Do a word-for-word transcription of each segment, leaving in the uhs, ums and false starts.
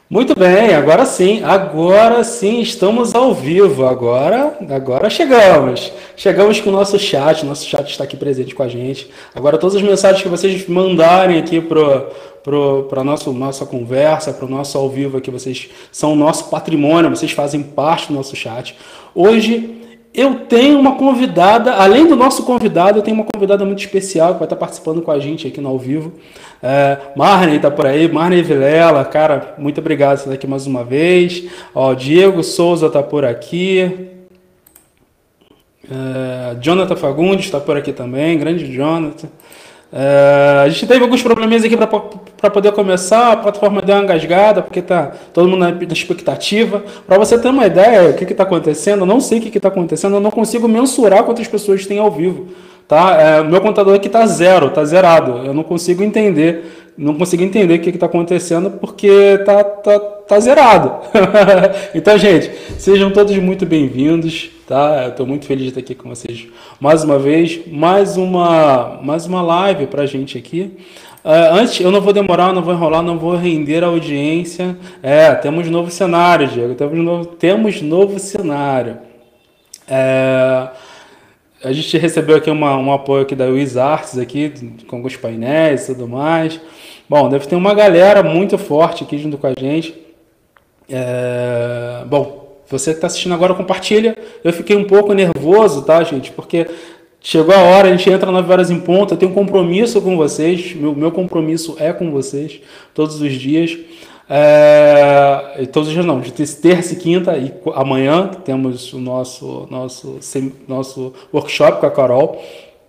Muito bem, agora sim, agora sim estamos ao vivo. Agora, agora chegamos. Chegamos com o nosso chat, nosso chat está aqui presente com a gente. Agora todas as mensagens que vocês mandarem aqui pro pro para nosso nossa conversa, para o nosso ao vivo aqui, vocês são o nosso patrimônio, vocês fazem parte do nosso chat. Hoje eu tenho uma convidada, além do nosso convidado, eu tenho uma convidada muito especial que vai estar participando com a gente aqui no ao vivo. É, Marney está por aí, Marney Vilela, cara, muito obrigado por estar aqui mais uma vez. Ó, Diego Souza está por aqui. É, Jonathan Fagundes está por aqui também, grande Jonathan. É, a gente teve alguns probleminhas aqui para poder começar, a plataforma deu uma engasgada, porque tá todo mundo na, na expectativa. Para você ter uma ideia do que está acontecendo, eu não sei o que está acontecendo, eu não consigo mensurar quantas pessoas tem ao vivo. Tá? É, meu contador aqui está zero, está zerado. Eu não consigo entender, não consigo entender o que está acontecendo porque tá, tá, tá zerado. Então, gente, sejam todos muito bem-vindos. Tá? Estou muito feliz de estar aqui com vocês mais uma vez, mais uma, mais uma live para a gente aqui. Uh, antes, eu não vou demorar, não vou enrolar, não vou render a audiência. É, temos novo cenário, Diego. Temos novo, temos novo cenário. É, a gente recebeu aqui uma, um apoio aqui da WizArts aqui, com alguns painéis e tudo mais. Bom, deve ter uma galera muito forte aqui junto com a gente. É, bom, você que está assistindo agora, compartilha. Eu fiquei um pouco nervoso, tá, gente? Porque chegou a hora, a gente entra nove horas em ponto. Eu tenho um compromisso com vocês. Meu, meu compromisso é com vocês todos os dias. É, todos os dias não, de terça e quinta e amanhã temos o nosso, nosso, nosso workshop com a Carol.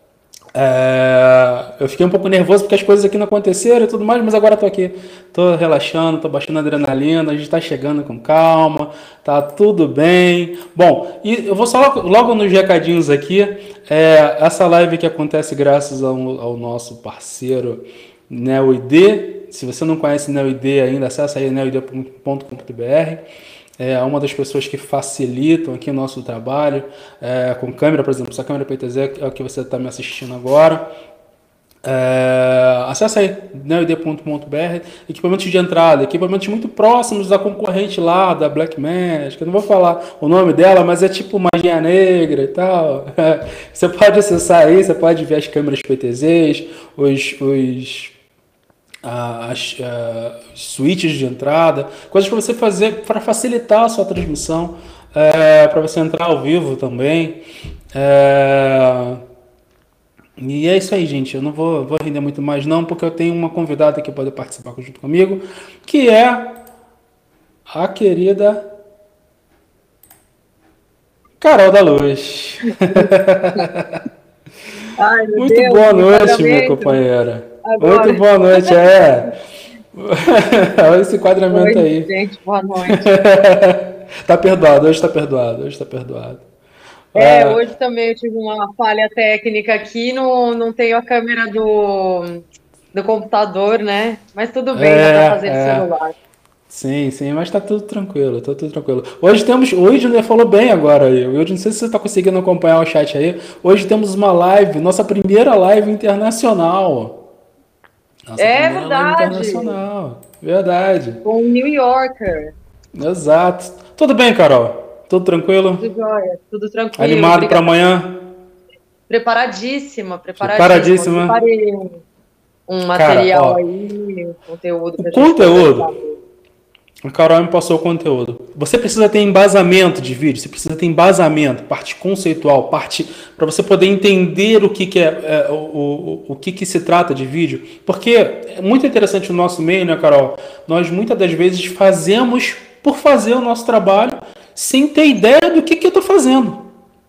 É, eu fiquei um pouco nervoso porque as coisas aqui não aconteceram e tudo mais, mas agora estou aqui, estou relaxando, estou baixando a adrenalina, a gente está chegando com calma, tá tudo bem. Bom, e eu vou só logo, logo nos recadinhos aqui. É, essa live que acontece graças ao, ao nosso parceiro NeoID. Se você não conhece NeoID ainda, acessa aí neo i d ponto com ponto b r. É uma das pessoas que facilitam aqui o nosso trabalho, é, com câmera, por exemplo, essa câmera P T Z é o que você está me assistindo agora. É, acesse aí, neo i d ponto com ponto b r, equipamentos de entrada, equipamentos muito próximos da concorrente lá, da Blackmagic, eu não vou falar o nome dela, mas é tipo magia negra e tal. É, você pode acessar aí, você pode ver as câmeras P T Zs, os... os as, as switches de entrada, coisas para você fazer para facilitar a sua transmissão, é, para você entrar ao vivo também. É, e é isso aí, gente. Eu não vou, vou render muito mais não, porque eu tenho uma convidada que pode participar junto comigo, que é a querida Carol da Luz. Ai, meu Muito Deus, boa noite, minha companheira. Agora. Muito boa noite, é. Olha esse enquadramento Oi, aí. gente, boa noite. Tá perdoado, hoje tá perdoado, hoje tá perdoado. É, ah, hoje também eu tive uma falha técnica aqui, não, não tenho a câmera do, do computador, né? Mas tudo bem, é, dá pra fazer é. de celular. Sim, sim, mas tá tudo tranquilo, tá tudo tranquilo. Hoje temos, o Wilson falou bem agora aí, eu não sei se você está conseguindo acompanhar o chat aí. Hoje temos uma live, nossa primeira live internacional. Nossa é verdade. Live internacional, verdade. Com o New Yorker. Exato. Tudo bem, Carol? Tudo tranquilo? Tudo jóia, tudo tranquilo. Animado para amanhã? Preparadíssima, preparadíssima. Preparadíssima. Preparei um material. Cara, ó, aí, um conteúdo. O conteúdo. A Carol me passou o conteúdo. Você precisa ter embasamento de vídeo, você precisa ter embasamento, parte conceitual, parte para você poder entender o que, que é, é o, o, o que, que se trata de vídeo. Porque é muito interessante o nosso meio, né, Carol? Nós muitas das vezes fazemos por fazer o nosso trabalho sem ter ideia do que, que eu estou fazendo.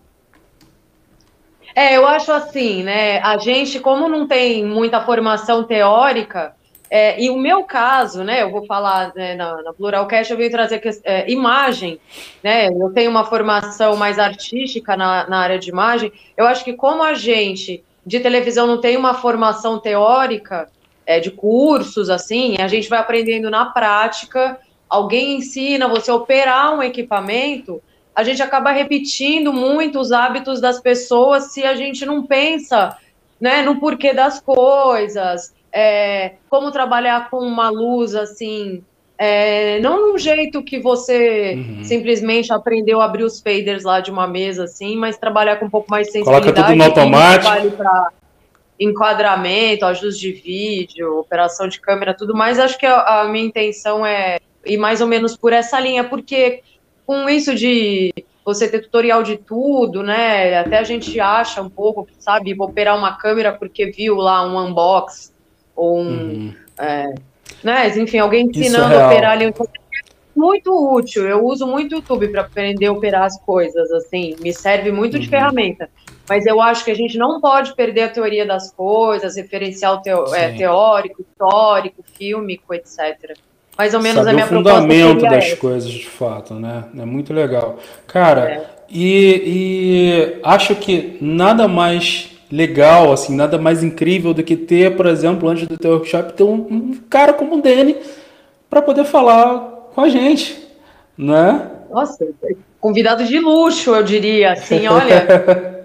É, eu acho assim, né? A gente, como não tem muita formação teórica. É, e o meu caso, né, eu vou falar né, na, na Pluralcast, eu venho trazer é, imagem, né, eu tenho uma formação mais artística na, na área de imagem, eu acho que como a gente de televisão não tem uma formação teórica é, de cursos, assim, a gente vai aprendendo na prática, alguém ensina você a operar um equipamento, a gente acaba repetindo muito os hábitos das pessoas se a gente não pensa, né, no porquê das coisas, É, como trabalhar com uma luz, assim, É, não num jeito que você Uhum. simplesmente aprendeu a abrir os faders lá de uma mesa, assim, mas trabalhar com um pouco mais de Coloca tudo no sensibilidade, e isso automático. vale para enquadramento, ajuste de vídeo, operação de câmera, tudo mais. Acho que a, a minha intenção é ir mais ou menos por essa linha, porque com isso de você ter tutorial de tudo, né? Até a gente acha um pouco, sabe, operar uma câmera porque viu lá um unbox ou um, Uhum. é, né? Enfim, alguém Isso é ensinando a operar real. ali. Muito útil. Eu uso muito o YouTube para aprender a operar as coisas, assim, me serve muito de Uhum. ferramenta. Mas eu acho que a gente não pode perder a teoria das coisas, referencial teo, é, Sim. teórico, histórico, fílmico, etcétera. Mais ou menos a Saber o minha proposta fundamento seria das essa. coisas de fato, né? É muito legal. Cara, É. e, e acho que nada mais legal, assim, nada mais incrível do que ter, por exemplo, antes do teu workshop, ter um, um cara como o Dani para poder falar com a gente, né? Nossa, convidado de luxo, eu diria, assim, olha.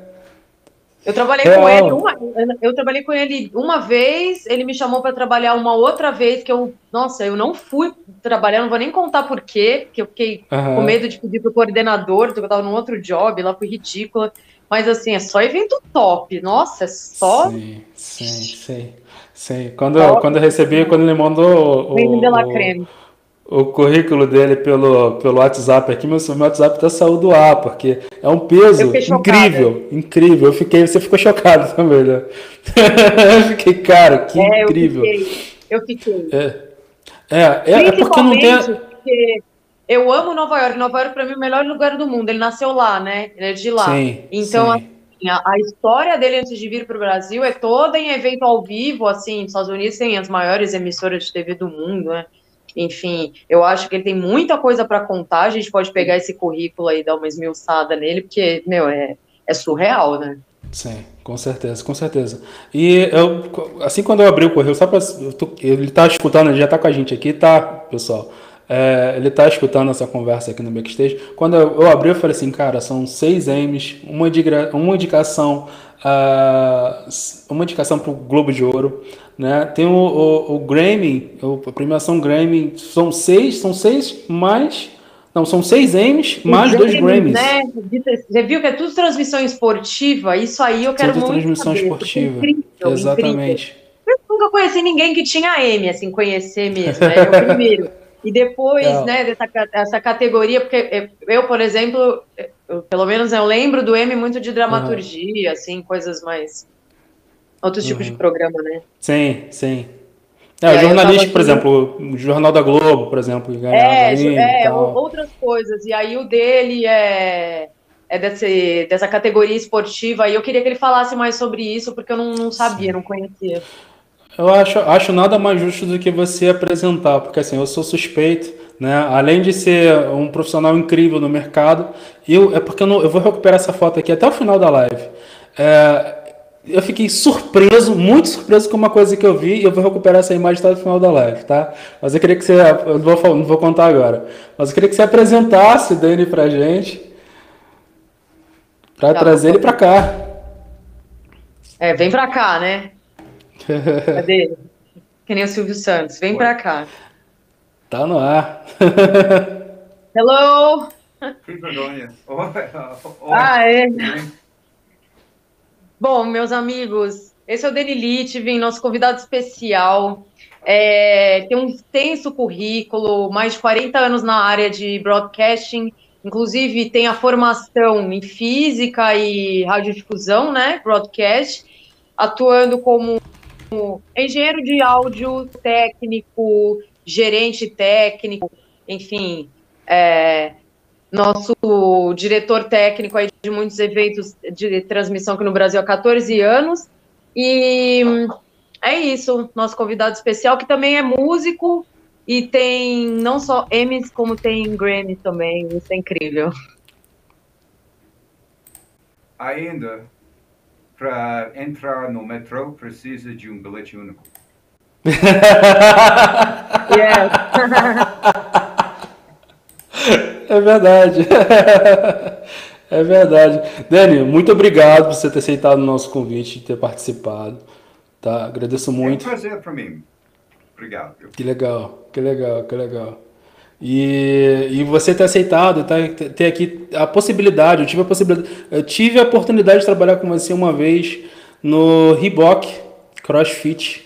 Eu trabalhei com ele Real. uma, eu trabalhei com ele uma vez, ele me chamou para trabalhar uma outra vez que eu, nossa, eu não fui trabalhar, não vou nem contar por quê, porque eu fiquei com Aham. medo de pedir pro coordenador, porque eu estava num outro job, lá fui ridícula. Mas assim, é só evento top. Nossa, é só Sim, sim, sim, sim. Quando, top. quando eu recebi, quando ele mandou Creme de la o, creme. o, o currículo dele pelo, pelo WhatsApp aqui, meu, meu WhatsApp até saiu do ar, porque é um Eu fiquei peso chocada. incrível, incrível. Eu fiquei, você ficou chocado também, né? Eu fiquei, cara, que É, eu incrível. fiquei, eu fiquei. É, é, é porque não tem. Principalmente porque eu amo Nova York. Nova York, para mim, é o melhor lugar do mundo. Ele nasceu lá, né? Ele é de lá. Sim, Então, sim. assim, a, a história dele antes de vir para o Brasil é toda em evento ao vivo, assim. Nos Estados Unidos tem as maiores emissoras de T V do mundo, né? Enfim, eu acho que ele tem muita coisa para contar. A gente pode pegar esse currículo aí e dar uma esmiuçada nele, porque, meu, é, é surreal, né? Sim, com certeza, com certeza. E eu, assim quando eu abri o correio, só para ele tá escutando, ele já tá com a gente aqui, tá, pessoal? É, ele tá escutando essa conversa aqui no backstage. Quando eu, eu abri, eu falei assim, cara, são seis M's, uma, indigra, uma indicação, uh, uma indicação pro Globo de Ouro, né? Tem o, o, o Grammy, a premiação Grammy, são seis, são seis mais, não, são seis M's Os mais dois Emmys, Grammys. né? Você viu que é tudo transmissão esportiva? Isso aí eu quero Tudo muito transmissão saber, porque é esportiva. incrível, incrível. Exatamente. Eu nunca conheci ninguém que tinha M, assim, conhecer mesmo. É o primeiro. E depois, É. né, dessa essa categoria, porque eu, por exemplo, eu, pelo menos eu lembro do M muito de Uhum. dramaturgia, assim, coisas mais. Outros tipos de Uhum. programa, né? Sim, sim. É, E o aí eu tava jornalista, por aqui. exemplo, o Jornal da Globo, por exemplo, que ganhava É, ju- M e é, o- tal. outras coisas. E aí o dele é, é desse, dessa categoria esportiva. E eu queria que ele falasse mais sobre isso, porque eu não, não sabia, Sim. não conhecia. Eu acho, acho nada mais justo do que você apresentar, porque assim, eu sou suspeito, né? Além de ser um profissional incrível no mercado, eu, é porque eu, não, eu vou recuperar essa foto aqui até o final da live. É, eu fiquei surpreso, muito surpreso com uma coisa que eu vi, e eu vou recuperar essa imagem até o final da live, tá? Mas eu queria que você, eu não vou, não vou contar agora, mas eu queria que você apresentasse o Dani pra gente, para Tá, vou trazer ele para fazer. cá. É, vem pra cá, né? Cadê ele? Que nem o Silvio Santos. Vem Oi. pra cá. Tá no ar. Hello! Tudo vergonha. Oi, oi, Ah, é. tudo bem? Bom, meus amigos, esse é o Deni Litvin, nosso convidado especial. É, tem um extenso currículo, mais de quarenta anos na área de broadcasting, inclusive tem a formação em física e radiodifusão, né, broadcast, atuando como engenheiro de áudio técnico, gerente técnico, enfim, é, nosso diretor técnico aí de muitos eventos de transmissão aqui no Brasil há quatorze anos. E é isso, nosso convidado especial, que também é músico e tem não só Emmys, como tem Grammys também. Isso é incrível. Ainda, para entrar no metrô, precisa de um bilhete único. Yes. É verdade. É verdade. Dani, muito obrigado por você ter aceitado o nosso convite e ter participado. Tá? Agradeço É um muito. prazer para mim. Obrigado. Viu? Que legal, que legal, que legal. E, e você ter aceitado, tá, ter aqui a possibilidade, eu tive a possibilidade, eu tive a oportunidade de trabalhar com você uma vez no Reebok CrossFit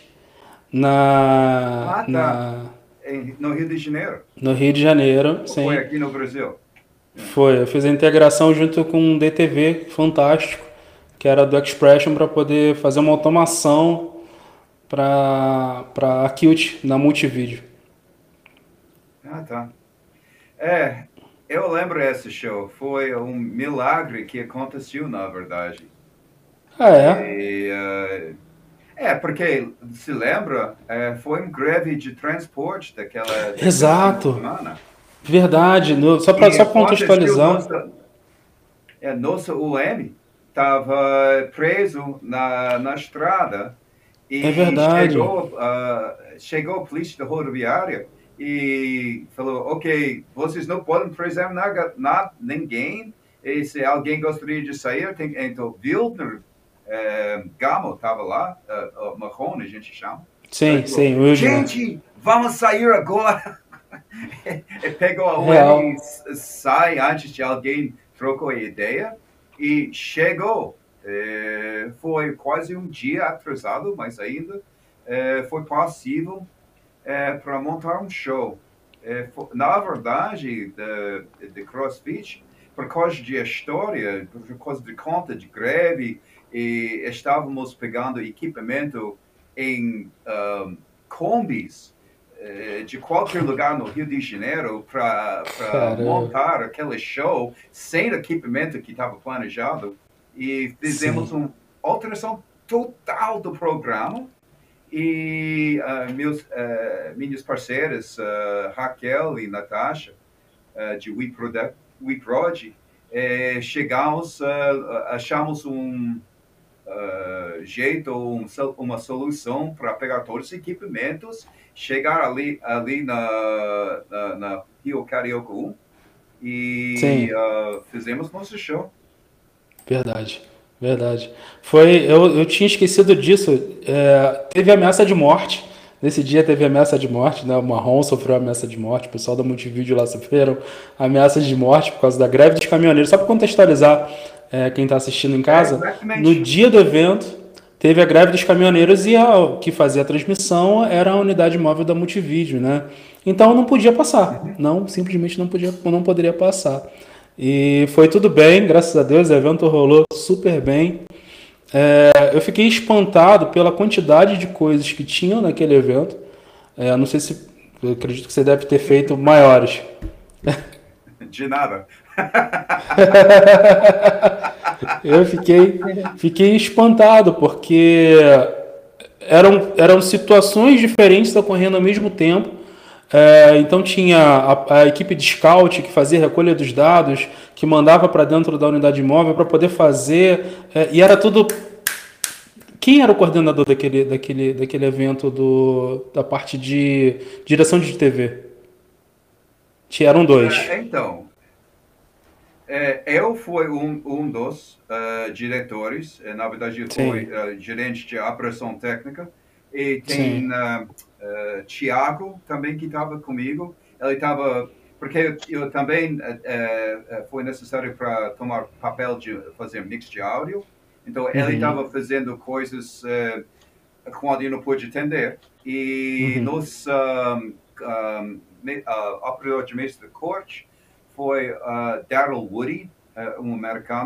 na, Ah, tá. na, Em- no Rio de Janeiro. no Rio de Janeiro, Ou foi sim. aqui no Brasil? É. Foi, eu fiz a integração junto com um D T V fantástico, que era do Expression, para poder fazer uma automação para para a Qt na multivídeo. Ah, tá. É, eu lembro esse show. Foi um milagre que aconteceu, na verdade. Ah, é? E, eh, é, porque, se lembra, eh, foi um greve de transporte daquela, daquele fim de Exato. semana. Verdade. No- só para E só aconteceu, contextualizar. nossa, é, nossa U M estava preso na, na estrada É e verdade. chegou, ah, chegou a polícia da rodoviária e falou, ok, vocês não podem prender nada, nada, ninguém, e se alguém gostaria de sair, tem, então, Wildner eh, Gamo estava lá, uh, uh, Marrone a gente chama, então ele Sim, falou, sim, Wildner. gente, vamos sair agora! E pegou a U M e Real. s- sai antes de alguém trocou a ideia e chegou. Eh, foi quase um dia atrasado, mas ainda eh, foi possível para montar um show. Eh, fo- na verdade, de, de CrossFit, por causa de história, por causa de conta de greve, e estávamos pegando equipamento em um, combis eh, de qualquer lugar no Rio de Janeiro para Caramba. montar aquele show sem equipamento que estava planejado e fizemos Sim. uma alteração total do programa e uh, meus, uh, minhas parceiras, uh, Raquel e Natasha, uh, de We Product, We Prod, eh, chegamos, uh, achamos um uh, jeito, um, uma solução para pegar todos os equipamentos, chegar ali, ali na, na, na Rio Carioca um e Sim. uh, fizemos nosso show. Verdade, verdade. Foi, eu, eu tinha esquecido disso. É, teve ameaça de morte. Nesse dia teve ameaça de morte, né? O Marrom sofreu ameaça de morte, o pessoal da Multivídeo lá sofreram ameaças de morte por causa da greve dos caminhoneiros. Só para contextualizar é, quem está assistindo em É, casa, no exatamente. dia do evento teve a greve dos caminhoneiros e a, que fazia a transmissão era a unidade móvel da Multivídeo, né? Então não podia passar, Uhum. não, simplesmente não podia, não poderia passar. E foi tudo bem, graças a Deus, o evento rolou super bem. É, eu fiquei espantado pela quantidade de coisas que tinham naquele evento. É, não sei se, eu acredito que você deve ter feito maiores. De nada. Eu fiquei, fiquei espantado, porque eram, eram situações diferentes ocorrendo ao mesmo tempo. É, então tinha a, a equipe de scout que fazia recolha dos dados, que mandava para dentro da unidade móvel para poder fazer, é, e era tudo. Quem era o coordenador daquele, daquele, daquele evento do, da parte de direção de T V? Tinha- Eram dois. É, então, é, eu fui um, um dos uh, diretores, eh, na verdade eu fui Sim, uh, gerente de operação técnica, e tem sim. uh, uh, Tiago também que estava comigo, ele estava, porque eu também uh, uh, foi necessário para tomar papel de fazer mix de áudio, então ele Uhum, estava fazendo coisas uh, quando eu não pude atender, e uhum. nos um, um, uh, operador de mesa de corte, foi uh, Daryl Woody, uh, um americano.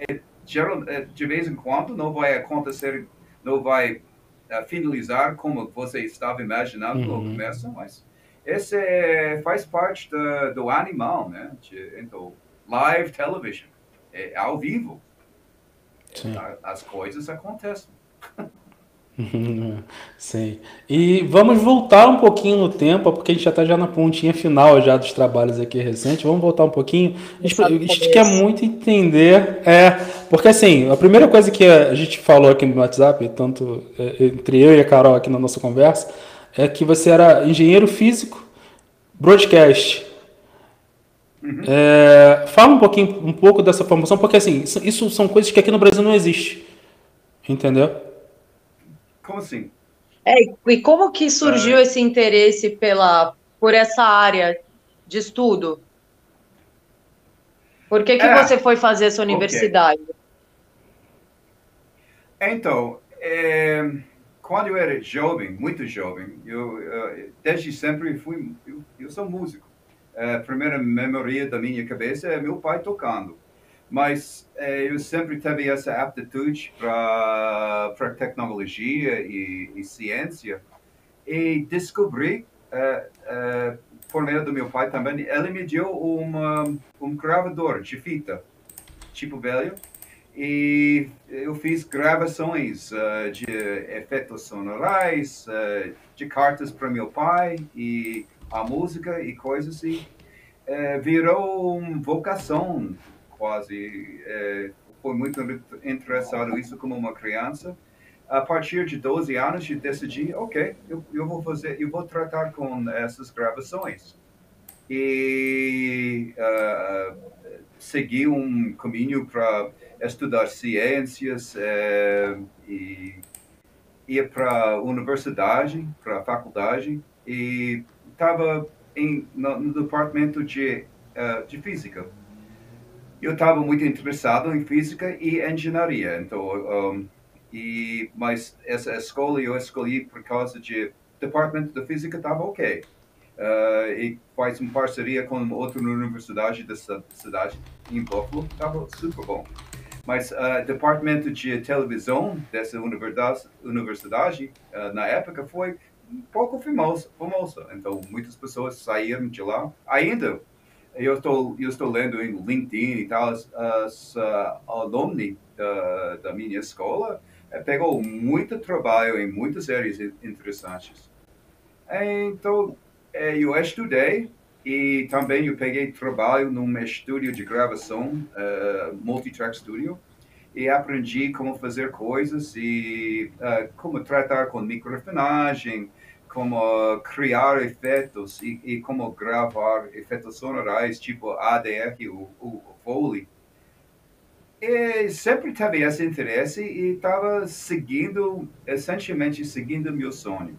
geral, de vez em quando não vai acontecer, não vai uh, finalizar como você estava imaginando no Uhum. começo, mas esse é, faz parte do, do animal, né? De, então, live television, é ao vivo, Sim. é, as coisas acontecem. Sim. E vamos voltar um pouquinho no tempo, porque a gente já está já na pontinha final já dos trabalhos aqui recentes. Vamos voltar um pouquinho. A gente, Começar a do gente quer começo. muito entender, é, porque assim, a primeira coisa que a gente falou aqui no WhatsApp, tanto é, entre eu e a Carol aqui na nossa conversa, é que você era engenheiro físico, broadcast. Uhum. É, fala um pouquinho, um pouco dessa formação, porque assim, isso, isso são coisas que aqui no Brasil não existe, entendeu? Como assim? É, e como que surgiu Uh, esse interesse pela, por essa área de estudo? Por que que você é, foi fazer essa ok. universidade? Então, é, quando eu era jovem, muito jovem, eu uh, desde sempre fui, eu, eu sou músico. A primeira memória da minha cabeça é meu pai tocando. Mas eh, eu sempre tive essa aptitude para para tecnologia e, e ciência e descobri eh, eh, por meio do meu pai também, ele me deu uma, um gravador de fita, tipo velho, e eu fiz gravações uh, de efeitos sonorais, uh, de cartas para meu pai e a música e coisas assim. É, virou uma vocação quase. É, foi muito interessado isso como uma criança. A partir de doze anos, eu decidi, ok, eu, eu vou fazer, eu vou tratar com essas gravações e uh, seguir um caminho para estudar ciências uh, e ir para a universidade, para a faculdade e estava no, no departamento de, uh, de física. Eu estava muito interessado em física e engenharia, então, um, e, mas essa escola eu escolhi por causa de departamento de física estava ok. Uh, e faz uma parceria com outra universidade da cidade, em Buffalo, estava super bom. Mas o uh, departamento de televisão dessa universidade, universidade uh, na época, foi um pouco famoso, famoso. Então, muitas pessoas saíram de lá. Ainda, eu estou, eu estou lendo em LinkedIn e tal, as, as uh, alumni da, da minha escola uh, pegou muito trabalho em muitas áreas interessantes. Então, eh, eu estudei e também eu peguei trabalho num estúdio de gravação, uh, Multitrack Studio, e aprendi como fazer coisas e uh, como tratar com microfonagem, como criar efeitos e, e como gravar efeitos sonorais, tipo A D R, o, o Foley. E sempre tive esse interesse e estava seguindo, essencialmente seguindo meu sonho.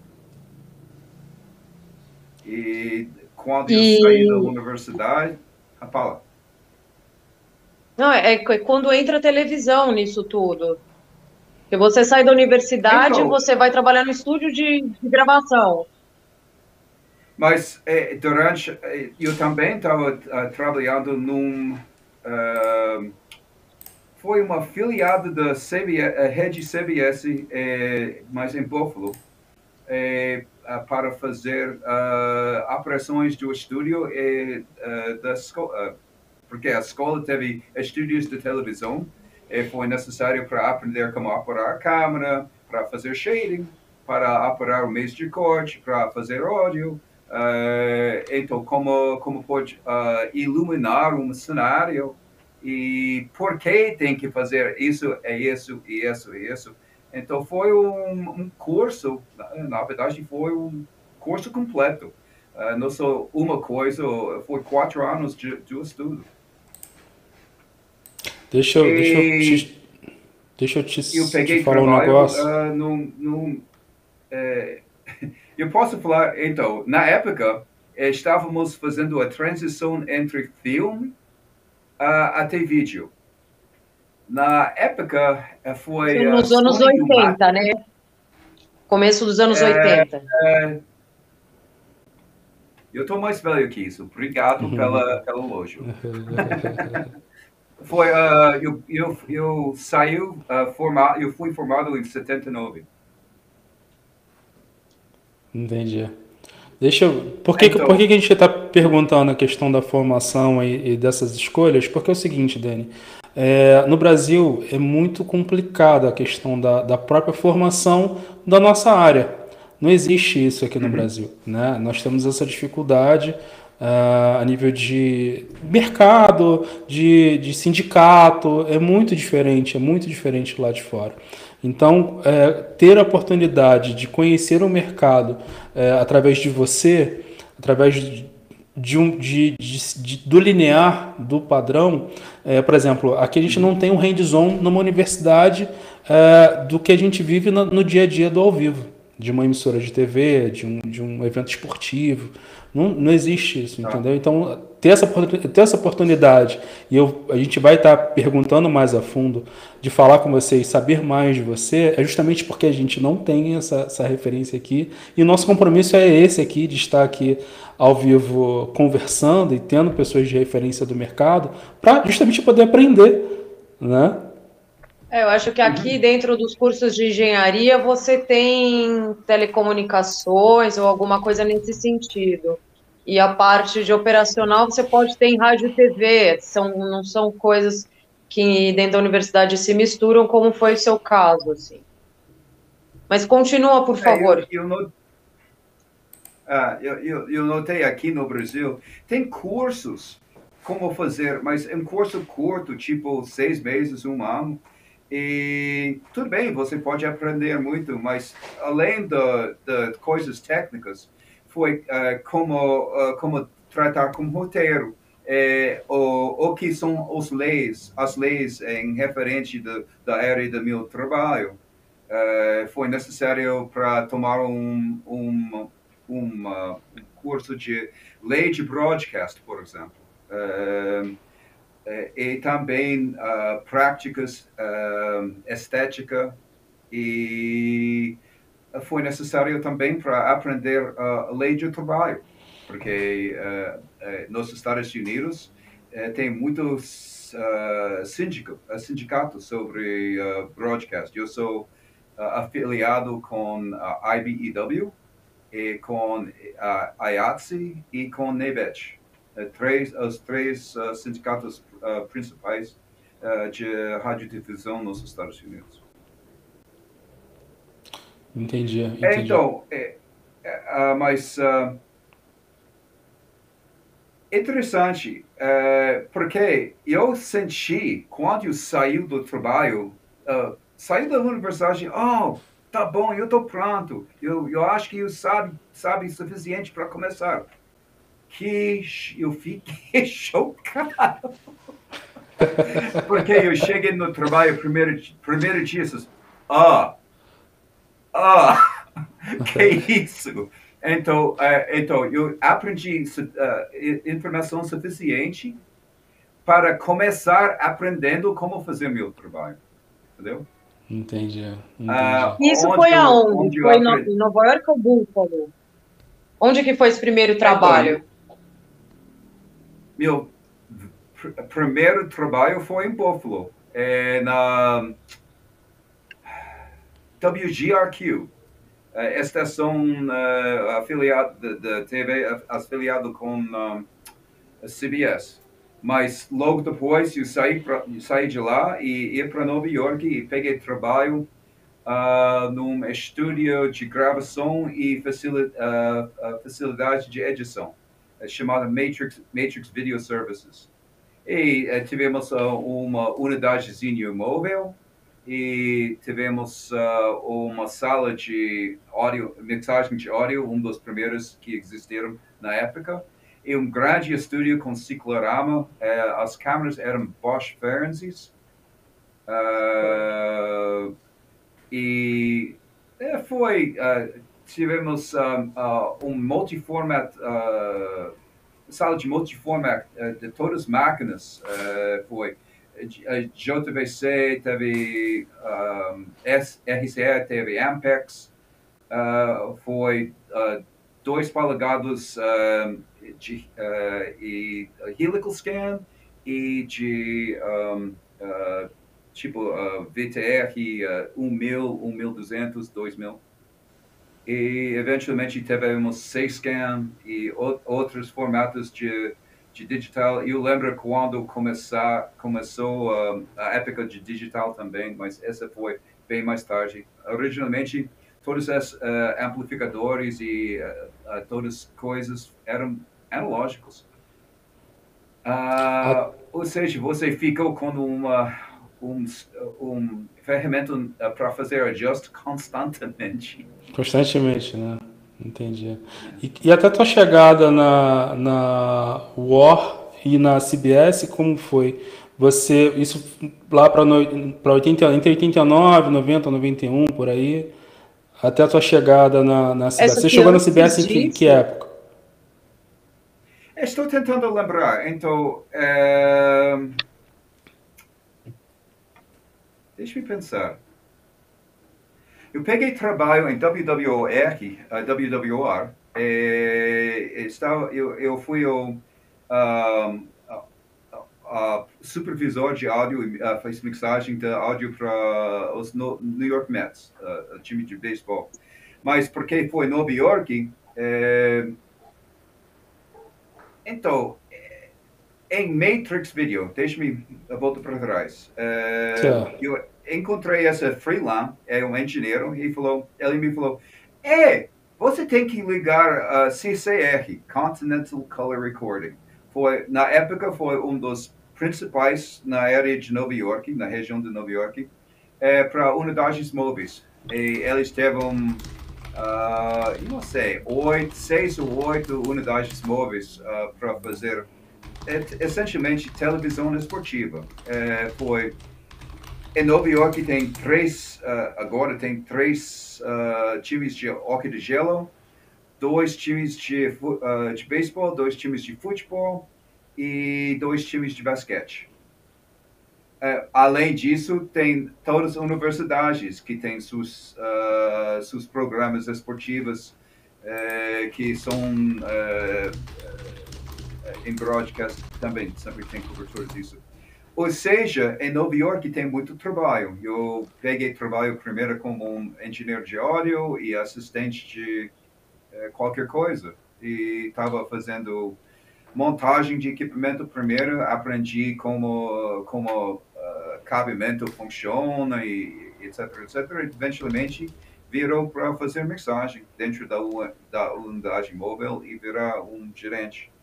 E quando eu saí da E universidade, a Paula. não, é, é quando entra a televisão nisso tudo. Que você sai da universidade, Então, você vai trabalhar no estúdio de, de gravação. mas eh, durante, eh, eu também estava uh, trabalhando num, uh, foi uma afiliada da C B S, a rede C B S, eh, mas em Buffalo, eh, uh, para fazer uh, operações do estúdio e uh, da escola, porque a escola teve estúdios de televisão e foi necessário para aprender como operar a câmera, para fazer shading, para operar o mês de corte, para fazer áudio. Uh, então, como, como pode uh, iluminar um cenário e por que tem que fazer isso, é isso, e isso, e isso. Então, foi um, um curso, na verdade, foi um curso completo. Uh, não só uma coisa, foi quatro anos de, de estudo. Deixa eu, deixa eu E te, deixa eu te, eu te peguei falar um trabalho negócio. uh, num, num uh, eu posso falar, então, na época, estávamos fazendo a transição entre filme uh, até vídeo. Na época, Isso foi a nos anos Sony e o Mac. oitenta, né? Começo dos anos Uh, oitenta. uh, eu estou mais velho que isso. Obrigado pela, pelo elogio. Foi, uh, eu, eu, eu saí, uh, formado, eu fui formado em setenta e nove. Entendi. Deixa eu... Por que, que- por que Então, que a gente está perguntando a questão da formação e, e dessas escolhas? Porque é o seguinte, Dani, é, no Brasil é muito complicada a questão da, da própria formação da nossa área. Não existe isso aqui no uhum, Brasil, né? Nós temos essa dificuldade ah, a nível de mercado, de, de sindicato, é muito diferente, é muito diferente lá de fora. Então, é, ter a oportunidade de conhecer o mercado é, através de você, através de, de um, de, de, de, do linear, do padrão, é, por exemplo, aqui a gente uhum. não tem um hands-on numa universidade é, do que a gente vive no, no dia a dia do ao vivo, de uma emissora de T V, de um, de um evento esportivo. Não, não existe isso, Tá. entendeu? Então, ter essa, ter essa oportunidade, e eu, a gente vai estar perguntando mais a fundo, de falar com você e saber mais de você, é justamente porque a gente não tem essa, essa referência aqui. E o nosso compromisso é esse aqui, de estar aqui ao vivo conversando e tendo pessoas de referência do mercado, para justamente poder aprender, né? É, eu acho que aqui Uhum. dentro dos cursos de engenharia você tem telecomunicações ou alguma coisa nesse sentido. E a parte de operacional você pode ter em rádio e T V. São, não são coisas que dentro da universidade se misturam, como foi o seu caso, assim. Mas continua, por É, eu, favor. eu, no- ah, eu, eu, eu notei aqui no Brasil, tem cursos como fazer, mas é um curso curto, tipo seis meses, um ano. E tudo bem, você pode aprender muito, mas além da da coisas técnicas, foi ah, como, ah, como tratar com roteiro, é, o, o que são as leis, as leis em referente da, da área do meu trabalho. Eh, foi necessário para tomar um, um, uma, um curso de lei de broadcast, por exemplo. Eh, eh, e também ah, práticas ah, estética e foi necessário também para aprender ah, a lei de trabalho, porque eh, eh, nos Estados Unidos eh, tem muitos ah, sindica- sindicatos sobre ah, broadcast. Eu sou ah, afiliado com a I B E W, e com a I A T S E e com NABET, eh, três, os três ah, sindicatos ah, principais ah, de radiodifusão nos Estados Unidos. Entendi, entendi. Então, é, é, ah, mas ah, interessante, eh, porque eu senti, quando eu saí do trabalho, ah, saí da universidade, oh, tá bom, eu estou pronto, eu, eu acho que eu sabe, sabe o suficiente para começar. Que eu fiquei chocado, porque eu cheguei no trabalho, primeiro, primeiro dia, disse, ah, ah, que isso? Então, eh, então eu aprendi eh, informação suficiente para começar aprendendo como fazer meu trabalho, entendeu? Entendi, entendi. Ah, Isso onde foi eu, aonde? onde eu Foi no- aprendi. em Nova York ou Buffalo? Onde que foi esse primeiro Então, trabalho? meu pr primeiro trabalho foi em Buffalo, é, na W G R Q, a estação uh, afiliada da T V, afiliado com um, a C B S. Mas logo depois eu saí, pra, eu saí de lá e ia para Nova York e peguei trabalho uh, num estúdio de gravação e facil, uh, facilidade de edição, chamada Matrix, Matrix Video Services. E uh, tivemos uh, uma unidadezinha móvel e tivemos uh, uma sala de áudio, mixagem de áudio, um dos primeiros que existiram na época, e um grande estúdio com ciclorama. Uh, as câmeras eram Bosch Fahrenheit. Uh, e é, foi, uh, tivemos um, uh, um multiformat, uh, sala de multiformat uh, de todas as máquinas. Uh, foi a J V C, teve um, R C A, teve Ampex, uh, foi uh, dois polegadas uh, de, uh, e uh, helical scan e de um, uh, tipo uh, V T R uh, um mil, um mil e duzentos, dois mil. E eventualmente tivemos seis-cam e o, outros formatos de, de digital. Eu lembro quando começar, começou uh, a época de digital também, mas essa foi bem mais tarde. Originalmente, todos os uh, amplificadores e uh, uh, todas as coisas eram analógicos. A- Uh, ou seja, você ficou com uma um, um ferramenta uh, para fazer ajuste constantemente. Constantemente, né? Entendi. E, e até tua chegada na, na War e na C B S, como foi? Você, isso lá para oitenta, entre oitenta e nove, noventa, noventa e um, por aí, até a tua chegada na, na C B S. Essa Você que chegou na antes C B S em que, que disso, época? Estou tentando lembrar. Então, é... deixa-me pensar. Eu peguei trabalho em W W R, uh, W W R. E estava, eu, eu fui o um, uh, uh, supervisor de áudio e uh, fez mixagem de áudio para os no, New York Mets, uh, time de beisebol. Mas porque foi Nova York, é... então, em Matrix Video, deixa-me voltar para trás. Uh, Certo. eu encontrei essa freelance, é um engenheiro, e falou, ele me falou, é, você tem que ligar a uh, C C R, Continental Color Recording. Foi, na época, foi um dos principais na área de Nova York, na região de Nova York, é, para unidades móveis. E eles teve um, uh, eu não sei, oito, seis ou oito unidades móveis uh, para fazer é, essencialmente televisão esportiva. É, foi em Nova York tem três, uh, agora tem três uh, times de hockey de gelo, dois times de, uh, de beisebol, dois times de futebol e dois times de basquete. Uh, além disso, tem todas as universidades que têm seus, uh, seus programas esportivos uh, que são uh, em broadcast também, sempre tem cobertura disso. Ou seja, em Nova York tem muito trabalho. Eu peguei trabalho primeiro como um engenheiro de áudio e assistente de eh, qualquer coisa. E estava fazendo montagem de equipamento primeiro, aprendi como, como uh, cabimento funciona e etc, etc. E, eventualmente virou para fazer mixagem dentro da, da unidade móvel e virar um gerente.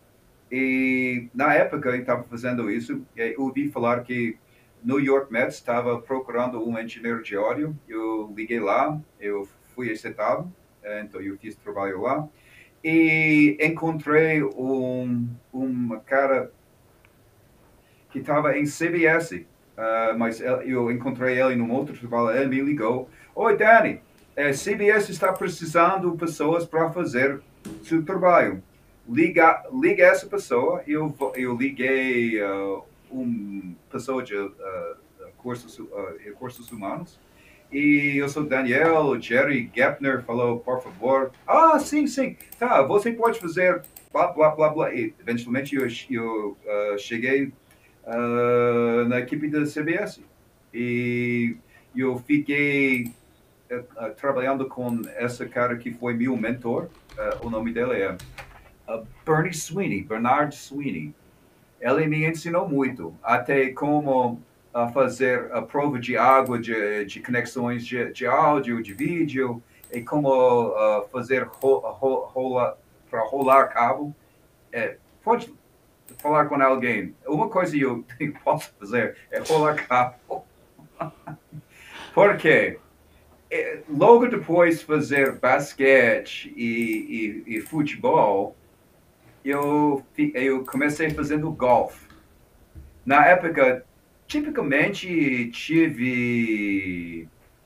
E na época eu estava fazendo isso, eu ouvi falar que New York Mets estava procurando um engenheiro de áudio. Eu liguei lá, eu fui aceitado, então eu fiz trabalho lá. E encontrei um, um cara que estava em C B S, uh, mas eu encontrei ele num outro trabalho, ele me ligou. Oi, Danny, a C B S está precisando de pessoas para fazer seu trabalho. Liga, liga essa pessoa. Eu, eu liguei uh, uma pessoa de uh, cursos, uh, recursos humanos. E eu sou Daniel, Jerry Gepner falou, por favor. Ah, sim, sim. Tá, você pode fazer blá, blá, blá, blá. E, eventualmente, eu, eu uh, cheguei uh, na equipe da C B S. E eu fiquei uh, trabalhando com esse cara que foi meu mentor. Uh, o nome dele é Uh, Bernie Sweeney, Bernard Sweeney. Ele me ensinou muito, até como uh, fazer a prova de água, de, de conexões de, de áudio, de vídeo, e como uh, fazer ro, ro, rola, para rolar cabo. É, pode falar com alguém. Uma coisa que eu posso fazer é rolar cabo. Por quê? Logo depois de fazer basquete e, e, e futebol, Eu, eu comecei fazendo golfe. Na época, tipicamente tive,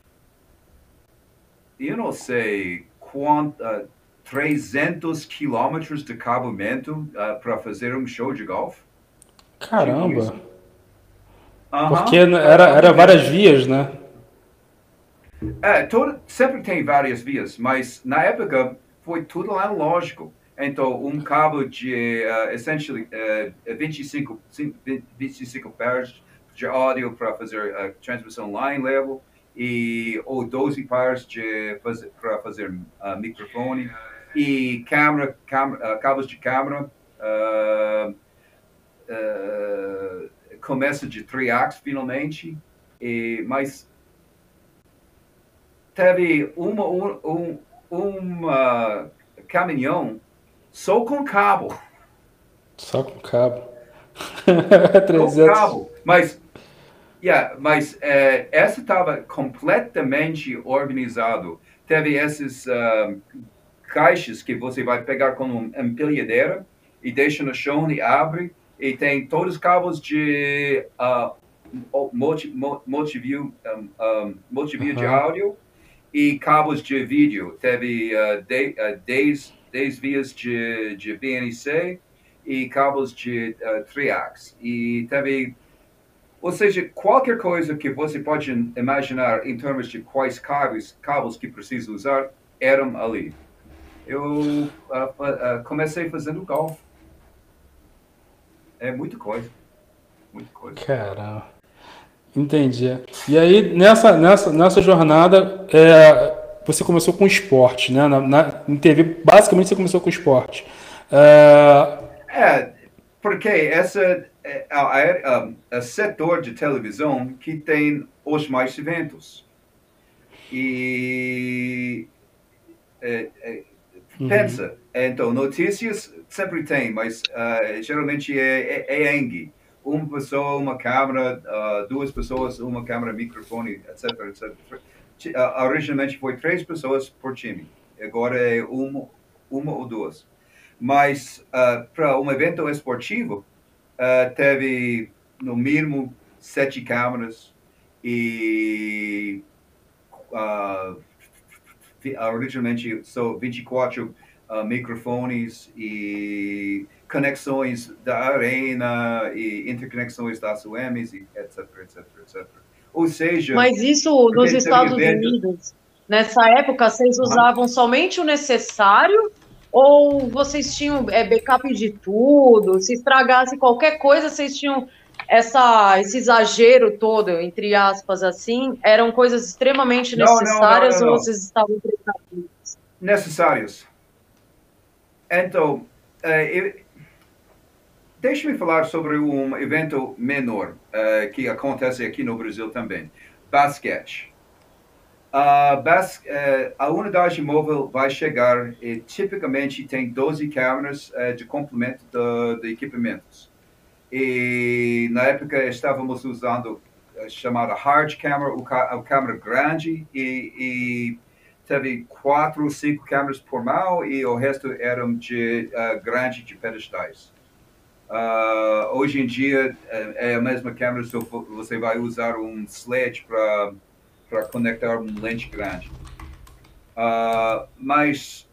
eu não sei quanto, uh, trezentos quilômetros de cabimento uh, para fazer um show de golfe. Tipo Caramba! isso. Aham, Porque uh, era, era várias cabimento. vias, né? É, todo, sempre tem várias vias, mas na época foi tudo analógico. Então, um cabo de, uh, essentially, uh, vinte e cinco, vinte e cinco pares de áudio para fazer a transmissão line level e ou doze pares de fazer, para fazer uh, microfone e câmera, câmera uh, cabos de câmera, uh, uh, começa de triax finalmente, e, mas teve uma, um, um, um uh, caminhão só com cabo. Só com cabo. Com cabo. Mas, yeah, mas é, essa estava completamente organizado. Teve essas uh, caixas que você vai pegar com uma empilhadeira e deixa no chão e abre. E tem todos os cabos de uh, multi, multiview, um, um, multiview uhum. de áudio e cabos de vídeo. Teve uh, dez vias de, de B N C e cabos de uh, triax. E teve, ou seja, qualquer coisa que você pode imaginar em termos de quais cabos, cabos que precisa usar, eram ali. Eu uh, uh, comecei fazendo golfe. É muita coisa. Muita coisa. Caramba. Entendi. E aí, nessa, nessa, nessa jornada, é, você começou com esporte, né? Na, na, em T V, basicamente, você começou com esporte. É, é porque esse é o setor de televisão que tem os mais eventos. E é, é, uhum. pensa, então, notícias sempre tem, mas uh, geralmente é, é, é Engie. Uma pessoa, uma câmera, uh, duas pessoas, uma câmera, microfone, etc, etcétera. Uh, originalmente foi três pessoas por time. Agora é uma, uma ou duas. Mas uh, para um evento esportivo, uh, teve no mínimo sete câmeras e uh, originalmente só vinte e quatro uh, microfones e conexões da arena e interconexões das U Ms, e etc, etc, etcétera. Ou seja... Mas isso nos Estados Unidos, nessa época, vocês usavam ah. somente o necessário ou vocês tinham é, backup de tudo? Se estragasse qualquer coisa, vocês tinham essa, esse exagero todo, entre aspas, assim? Eram coisas extremamente não, necessárias não, não, não, ou vocês estavam precavidos? Necessários. Então, uh, eu... deixe-me falar sobre um evento menor uh, que acontece aqui no Brasil também. Basquete. Uh, bas uh, a unidade móvel vai chegar e tipicamente tem doze câmeras uh, de complemento de, de equipamentos. E na época estávamos usando a chamada hard camera, a câmera grande, e, e teve quatro ou cinco câmeras por mão e o resto eram de uh, grande de pedestais. Uh, hoje em dia é a mesma câmera, só você vai usar um sledge para para conectar um lente grande. Uh, mas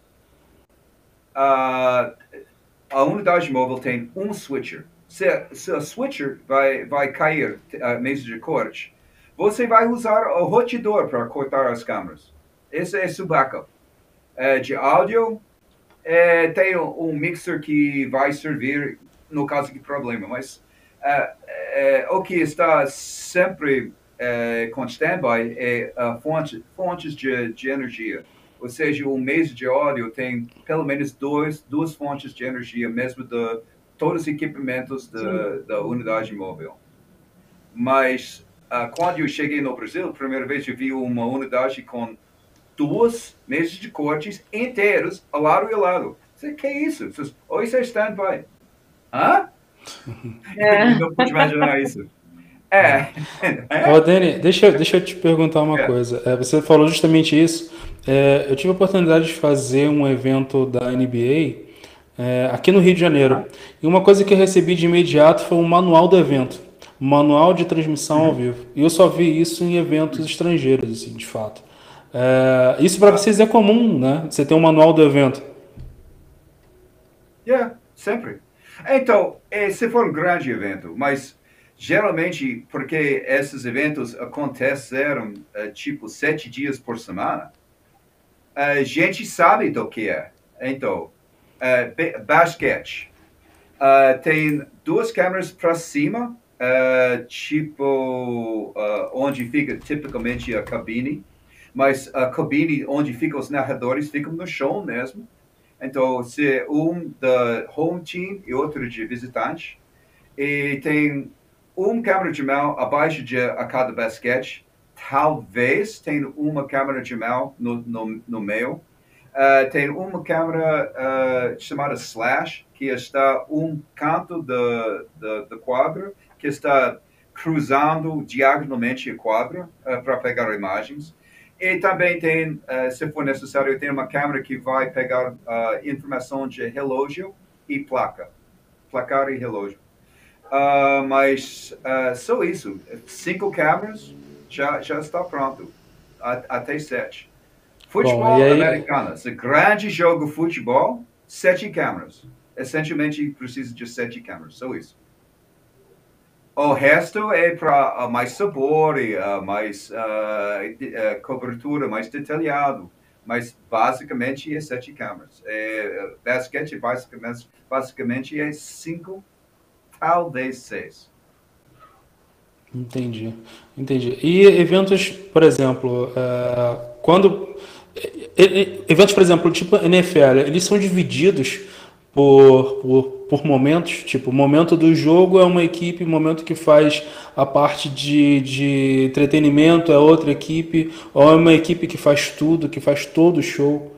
uh, a unidade móvel tem um switcher. Se, se a switcher vai, vai cair a mesa de corte, você vai usar o roteador para cortar as câmeras. Esse é seu backup. É, de áudio, é, tem um mixer que vai servir no caso de problema, mas é, é, o que está sempre é, com standby é uh, fonte, fontes de, de energia. Ou seja, um mesa de áudio tem pelo menos dois, duas fontes de energia, mesmo de todos os equipamentos de, da unidade móvel. Mas uh, quando eu cheguei no Brasil, a primeira vez eu vi uma unidade com duas mesas de cortes inteiras, ao lado e ao lado. Você, que é isso? Ou isso é standby? Hã? É. Não pode imaginar isso. É. é. Ô, Dani, deixa, deixa eu te perguntar uma é. coisa. É, você falou justamente isso. É, eu tive a oportunidade de fazer um evento da N B A é, aqui no Rio de Janeiro. Ah. E uma coisa que eu recebi de imediato foi um manual do evento. Um manual de transmissão uhum. ao vivo. E eu só vi isso em eventos estrangeiros, assim, de fato. É, isso para vocês é comum, né? Você tem um manual do evento. É, yeah, sempre. Então, se for um grande evento, mas geralmente, porque esses eventos aconteceram uh, tipo sete dias por semana, a gente sabe do que é. Então, Uh, basquete. Uh, tem duas câmeras para cima, uh, tipo uh, onde fica tipicamente a cabine, mas a cabine onde ficam os narradores ficam no chão mesmo. Então, se um da home team e outro de visitante, e tem uma câmera de mão abaixo de a cada basquete, talvez tenha uma câmera de mão no, no, no meio. Uh, tem uma câmera uh, chamada Slash, que está um canto do, do, do quadro, que está cruzando diagonalmente o quadro uh, para pegar imagens. E também tem, uh, se for necessário, tem uma câmera que vai pegar uh, informação de relógio e placa. Placar e relógio. Uh, mas uh, só isso. Cinco câmeras, já, já está pronto. A, até sete. Futebol Bom, e aí, americano. Esse grande jogo de futebol, sete câmeras. Essencialmente, precisa de sete câmeras. Só isso. O resto é para uh, mais sabor e uh, mais uh, de, uh, cobertura, mais detalhado. Mas, basicamente, é sete câmeras. É, basquete, basicamente, basicamente, é cinco, talvez seis. entendi, entendi. E eventos, por exemplo, é, quando e- e- eventos, por exemplo, tipo N F L, eles são divididos por, por, por momentos, tipo, o momento do jogo é uma equipe, o momento que faz a parte de, de entretenimento é outra equipe, ou é uma equipe que faz tudo, que faz todo o show.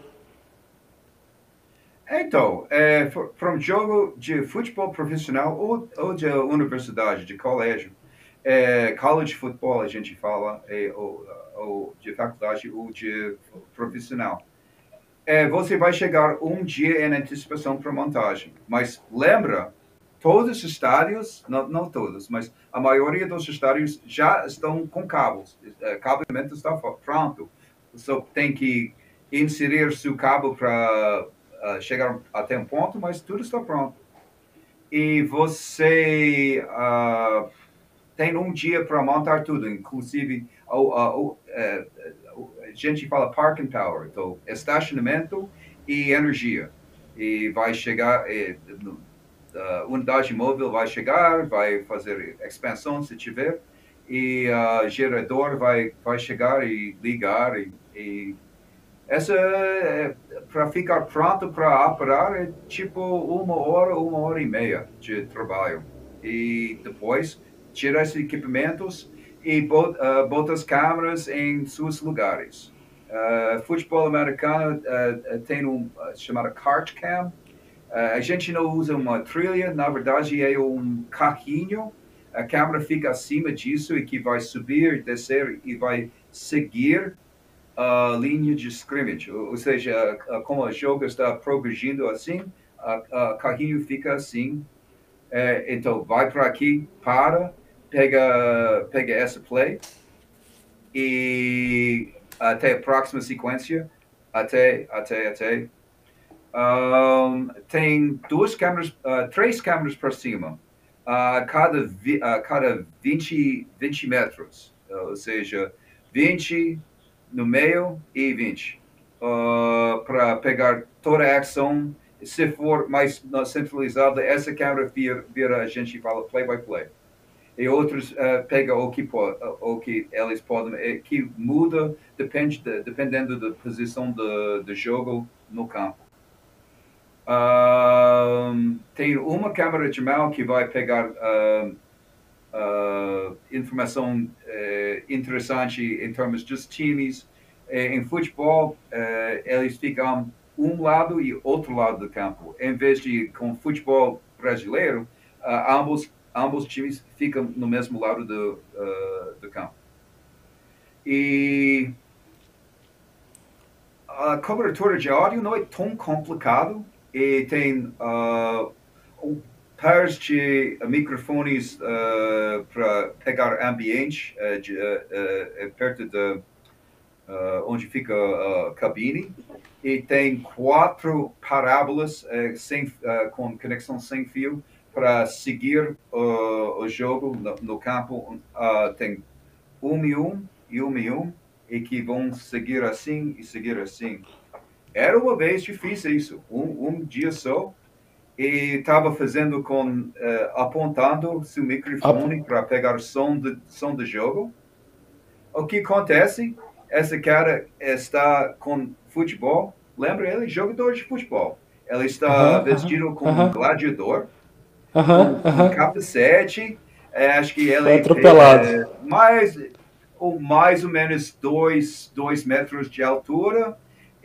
Então, é, para um jogo de futebol profissional ou, ou de universidade, de colégio, é, college football a gente fala, é, ou, ou de faculdade ou de profissional. É, você vai chegar um dia em antecipação para montagem. Mas lembra, todos os estádios, não, não todos, mas a maioria dos estádios já estão com cabos. O cabeamento está pronto. Só tem que inserir seu cabo para uh, chegar até um ponto, mas tudo está pronto. E você uh, tem um dia para montar tudo, inclusive o, o, o, é, a gente fala park and power, então estacionamento e energia. E vai chegar, e, a unidade móvel vai chegar, vai fazer expansão se tiver, e o uh, gerador vai, vai chegar e ligar. E, e essa, é, para ficar pronto para operar, é tipo uma hora, uma hora e meia de trabalho. E depois tira esses equipamentos e bota, uh, bota as câmeras em seus lugares. Uh, futebol americano uh, tem um uh, chamado kart cam. Uh, a gente não usa uma trilha, na verdade é um carrinho. A câmera fica acima disso e que vai subir, descer e vai seguir a linha de scrimmage, ou seja, como o jogo está progredindo assim, o carrinho fica assim. É, então, vai para aqui, para, pega, pega essa play e até a próxima sequência, até, até, até. Um, tem duas câmeras, uh, três câmeras para cima, a uh, cada, vi, uh, cada vinte, vinte metros, uh, ou seja, vinte no meio e vinte, uh, para pegar toda a ação. Se for mais centralizada, essa câmera vira, vira, a gente fala play-by-play. E outros uh, pega o que, uh, o que eles podem, é, que muda depende de, dependendo da posição do, do jogo no campo. Uh, tem uma câmera de mão que vai pegar uh, uh, informação uh, interessante em termos dos times. Em futebol, uh, eles ficam um lado e outro lado do campo. Em vez de com futebol brasileiro, uh, ambos, ambos times ficam no mesmo lado do, uh, do campo. E a cobertura de áudio não é tão complicado. E tem uh, um pares de microfones uh, para pegar ambiente uh, de, uh, uh, perto de uh, onde fica a cabine. E tem quatro parábolas uh, sem, uh, com conexão sem fio para seguir uh, o jogo no, no campo. Uh, tem um e um e um e um e que vão seguir assim e seguir assim. Era uma vez que fiz isso, um, um dia só, e estava fazendo com, uh, apontando seu microfone para pegar som de, som do jogo. O que acontece? Esse cara está com futebol, lembra ele? Jogador de futebol. Ele está Aham, vestido como um aham, gladiador, aham, com, com aham. capacete. É, acho que Foi ele atropelado. é mais ou mais ou menos dois, dois metros de altura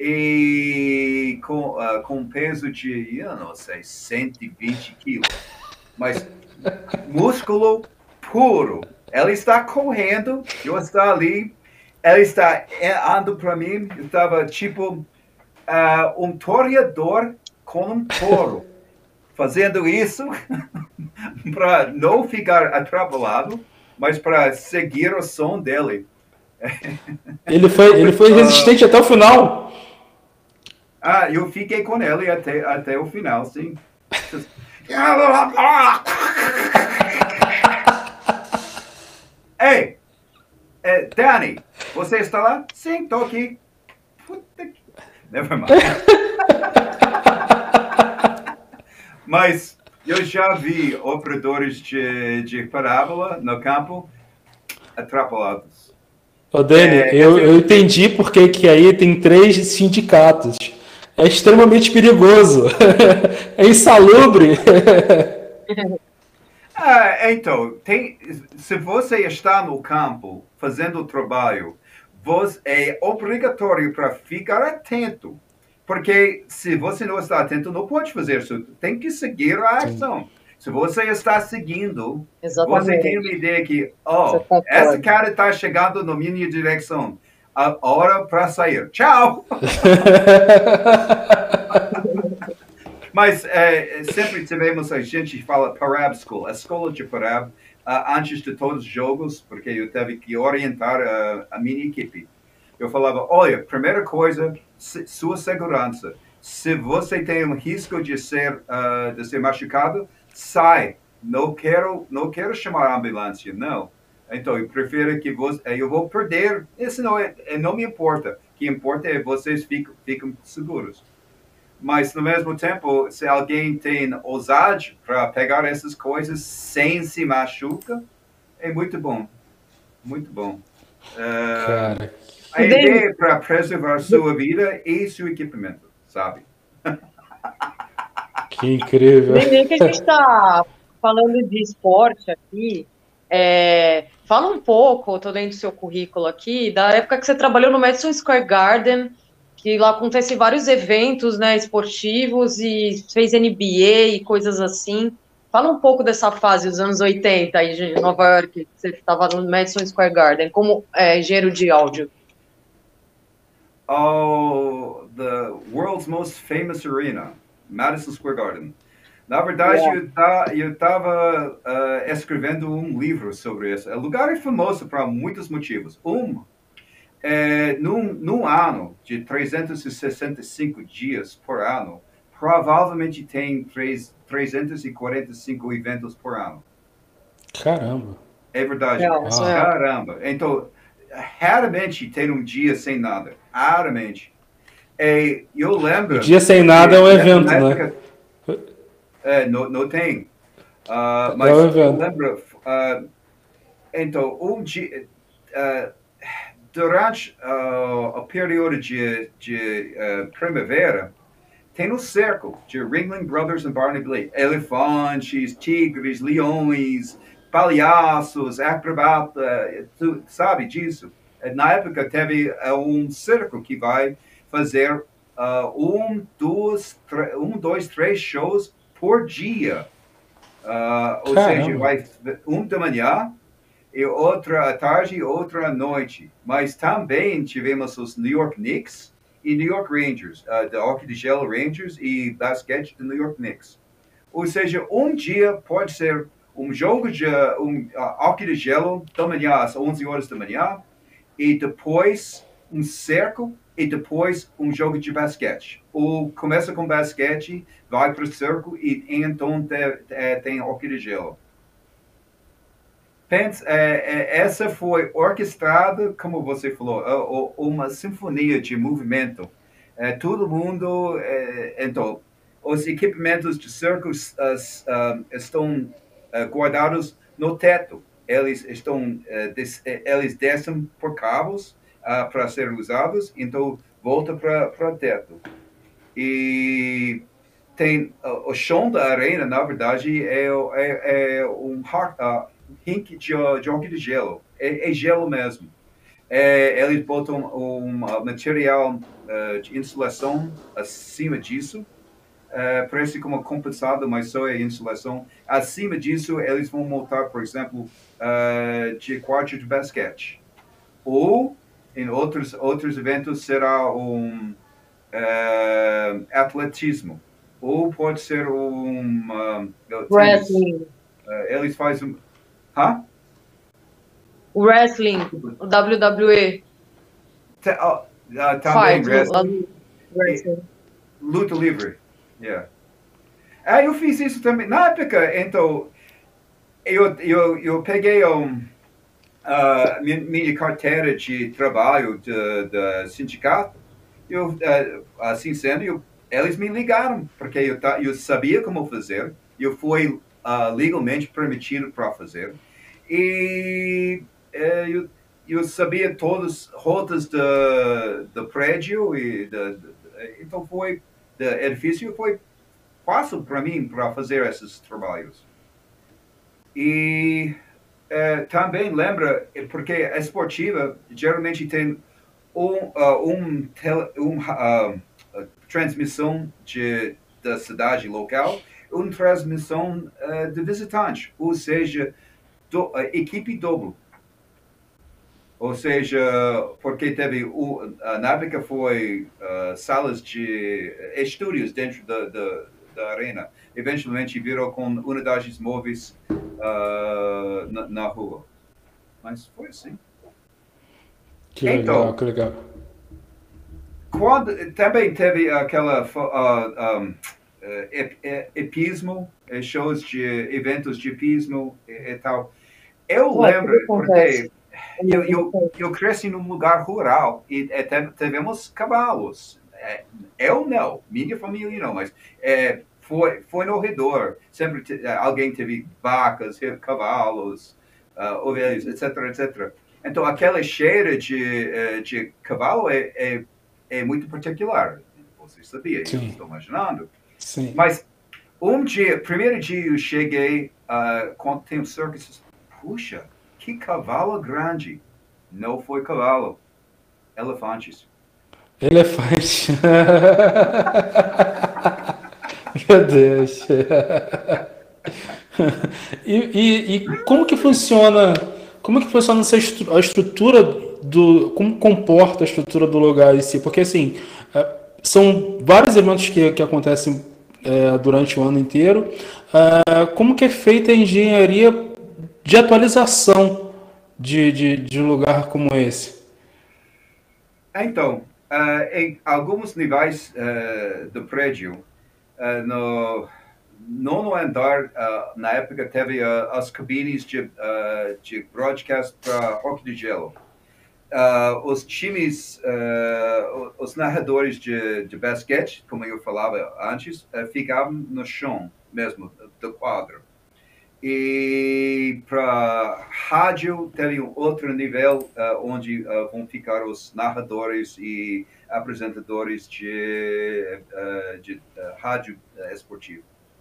e com, uh, com peso de, eu não sei, cento e vinte quilos. Mas músculo puro. Ele está correndo, eu estou ali, ele está andando para mim, eu estava tipo uh, um toreador com um touro, fazendo isso para não ficar atrapalhado, mas para seguir o som dele. Ele foi, ele foi resistente até o final. Ah, eu fiquei com ele até, até o final, sim. Ei, é, Danny, você está lá? Sim, estou aqui. Puta que... Never mind. Mas eu já vi operadores de, de parábola no campo atrapalhados. Ô, Dani, É, eu, essa... eu entendi porque que aí tem três sindicatos. É extremamente perigoso. É insalubre. Ah, então, tem, se você está no campo fazendo o trabalho, você, é obrigatório para ficar atento. Porque se você não está atento, não pode fazer isso. Tem que seguir a ação. Se você está seguindo, Exatamente. você tem uma ideia que, oh, esse cara está chegando na minha direção. A hora para sair. Tchau! Mas é, sempre tivemos, a gente fala Parab School, a escola de Parab, uh, antes de todos os jogos, porque eu teve que orientar a, a minha equipe. Eu falava, olha, primeira coisa, se, sua segurança. Se você tem um risco de ser, uh, de ser machucado, sai. Não quero, não quero chamar a ambulância, não. Então, eu prefiro que você, eu vou perder, isso não, é, não me importa. O que importa é vocês ficam, ficam seguros. Mas, no mesmo tempo, se alguém tem ousadia para pegar essas coisas sem se machucar, é muito bom. Muito bom. Uh, Cara. a ideia é para preservar sua vida e seu equipamento, sabe? Que incrível. Nem que a gente está falando de esporte aqui, é, fala um pouco, estou lendo o seu currículo aqui, da época que você trabalhou no Madison Square Garden, que lá acontecem vários eventos, né, esportivos, e fez N B A e coisas assim. Fala um pouco dessa fase dos anos oitenta aí de Nova York, que você estava no Madison Square Garden, como é, engenheiro de áudio. Oh, the world's most famous arena, Madison Square Garden. Na verdade, yeah. eu estava uh, escrevendo um livro sobre isso. O lugar é famoso por muitos motivos. Um, é, num, num ano de trezentos e sessenta e cinco dias por ano, provavelmente tem trezentos e quarenta e cinco eventos por ano. Caramba. É verdade. Não, Caramba. Então, raramente tem um dia sem nada. Raramente. E eu lembro... O dia sem nada é um evento, época, né? É, não, não tem. Uh, mas é um eu evento. lembro... Uh, então, um dia... Uh, durante uh, o período de, de uh, primavera, tem um cerco de Ringling Brothers e Barney Blake. Elefantes, tigres, leões, palhaços, acrobata, tu sabe disso. Na época teve uh, um circo que vai fazer uh, um, dois, um, dois, três shows por dia. Uh, ou Caramba. seja, vai um da manhã, e outra à tarde e outra à noite. Mas também tivemos os New York Knicks e New York Rangers, uh, da Hockey de Gelo Rangers e basquete do New York Knicks. Ou seja, um dia pode ser um jogo de um, uh, Hockey de Gelo da manhã às onze horas da manhã e depois um cerco e depois um jogo de basquete. Ou começa com basquete, vai para o cerco e então tem, tem Hockey de Gelo. Pense, é, é, essa foi orquestrada, como você falou, uma sinfonia de movimento. É, todo mundo, é, então, os equipamentos de circo as, uh, estão uh, guardados no teto. Eles estão, uh, des, eles descem por cabos uh, para ser usados, então volta para o teto. E tem uh, o chão da arena, na verdade, é, é, é um uh, rink de, de hockey de gelo. É, é gelo mesmo. É, eles botam um material uh, de insulação acima disso, uh, parece como compensado, mas só é insulação. Acima disso, eles vão montar, por exemplo, uh, de quadro de basquete. Ou, em outros, outros eventos, será um uh, atletismo. Ou pode ser um... Uh, Wrestling. Uh, eles fazem... Hã? Wrestling, o W W E. Uh, uh, também Faz, wrestling. wrestling. Luta livre. Yeah. Ah, eu fiz isso também. Na época, então, eu, eu, eu peguei um, uh, minha, minha carteira de trabalho do sindicato. Eu, uh, assim sendo, eu, eles me ligaram, porque eu, eu sabia como fazer. Eu fui uh, legalmente permitido para fazer. E uh, eu, eu sabia todas as rotas do, do prédio. E do, do, então, foi, do edifício foi fácil para mim para fazer esses trabalhos. E uh, também lembra, porque a esportiva geralmente tem um, uh, um, tele, um uh, uh, transmissão de, da cidade local, uma transmissão uh, de visitante, ou seja, do, uh, equipe dobro. Ou seja, porque teve, o, na época foi uh, salas de estúdios dentro da, da, da arena. Eventualmente virou com unidades móveis uh, na, na rua. Mas foi assim. Que legal, então, que legal. Quando, também teve aquela uh, um, uh, epismo, shows de eventos de epismo e, e tal. Eu é, lembro, porque eu, eu, eu cresci num lugar rural e é, tivemos cavalos. É, eu não, minha família não, mas é, foi, foi no redor. Sempre te, alguém teve vacas, cavalos, uh, ovelhas, etc, etcétera. Então, aquela cheira de, de cavalo é, é, é muito particular. Você sabia, Sim. eu estou imaginando. Sim. Mas um dia, primeiro dia eu cheguei, uh, quando tem um circus, puxa, que cavalo grande. Não foi cavalo, elefantes. Elefante. Meu Deus. E, e, e como que funciona, como que funciona essa estru a estrutura do, como comporta a estrutura do lugar em si? Porque assim, é, são vários eventos que, que acontecem é, durante o ano inteiro. É, como que é feita a engenharia de atualização de, de, de um lugar como esse? Então, uh, em alguns níveis uh, do prédio, uh, no nono andar, uh, na época, teve uh, as cabines de, uh, de broadcast para hockey de gelo. Uh, os times, uh, os narradores de, de basquete, como eu falava antes, uh, ficavam no chão mesmo, do quadro. E para rádio, teve um outro nível uh, onde uh, vão ficar os narradores e apresentadores de, uh, de uh, rádio uh, esportivo.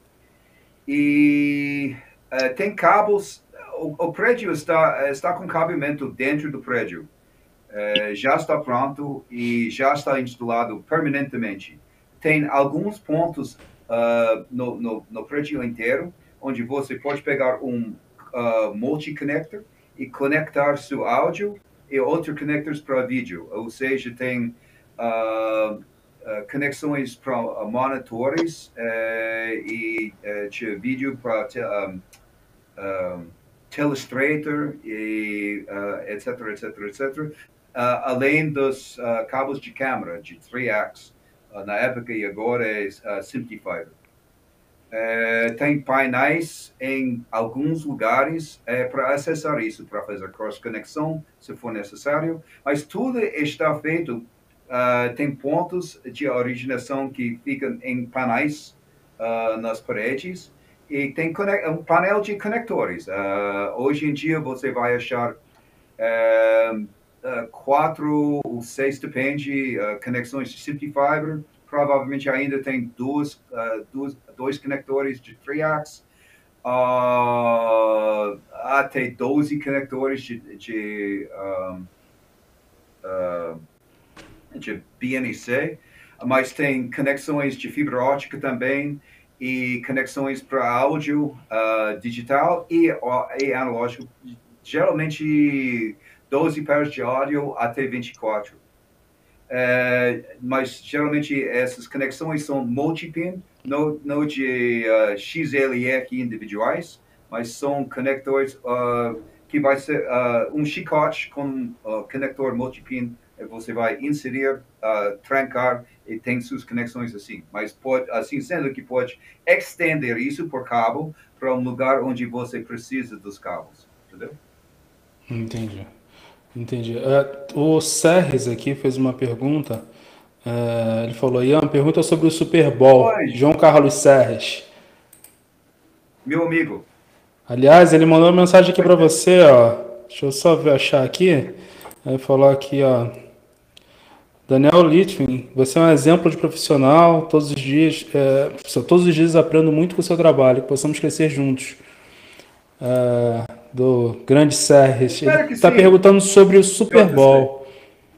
E uh, tem cabos, o, o prédio está, está com cabimento dentro do prédio. Uh, já está pronto e já está instalado permanentemente. Tem alguns pontos uh, no, no, no prédio inteiro onde você pode pegar um uh, multi-connector e conectar seu áudio e outros connectors para vídeo. Ou seja, tem uh, uh, conexões para uh, monitores uh, e uh, de vídeo para te, um, um, Telestrator e uh, etc, etc, etcétera. Uh, além dos uh, cabos de câmera de três axis, uh, na época e agora é uh, simplified. Uh, tem painéis em alguns lugares uh, para acessar isso, para fazer cross-conexão, se for necessário, mas tudo está feito uh, tem pontos de originação que ficam em painéis uh, nas paredes e tem um painel de conectores. Uh, hoje em dia você vai achar uh, uh, quatro ou seis, depende, uh, conexões de Simply Fiber. Provavelmente ainda tem duas, uh, duas, dois conectores de triax. Uh, até doze conectores de, de, um, uh, de B N C, mas tem conexões de fibra ótica também e conexões para áudio uh, digital e, e analógico, geralmente doze pares de áudio até vinte e quatro. Uh, mas geralmente essas conexões são multi-pin, não, não de uh, X L E aqui individuais, mas são conectores uh, que vai ser uh, um chicote com uh, conector multi-pin. Você vai inserir, uh, trancar e tem suas conexões assim. Mas pode, assim sendo que pode estender isso por cabo para um lugar onde você precisa dos cabos, entendeu? Entendi. Entendi. Uh, o Serres aqui fez uma pergunta. Uh, ele falou, Ian, pergunta sobre o Super Bowl. Oi. João Carlos Serres. Meu amigo. Aliás, ele mandou uma mensagem aqui para você, ó. Deixa eu só ver, achar aqui. Ele falou aqui, ó. Daniel Litvin, você é um exemplo de profissional. Todos os dias, é, todos os dias aprendo muito com o seu trabalho. Que possamos crescer juntos. Uh, do grande Serres. Ele está perguntando sobre o Super Bowl.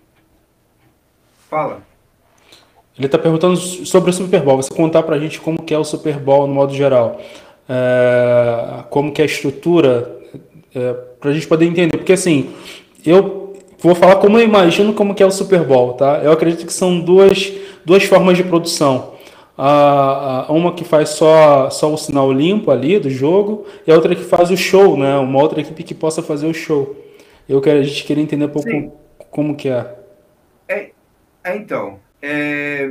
Fala. Ele está perguntando sobre o Super Bowl. Você contar para a gente como que é o Super Bowl no modo geral. É, como que é a estrutura, é, para a gente poder entender. Porque assim, eu vou falar como eu imagino como que é o Super Bowl, tá? Eu acredito que são duas, duas formas de produção. A, a, uma que faz só, só o sinal limpo ali do jogo e a outra que faz o show, né? Uma outra equipe que possa fazer o show. Eu quero, a gente queria entender um pouco como, como que é. é então, é,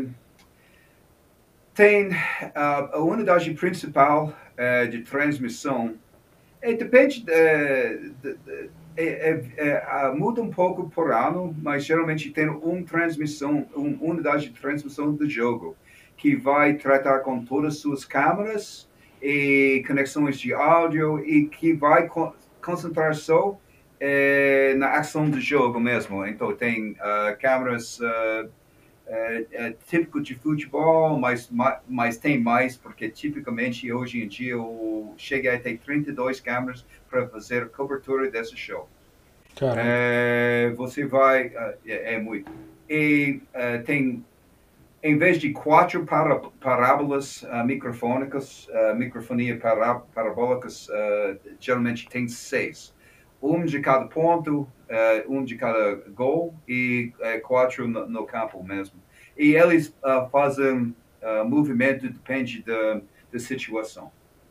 tem a, a unidade principal é, de transmissão. É, depende, de, de, de, é, é, muda um pouco por ano, mas geralmente tem uma transmissão, uma unidade de transmissão do jogo, que vai tratar com todas as suas câmeras e conexões de áudio e que vai co concentrar só é, na ação do jogo mesmo. Então, tem uh, câmeras uh, uh, uh, típicas de futebol, mas, mas tem mais, porque tipicamente hoje em dia eu cheguei a ter trinta e duas câmeras para fazer a cobertura desse show. Uh, você vai... Uh, é, é muito. E uh, tem... Em vez de quatro para, parábolas uh, microfônicas, uh, microfonia para, parabólicas, uh, geralmente tem seis. Um de cada ponto, uh, um de cada gol e uh, quatro no, no campo mesmo. E eles uh, fazem uh, movimento, depende da, da situação.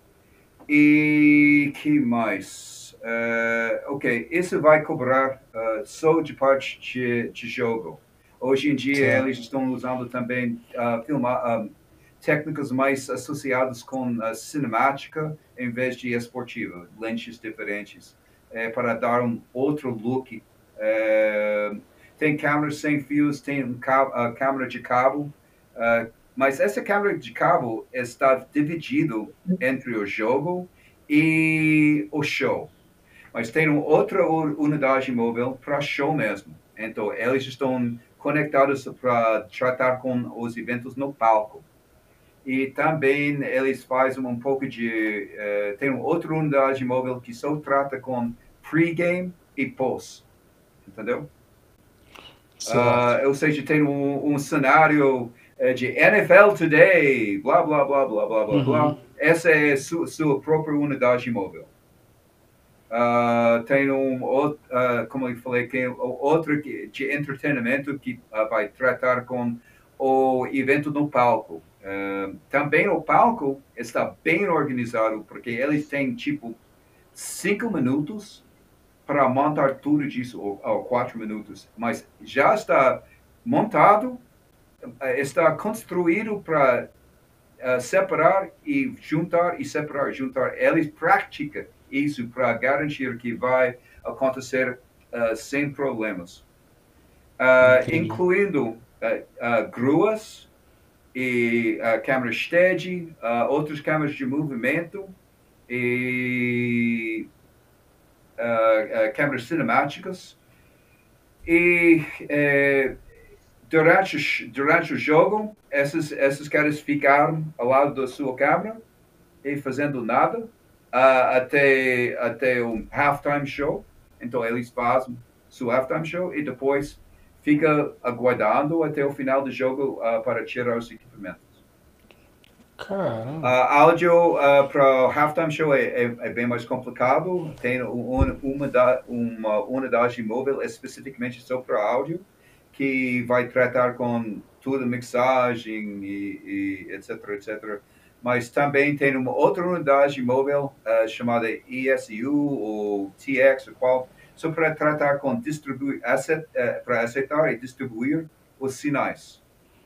E que mais? Uh, ok, isso vai cobrar uh, só de parte de, de jogo. Hoje em dia, certo, eles estão usando também uh, filmar, uh, técnicas mais associadas com a cinemática em vez de esportiva, lentes diferentes, uh, para dar um outro look. Uh, tem câmeras sem fios, tem uma uh, câmera de cabo, uh, mas essa câmera de cabo está dividida entre o jogo e o show. Mas tem uma outra unidade móvel para show mesmo. Então, eles estão conectados para tratar com os eventos no palco. E também eles fazem um pouco de... Uh, tem outra unidade móvel que só trata com pre-game e post. Entendeu? Uh, ou seja, tem um, um cenário uh, de N F L Today, blá, blá, blá, blá, blá, blá, uhum. blá. Essa é a su, sua própria unidade móvel. Uh, tem um outro, uh, como eu falei, tem outro de entretenimento que uh, vai tratar com o evento no palco. Uh, também o palco está bem organizado, porque eles têm tipo cinco minutos para montar tudo disso, ou, ou quatro minutos, mas já está montado, uh, está construído para uh, separar e juntar e separar, juntar. Eles praticam isso para garantir que vai acontecer uh, sem problemas. Uh, incluindo uh, uh, gruas e uh, câmeras steady, uh, outras câmeras de movimento e uh, uh, câmeras cinemáticas. E uh, durante, durante o jogo, esses, esses caras ficaram ao lado da sua câmera e fazendo nada uh, até, até um halftime show. Então eles fazem seu halftime show e depois fica aguardando até o final do jogo uh, para tirar os equipamentos. Caramba. Uh, áudio uh, para o halftime show é, é, é bem mais complicado. Tem um, uma, da, uma unidade móvel especificamente só para áudio, que vai tratar com toda a mixagem e, e etc, etcétera. Mas também tem uma outra unidade móvel uh, chamada E S U ou T X, ou qual, só para tratar com distribuir, acet, uh, para aceitar e distribuir os sinais.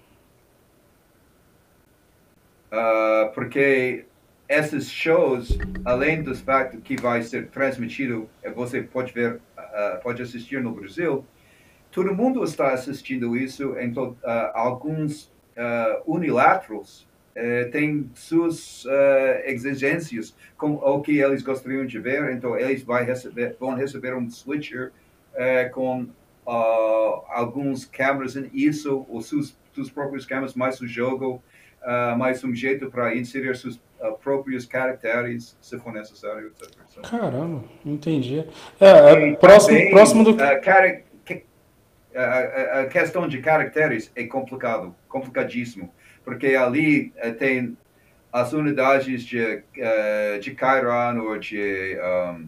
Uh, porque esses shows, além do fato que vai ser transmitido, você pode ver, uh, pode assistir no Brasil, todo mundo está assistindo isso, então uh, alguns uh, unilaterais uh, têm suas uh, exigências com o que eles gostariam de ver, então eles vai receber, vão receber um switcher uh, com uh, alguns câmeras em isso, ou seus, seus próprios câmeras, mais o jogo, uh, mais um jeito para inserir seus uh, próprios caracteres, se for necessário, etcétera. Caramba, entendi. É, é próximo, também, próximo do... Uh, cara, A, a questão de caracteres é complicado, complicadíssimo, porque ali uh, tem as unidades de, uh, de Chiron ou de um,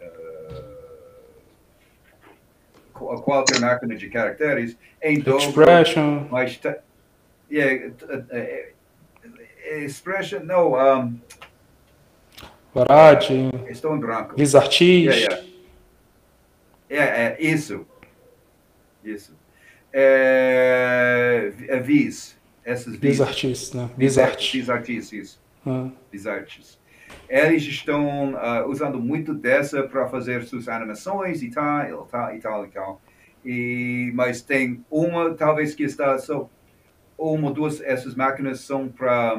uh, qualquer máquina de caracteres em dobro, Expression. mas yeah, uh, uh, expression, não, um, Varade. estou em branco. Visartis. Yeah, yeah. É, é, isso. Isso. É, é Vis. Essas Vis artistas, né? Vis art. Vis artistas. Ah. Vis artes. Eles estão uh, usando muito dessa para fazer suas animações e tal, e tal, e tal, e tal. E, mas tem uma, talvez, que está só... Uma ou duas essas máquinas são para...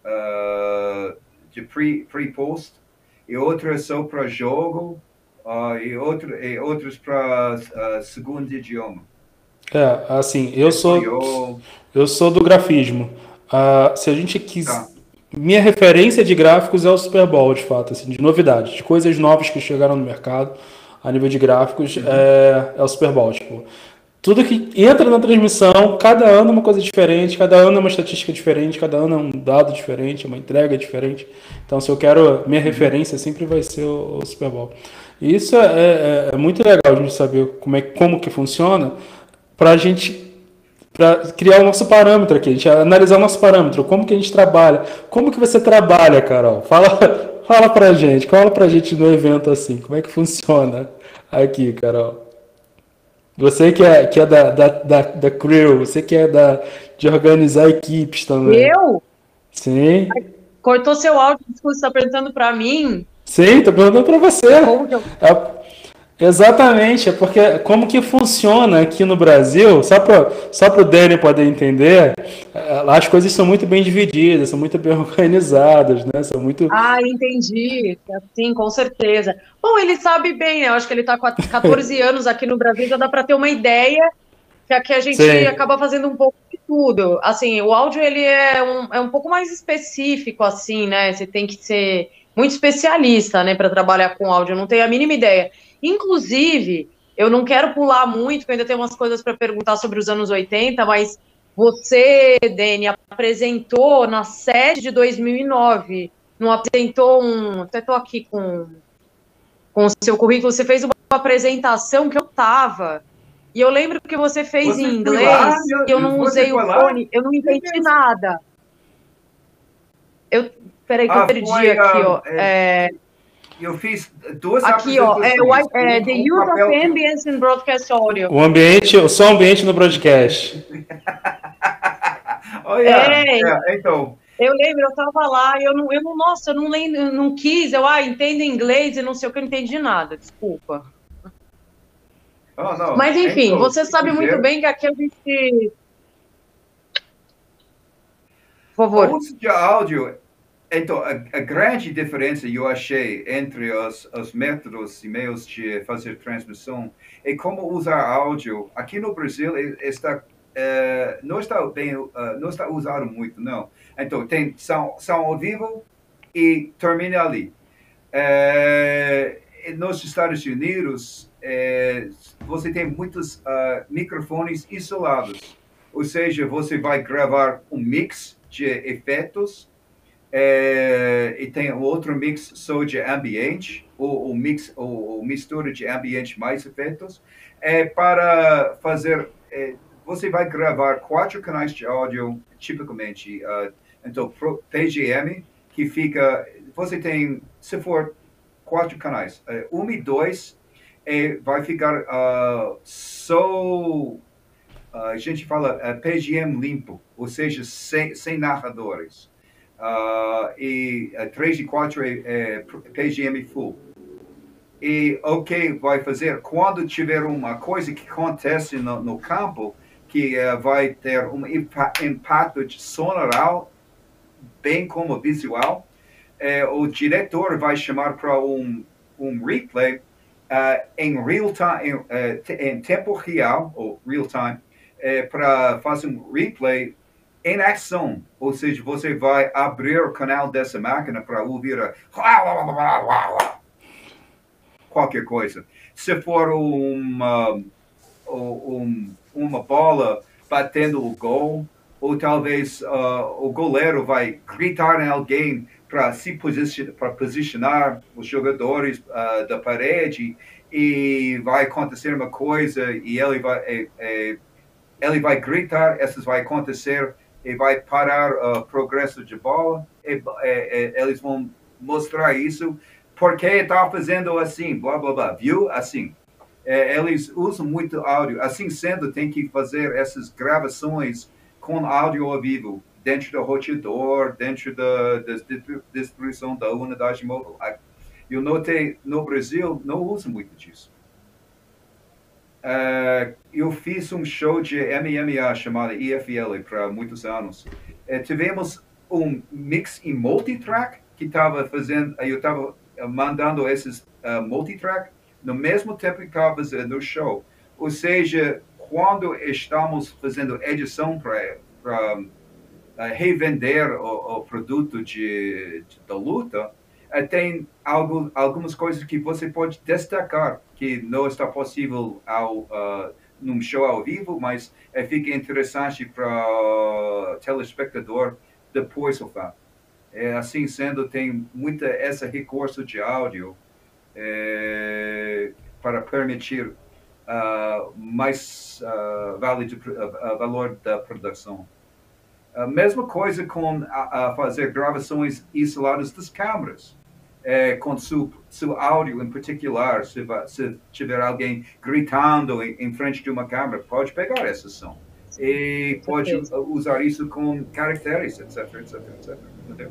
Uh, de pre, pre-post. E outra só para jogo. Uh, e, outro, e outras para uh, segundo idioma. É, assim, eu sou, eu sou do grafismo. Uh, se a gente quis... Tá. Minha referência de gráficos é o Super Bowl, de fato, assim, de novidades, de coisas novas que chegaram no mercado, a nível de gráficos, uhum. é, é o Super Bowl. Tipo, tudo que entra na transmissão, cada ano é uma coisa diferente, cada ano é uma estatística diferente, cada ano é um dado diferente, uma entrega diferente. Então, se eu quero... Minha referência sempre vai ser o, o Super Bowl. E isso é, é, é muito legal a gente saber como, é, como que funciona, para a gente para criar o nosso parâmetro aqui, a gente analisar o nosso parâmetro, como que a gente trabalha, como que você trabalha, Carol? Fala, fala pra gente, fala pra gente no evento assim, como é que funciona aqui, Carol? Você que é, que é da, da, da, da crew, você que é da, de organizar equipes também. Eu? Sim. Cortou seu áudio, desculpa, você está perguntando para mim? Sim, estou perguntando para você. Como que eu... é, exatamente, é porque como que funciona aqui no Brasil, só para só o Dani poder entender, as coisas são muito bem divididas, são muito bem organizadas, né? São muito... Ah, entendi. Sim, com certeza. Bom, ele sabe bem, né? Eu acho que ele está com quatorze anos aqui no Brasil, já dá para ter uma ideia que aqui a gente Sim. acaba fazendo um pouco de tudo. Assim, o áudio, ele é um, é um pouco mais específico, assim, né? Você tem que ser muito especialista, né, para trabalhar com áudio, eu não tenho a mínima ideia. Inclusive, eu não quero pular muito, porque eu ainda tenho umas coisas para perguntar sobre os anos oitenta, mas você, Dani, apresentou na sede de dois mil e nove, não apresentou um... Até estou aqui com, com o seu currículo, você fez uma apresentação que eu estava, e eu lembro que você fez você em inglês, lá, e eu não usei o fone, eu não entendi nada. Eu... Peraí que ah, eu perdi foi, aqui, ó. É... Eu fiz duas aqui, ó, é, o, é, The um Use of Ambience in Broadcast Audio. O ambiente, o som ambiente no broadcast. oh, yeah. É, yeah, então. Eu lembro, eu tava lá, eu não, eu não nossa, eu não lembro, eu não quis, eu, ah, entendo inglês e não sei o que, eu não entendi nada, desculpa. Oh, não. Mas, enfim, então, você sabe muito bem que aqui a gente... Por favor. Uso de áudio, então, a, a grande diferença eu achei entre os, os métodos e meios de fazer transmissão é como usar áudio. Aqui no Brasil está, é, não está bem, uh, não está usado muito, não. Então, tem são, são ao vivo e termina ali. É, nos Estados Unidos, é, você tem muitos uh, microfones isolados. Ou seja, você vai gravar um mix de efeitos é, e tem outro mix só de ambiente, ou, ou mix, ou, ou mistura de ambiente mais efeitos. É, para fazer, é, você vai gravar quatro canais de áudio, tipicamente. Uh, então, P G M, que fica, você tem, se for quatro canais, uh, um e dois, é, vai ficar uh, só... Uh, a gente fala uh, P G M limpo, ou seja, sem, sem narradores. Uh, e uh, três e quatro é, é P G M full. E o que vai fazer? Quando tiver uma coisa que acontece no, no campo, que uh, vai ter um impacto sonoral, bem como visual, uh, o diretor vai chamar para um, um replay uh, em real time, em, uh, em tempo real, ou real time, É, para fazer um replay em ação, ou seja, você vai abrir o canal dessa máquina para ouvir a... qualquer coisa. Se for uma, um, uma bola batendo o gol, ou talvez uh, o goleiro vai gritar em alguém para se posicionar, para posicionar os jogadores uh, da parede, e vai acontecer uma coisa e ele vai... É, é, ele vai gritar, isso vai acontecer e vai parar o uh, progresso de bola. E, e, e, eles vão mostrar isso, porque está fazendo assim, blá, blá, blá. Viu? Assim. É, eles usam muito áudio. Assim sendo, tem que fazer essas gravações com áudio ao vivo, dentro do roteador, dentro da, da distribuição da unidade móvel. Eu notei, no Brasil, não usa muito disso. Uh, eu fiz um show de M M A chamado E F L para muitos anos. Uh, tivemos um mix em multitrack que estava fazendo, eu estava mandando esses uh, multitrack no mesmo tempo que estava fazendo no show. Ou seja, quando estamos fazendo edição para uh, revender o, o produto de, de, da luta, uh, tem algo, algumas coisas que você pode destacar que não está possível ao, uh, num show ao vivo, mas uh, fica interessante para o telespectador depois do fato. É, assim sendo, tem muita esse recurso de áudio é, para permitir uh, mais uh, vale de, uh, valor da produção. A mesma coisa com a, a fazer gravações isoladas das câmeras. É, com seu, seu áudio em particular, se, se tiver alguém gritando em, em frente de uma câmera, pode pegar essa som. E pode usar isso com caracteres, etc, etc, etc. Entendeu?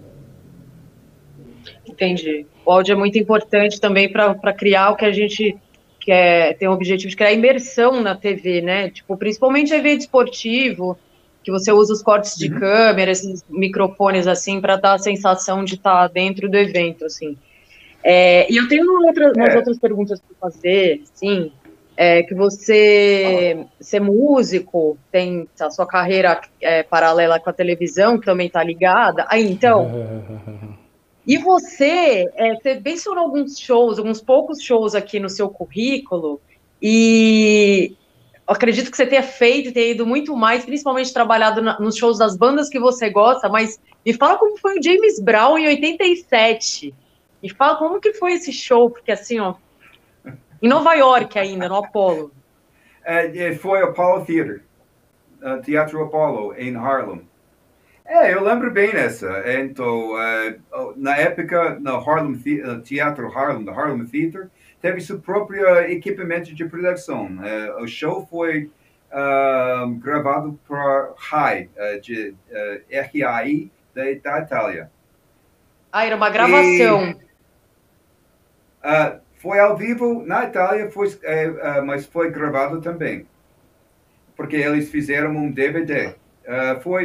Entendi. O áudio é muito importante também para criar o que a gente quer, tem o objetivo de criar imersão na T V, né? Tipo, principalmente evento esportivo, que você usa os cortes de uhum. câmera, esses microfones, assim, para dar a sensação de estar dentro do evento, assim. É, e eu tenho outra, umas é. outras perguntas para fazer, assim, é, que você, você é músico, tem a sua carreira é, paralela com a televisão, que também está ligada. Aí, então... E você, é, você mencionou alguns shows, alguns poucos shows aqui no seu currículo, e... acredito que você tenha feito, tenha ido muito mais, principalmente trabalhado na, nos shows das bandas que você gosta, mas me fala como foi o James Brown em oitenta e sete. Me fala como que foi esse show, porque assim, ó, em Nova York ainda, no Apollo. Uh, foi o Apollo Theater, uh, Teatro Apollo, em Harlem. É, eu lembro bem dessa. Então, uh, na época, no Harlem, uh, Teatro Harlem, do Harlem Theater, teve seu próprio equipamento de produção. Uh, o show foi uh, gravado por Rai, uh, de uh, R A I, da, da Itália. Ah, era uma gravação. E, uh, foi ao vivo na Itália, foi, uh, uh, mas foi gravado também. Porque eles fizeram um D V D. Uh, foi,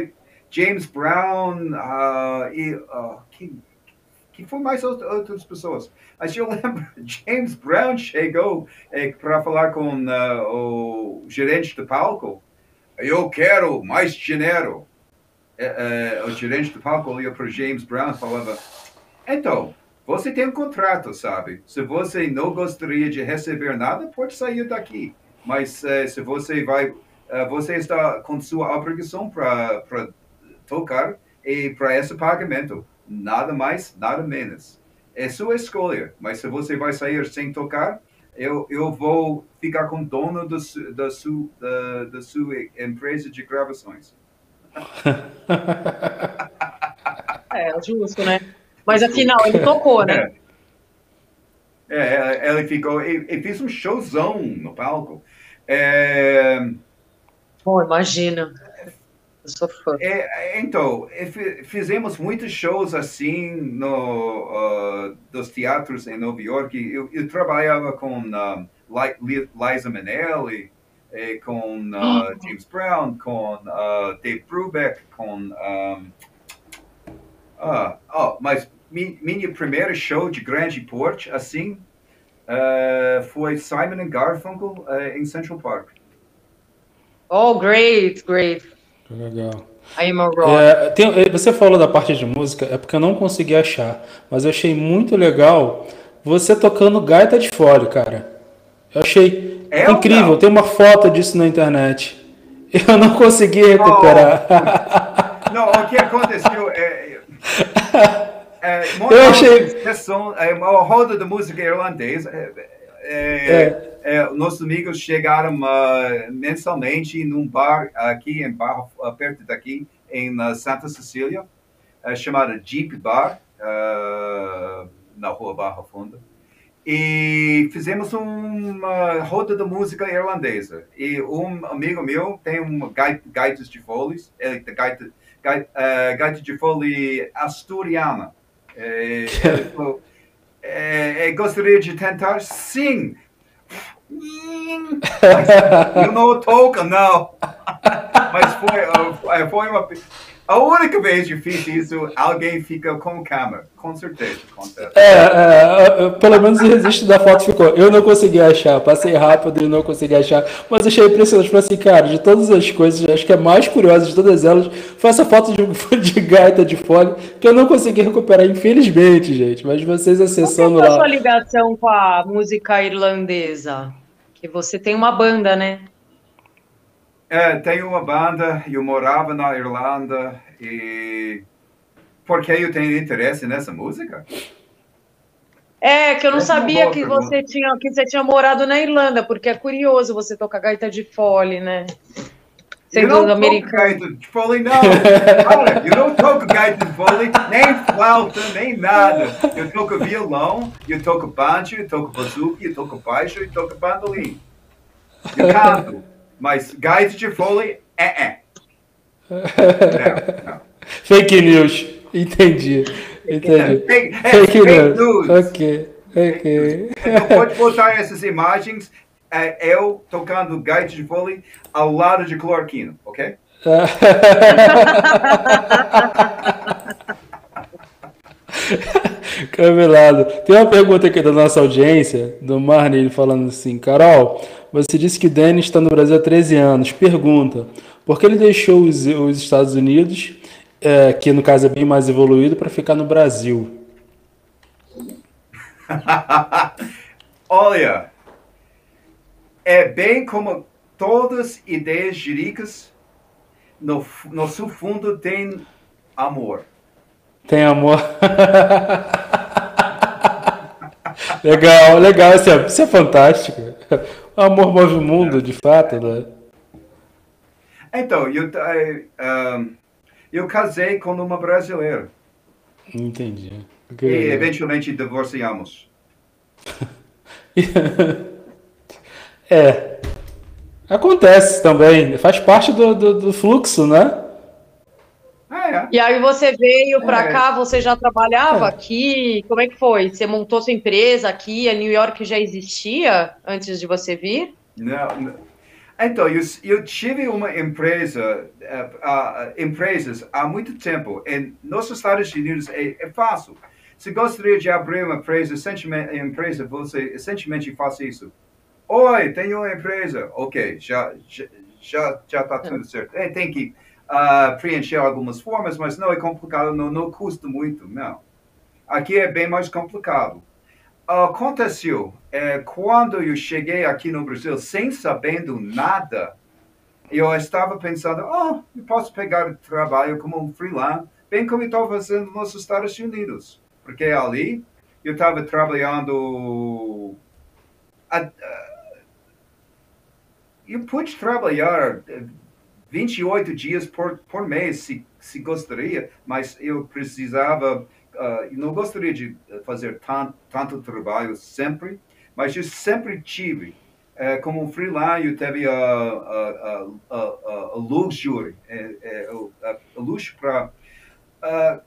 James Brown uh, e uh, quem, quem foi mais outras pessoas. Mas eu lembro, James Brown chegou eh, para falar com uh, o gerente do palco. Eu quero mais dinheiro. Eh, eh, o gerente do palco olhou para o James Brown e falava, então, você tem um contrato, sabe? Se você não gostaria de receber nada, pode sair daqui. Mas uh, se você vai, uh, você está com sua obrigação para tocar e para esse pagamento. Nada mais, nada menos. É sua escolha. Mas se você vai sair sem tocar, eu, eu vou ficar com o dono do, da, su, da, da sua empresa de gravações. É, justo, né? Mas afinal, ele tocou, né? É, é ele ficou, e, e fez um showzão no palco. É, Pô, imagina. Eu sou fã. É, então, fizemos muitos shows assim no uh, dos teatros em Nova York. Eu, eu trabalhava com uh, Liza Minnelli, eh, com uh, James Brown, com uh, Dave Brubeck, com um, uh, oh, mas mi, minha primeira show de grande porte assim uh, foi Simon and Garfunkel uh, em Central Park. Oh, great, great. Legal. I'm a rock. É, tem, você falou da parte de música, é porque eu não consegui achar, mas eu achei muito legal você tocando gaita de fole, cara. Eu achei é incrível, tem uma foto disso na internet. Eu não consegui recuperar. Oh. Não, o que aconteceu é... é eu achei... Sessão, é uma roda de música irlandesa. É, é, é. É, nossos amigos chegaram uh, mensalmente num bar aqui em Barra, uh, perto daqui, em uh, Santa Cecília, uh, chamado Jeep Bar, uh, na rua Barra Funda. E fizemos uma roda de música irlandesa. E um amigo meu tem uma gaita, gaitas de foles, ele tem gaita, gaita, uh, gaita de fole asturiana. E, ele falou, é, é, gostaria de tentar? Sim! Mas eu não toco, não. Mas foi, foi uma... A única vez que eu fiz isso, alguém fica com câmera. Com certeza. Com certeza. É, é, pelo menos o registro da foto ficou. Eu não consegui achar. Passei rápido e não consegui achar. Mas achei impressionante. Falei assim, cara, de todas as coisas, acho que a mais curiosa de todas elas foi essa foto de, de gaita de fole, que eu não consegui recuperar, infelizmente, gente. Mas vocês acessando lá... Qual foi a sua ligação com a música irlandesa? Que você tem uma banda, né? É, tenho uma banda, eu morava na Irlanda e... Por que eu tenho interesse nessa música? É, que eu não Essa sabia é uma que boa você, tinha, que você tinha morado na Irlanda, porque é curioso você tocar gaita de fole, né? Sendo eu não americano. toco gaita de fole, não. Cara, eu não toco gaita de fole, nem flauta, nem nada. Eu toco violão, eu toco banjo, eu toco bazooka, eu toco baixo, eu toco bandolim. Eu canto, mas gaita de fole, é, é. Não, não. Fake news. Entendi. Entendi. Fake, é, fake, fake news. news. Ok. Ok. Então pode botar essas imagens. É, eu tocando gaita de fole ao lado de cloroquina, ok? Camelado. Tem uma pergunta aqui da nossa audiência, do Marney, falando assim: Carol, você disse que o Danny está no Brasil há treze anos. Pergunta: por que ele deixou os, os Estados Unidos, é, que no caso é bem mais evoluído, para ficar no Brasil? Olha, é bem como todas ideias jurídicas, no, no seu fundo tem amor. Tem amor. Legal, legal. Isso é, isso é fantástico. O amor move o mundo, de fato, né? Então, eu, eu, eu casei com uma brasileira. Entendi. E eventualmente divorciamos. É. Acontece também. Faz parte do, do, do fluxo, né? Ah, é. E aí você veio para é. cá, você já trabalhava é. aqui? Como é que foi? Você montou sua empresa aqui? A New York já existia antes de você vir? Não, não. Então, eu, eu tive uma empresa, uh, uh, empresas há muito tempo. E nos Estados Unidos é, é fácil. Se gostaria de abrir uma empresa, empresa, você essencialmente faz isso. Oi, tenho uma empresa. Ok, já já já já está tudo certo. É, tem que uh, preencher algumas formas, mas não é complicado, não, não custa muito, não. Aqui é bem mais complicado. Aconteceu, é, quando eu cheguei aqui no Brasil, sem sabendo nada, eu estava pensando, oh, eu posso pegar trabalho como um freelance, bem como eu estou fazendo nos Estados Unidos. Porque ali eu estava trabalhando... A, a, eu pude trabalhar vinte e oito dias por, por mês, se, se gostaria, mas eu precisava... Uh, eu não gostaria de fazer tanto, tanto trabalho sempre, mas eu sempre tive, uh, como um freelance, eu tive a, a, a, a, a luxury, a, a luxo para uh,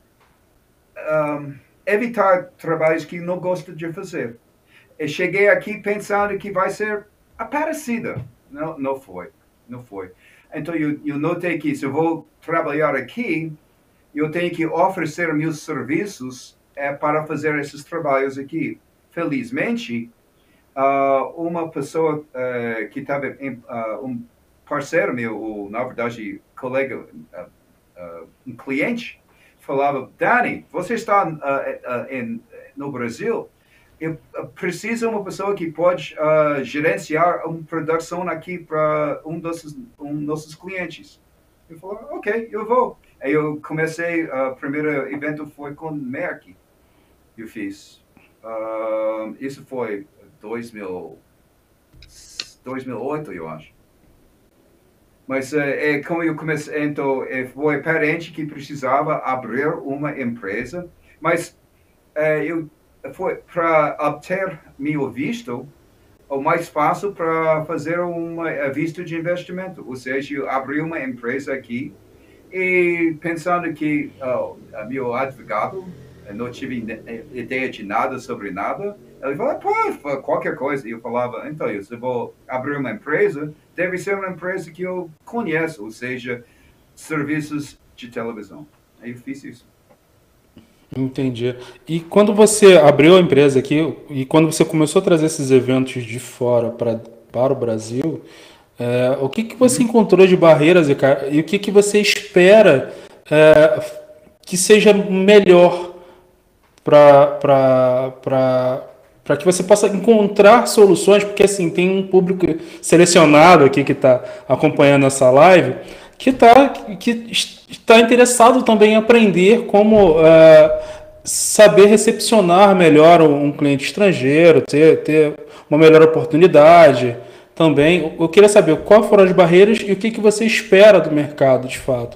um, evitar trabalhos que não gosto de fazer. Eu cheguei aqui pensando que vai ser a parecida. Não, não foi, não foi. Então eu, eu notei que se eu vou trabalhar aqui, eu tenho que oferecer meus serviços é, para fazer esses trabalhos aqui. Felizmente, uh, uma pessoa uh, que estava, uh, um parceiro meu, ou, na verdade, colega, uh, uh, um cliente, falava, Dani, você está uh, uh, em, no Brasil, eu preciso de uma pessoa que pode uh, gerenciar uma produção aqui para um desses um nossos clientes. Eu falei, ok, eu vou. Aí eu comecei, o uh, primeiro evento foi com Merck, eu fiz. Uh, isso foi dois mil, dois mil e oito, eu acho. Mas uh, é como eu comecei, então, é, foi parente que precisava abrir uma empresa, mas uh, eu foi para obter meu visto, o mais fácil para fazer um visto de investimento, ou seja, eu abri uma empresa aqui e pensando que oh, meu advogado não tive ideia de nada sobre nada, ele falou, pô, qualquer coisa. E eu falava, então, se eu vou abrir uma empresa, deve ser uma empresa que eu conheço, ou seja, serviços de televisão. Aí eu fiz isso. Entendi. E quando você abriu a empresa aqui, e quando você começou a trazer esses eventos de fora pra, para o Brasil, é, o que, que você encontrou de barreiras e, e o que, que você espera é, que seja melhor para para que você possa encontrar soluções, porque assim, tem um público selecionado aqui que está acompanhando essa live, que está que está interessado também em aprender como uh, saber recepcionar melhor um cliente estrangeiro, ter, ter uma melhor oportunidade também. Eu queria saber quais foram as barreiras e o que, que você espera do mercado, de fato.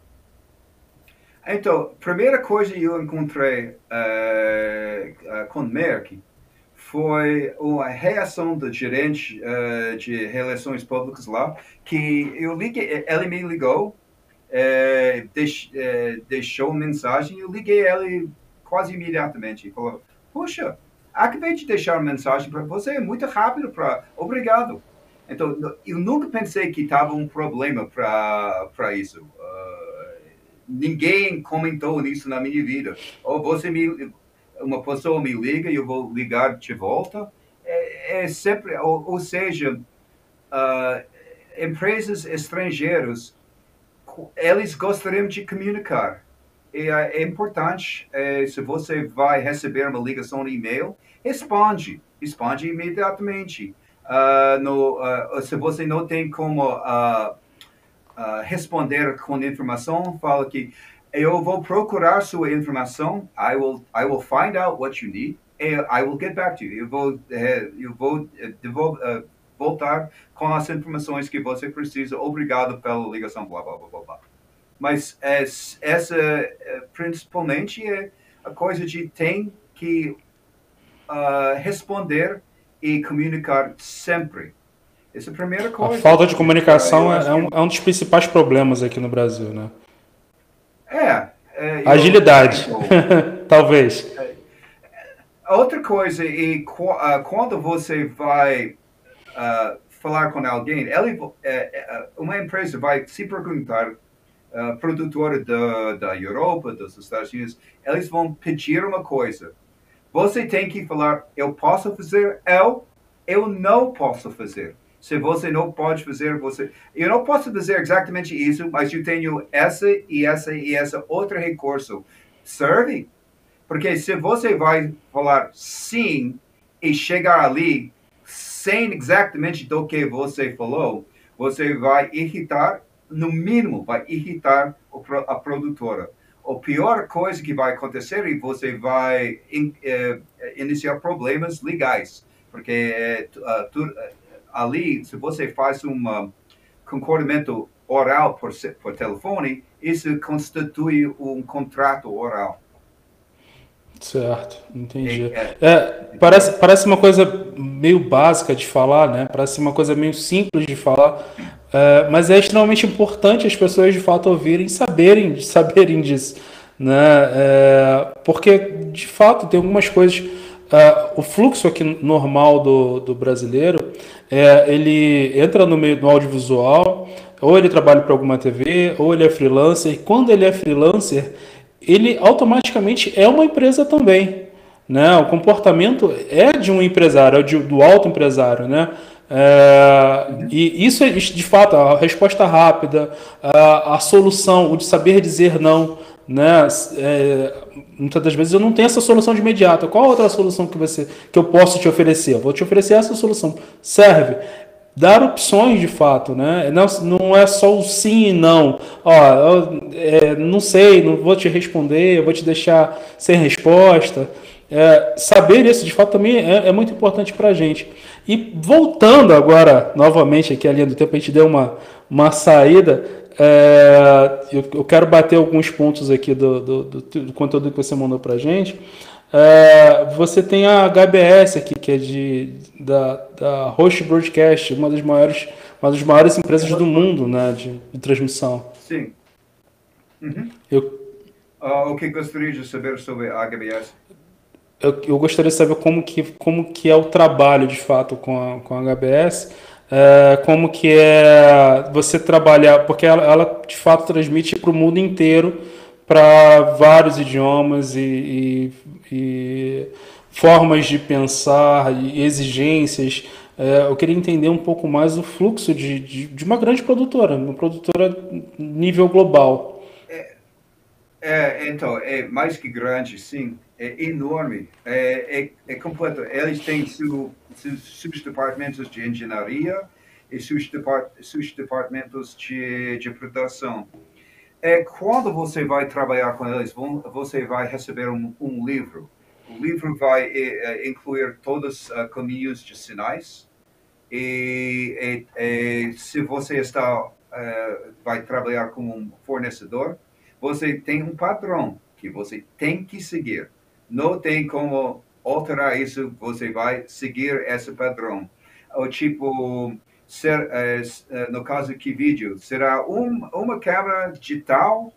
Então, a primeira coisa que eu encontrei uh, uh, com Merck foi a reação do gerente uh, de relações públicas lá, que eu liguei, ele me ligou, uh, deix, uh, deixou mensagem, eu liguei ele quase imediatamente e falou, poxa, acabei de deixar uma mensagem para você, muito rápido, para obrigado. Então, eu nunca pensei que estava um problema para isso. Uh, ninguém comentou nisso na minha vida. Ou você me... uma pessoa me liga e eu vou ligar de volta. É, é sempre, ou, ou seja, uh, empresas estrangeiras, eles gostariam de comunicar. E é, é importante, é, se você vai receber uma ligação no e-mail, responde, responde imediatamente. Uh, no, uh, se você não tem como uh, uh, responder com informação, fala que eu vou procurar sua informação. I will, I will find out what you need. And I will get back to you. Eu vou, eu vou devol, uh, voltar com as informações que você precisa. Obrigado pela ligação, blá, blá, blá, blá, blá. Mas essa, principalmente, é a coisa de tem que uh, responder e comunicar sempre. Essa é a primeira coisa. A falta de comunicação é, é, um, é um dos principais problemas aqui no Brasil, né? É. é Agilidade, eu, talvez. É, outra coisa, e uh, quando você vai uh, falar com alguém, ele, é, uma empresa vai se perguntar, uh, produtora da, da Europa, dos Estados Unidos, eles vão pedir uma coisa. Você tem que falar, eu posso fazer, eu, eu não posso fazer. Se você não pode fazer, você... Eu não posso fazer exatamente isso, mas eu tenho essa e essa e essa outro recurso. Serve? Porque se você vai falar sim e chegar ali sem exatamente do que você falou, você vai irritar, no mínimo, vai irritar a produtora. A pior coisa que vai acontecer é você vai in, eh, iniciar problemas legais. Porque uh, tu, uh, ali, se você faz um uh, concordamento oral por, por telefone, isso constitui um contrato oral. Certo, entendi. É, parece, parece uma coisa meio básica de falar, né? Parece uma coisa meio simples de falar, é, mas é extremamente importante as pessoas de fato ouvirem, saberem, saberem disso, né? É, porque de fato tem algumas coisas. É, o fluxo aqui normal do, do brasileiro, é, ele entra no meio do audiovisual, ou ele trabalha para alguma T V, ou ele é freelancer. E quando ele é freelancer, ele automaticamente é uma empresa também, né? O comportamento é de um empresário, é de, do alto empresário, né? É, uhum. E isso é, de fato, a resposta rápida, a, a solução, o de saber dizer não, né? É, muitas das vezes eu não tenho essa solução de imediato. Qual outra solução que, você, que eu posso te oferecer? Eu vou te oferecer essa solução. Serve? Dar opções de fato, né? Não, não é só o sim e não. Ó, eu, é, não sei, não vou te responder, eu vou te deixar sem resposta. É, saber isso de fato também é, é muito importante para a gente. E voltando agora, novamente, aqui a linha do tempo, a gente deu uma, uma saída. É, eu, eu quero bater alguns pontos aqui do, do, do, do conteúdo que você mandou para a gente. É, você tem a H B S aqui, que é de, da, da Host Broadcast, uma das maiores, uma das maiores empresas do mundo, né, de, de transmissão. Sim. Uhum. Eu, uh, o que gostaria de saber sobre a H B S? Eu, eu gostaria de saber como que, como que é o trabalho, de fato, com a, com a H B S, é, como que é você trabalhar, porque ela, ela de fato, transmite para o mundo inteiro, para vários idiomas e, e, e formas de pensar e exigências. É, eu queria entender um pouco mais o fluxo de, de, de uma grande produtora, uma produtora nível global. É, é, então, é mais que grande, sim. É enorme, é, é, é completo. Eles têm seu, seus, seus departamentos de engenharia e seus, depart, seus departamentos de, de produção. É, quando você vai trabalhar com eles, vão, você vai receber um, um livro. O livro vai é, incluir todos os uh, caminhos de sinais. E, e, e se você está, uh, vai trabalhar como um fornecedor, você tem um padrão que você tem que seguir. Não tem como alterar isso, você vai seguir esse padrão. O tipo, ser, uh, no caso que vídeo, será um, uma câmera digital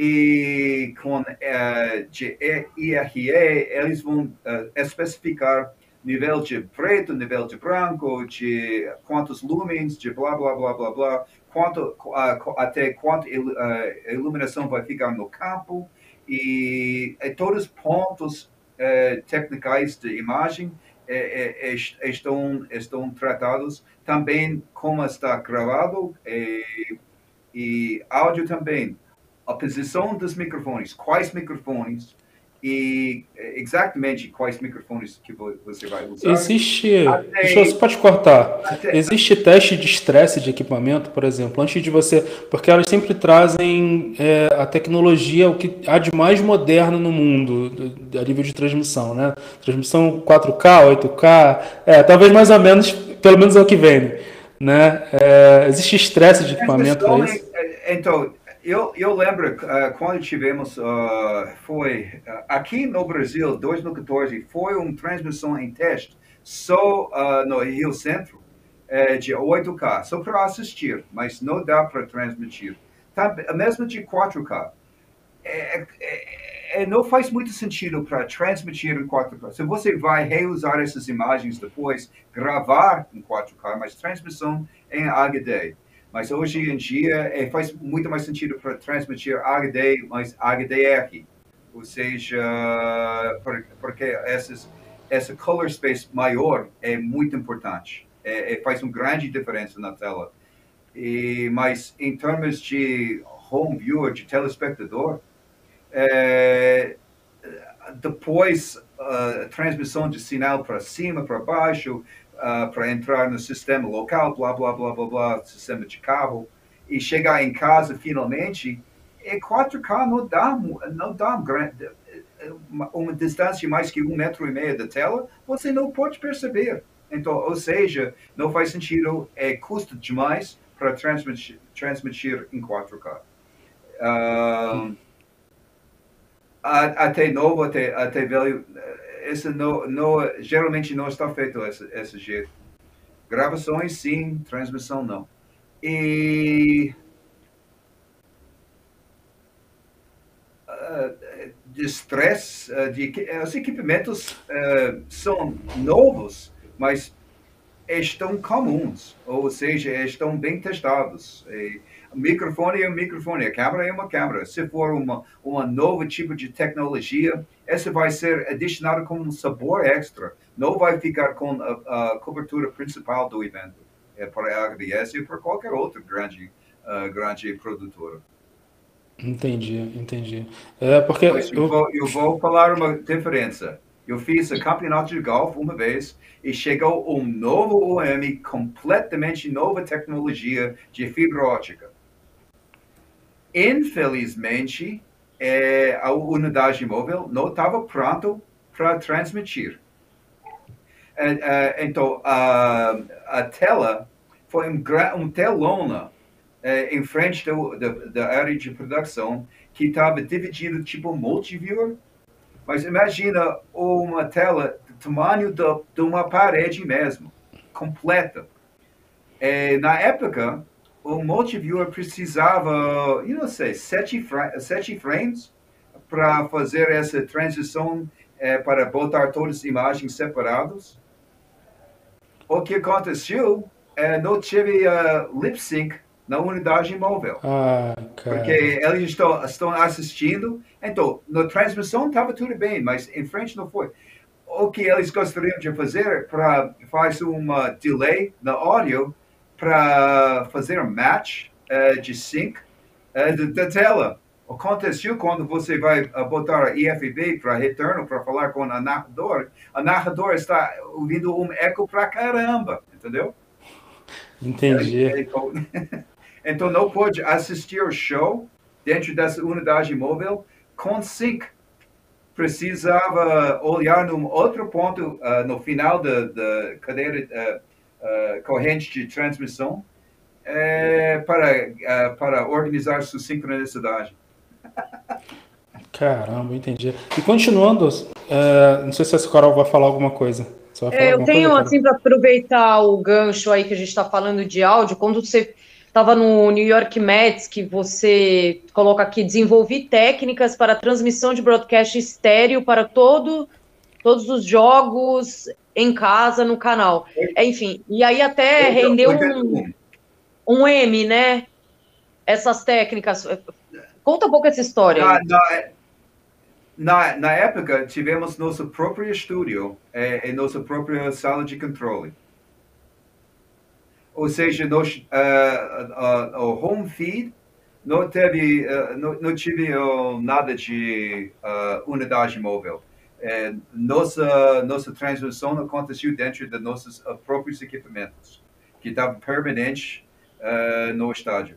e com uh, de I R E, eles vão uh, especificar nível de preto, nível de branco, de quantos lumens, de blá, blá, blá, blá, blá, quanto, uh, até quanta il, uh, iluminação vai ficar no campo. E, e todos os pontos eh, técnicos de imagem eh, eh, estão, estão tratados. Também como está gravado e, e áudio também. A posição dos microfones, quais microfones e exatamente quais microfones que você vai usar. Existe, até, deixa eu, você pode cortar, até, existe teste de estresse de equipamento, por exemplo, antes de você, porque elas sempre trazem é, a tecnologia, o que há de mais moderno no mundo, a nível de transmissão, né? Transmissão quatro K, oito K, é, talvez mais ou menos, pelo menos é o que vem, né? É, existe estresse de equipamento para isso? Então, Eu, eu lembro uh, quando tivemos, uh, foi uh, aqui no Brasil, dois mil e quatorze, foi uma transmissão em teste só uh, no Rio Centro uh, de oito K, só para assistir, mas não dá para transmitir. Tá, mesmo de quatro K. É, é, é, não faz muito sentido para transmitir em quatro K. Se você vai reusar essas imagens depois, gravar em quatro K, mas transmissão em H D. Mas hoje em dia é, faz muito mais sentido para transmitir H D, mas H D R. Ou seja, porque essas, essa color space maior é muito importante. É, é, faz uma grande diferença na tela. E, mas em termos de home viewer, de telespectador, é, depois a uh, transmissão de sinal para cima, para baixo, uh, para entrar no sistema local, blá, blá, blá, blá, blá, sistema de cabo, e chegar em casa finalmente, em quatro K não dá, não dá grande, uma, uma distância mais que um metro e meio da tela, você não pode perceber. Então, ou seja, não faz sentido, é custo demais para transmitir, transmitir em quatro K. Uh, até novo, até, até velho, esse não, não, geralmente não está feito esse, esse jeito. Gravações, sim, transmissão, não. E uh, de estresse, uh, de, os equipamentos uh, são novos, mas estão comuns, ou seja, estão bem testados. E, o microfone é um microfone, a câmera é uma câmera. Se for uma, uma novo tipo de tecnologia, essa vai ser adicionada com um sabor extra. Não vai ficar com a, a cobertura principal do evento. É para a H D S e para qualquer outra grande, uh, grande produtora. Entendi, entendi. É porque Mas eu, eu... vou, eu vou falar uma diferença. Eu fiz o campeonato de golfe uma vez e chegou um novo O M, completamente nova tecnologia de fibra ótica. Infelizmente, é, a unidade móvel não estava pronta para transmitir. É, é, então, a, a tela foi um, um telona é, em frente do, da, da área de produção que estava dividido tipo multiviewer. Mas imagina uma tela do tamanho do, de uma parede mesmo, completa. É, na época, o multiviewer precisava, eu não sei, sete, sete frames para fazer essa transição, é, para botar todas as imagens separadas. O que aconteceu é não tive uh, lip sync na unidade móvel. Ah, cara. Porque eles estão, estão assistindo, então, na transmissão estava tudo bem, mas em frente não foi. O que eles gostariam de fazer para fazer um delay na áudio para fazer um match uh, de sync uh, da tela. Aconteceu quando você vai uh, botar a I F B para retorno, para falar com o narrador, o narrador está ouvindo um eco pra caramba, entendeu? Entendi. Então, então não pode assistir o show dentro dessa unidade móvel com sync. Precisava olhar num outro ponto uh, no final da, da cadeira uh, uh, corrente de transmissão uh, para, uh, para organizar sua sincronicidade. Caramba, entendi. E continuando, uh, não sei se a Carol vai falar alguma coisa. Você vai falar é, eu alguma tenho, coisa, assim, para aproveitar o gancho aí que a gente está falando de áudio, quando você estava no New York Mets, que você coloca aqui, desenvolvi técnicas para transmissão de broadcast estéreo para todo, todos os jogos em casa, no canal. É, enfim, e aí até rendeu um, um M, né? Essas técnicas. Conta um pouco essa história. Na, na, na, na época, tivemos nosso próprio estúdio e, e nossa própria sala de controle. Ou seja, nós, uh, uh, o home feed não teve, uh, não, não tive uh, nada de uh, unidade móvel. Uh, nossa, nossa transmissão aconteceu dentro de nossos uh, próprios equipamentos, que estavam permanentes uh, no estádio.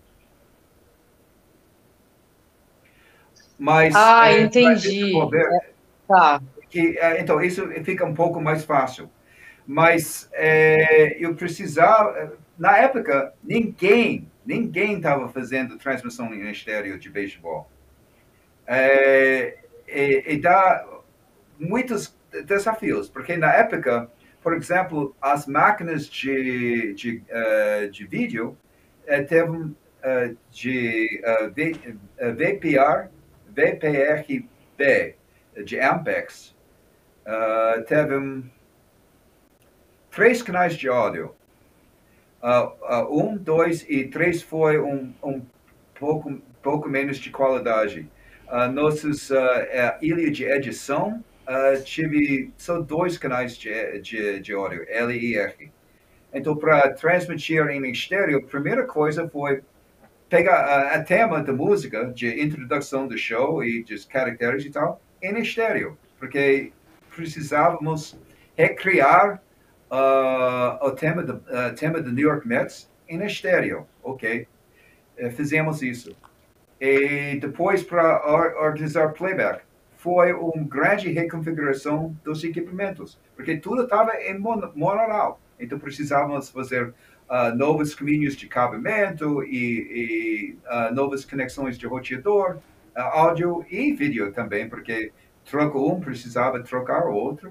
Mas, ah, é, entendi. Ver, tá. Que, é, então, isso fica um pouco mais fácil. Mas é, eu precisava... Na época, ninguém, ninguém estava fazendo transmissão em estéreo de beisebol. É, e, e dá muitos desafios, porque na época, por exemplo, as máquinas de, de, uh, de vídeo uh, teve uh, de uh, v, uh, V P R, V P R B, de Ampex, uh, teve três canais de áudio. Uh, uh, um, dois e três foi um, um pouco, pouco menos de qualidade. Uh, nossas uh, uh, ilha de edição uh, tive só dois canais de, de, de áudio, L e R. Então, para transmitir em estéreo, a primeira coisa foi pegar uh, a tema da música, de introdução do show e dos caracteres e tal, em estéreo, porque precisávamos recriar uh, o tema do, uh, tema do New York Mets em estéreo, ok? Uh, fizemos isso. E depois, para organizar playback, foi uma grande reconfiguração dos equipamentos, porque tudo estava em monaural. Então, precisávamos fazer uh, novos caminhos de cabimento e, e uh, novas conexões de roteador, uh, áudio e vídeo também, porque trocou um, precisava trocar o outro.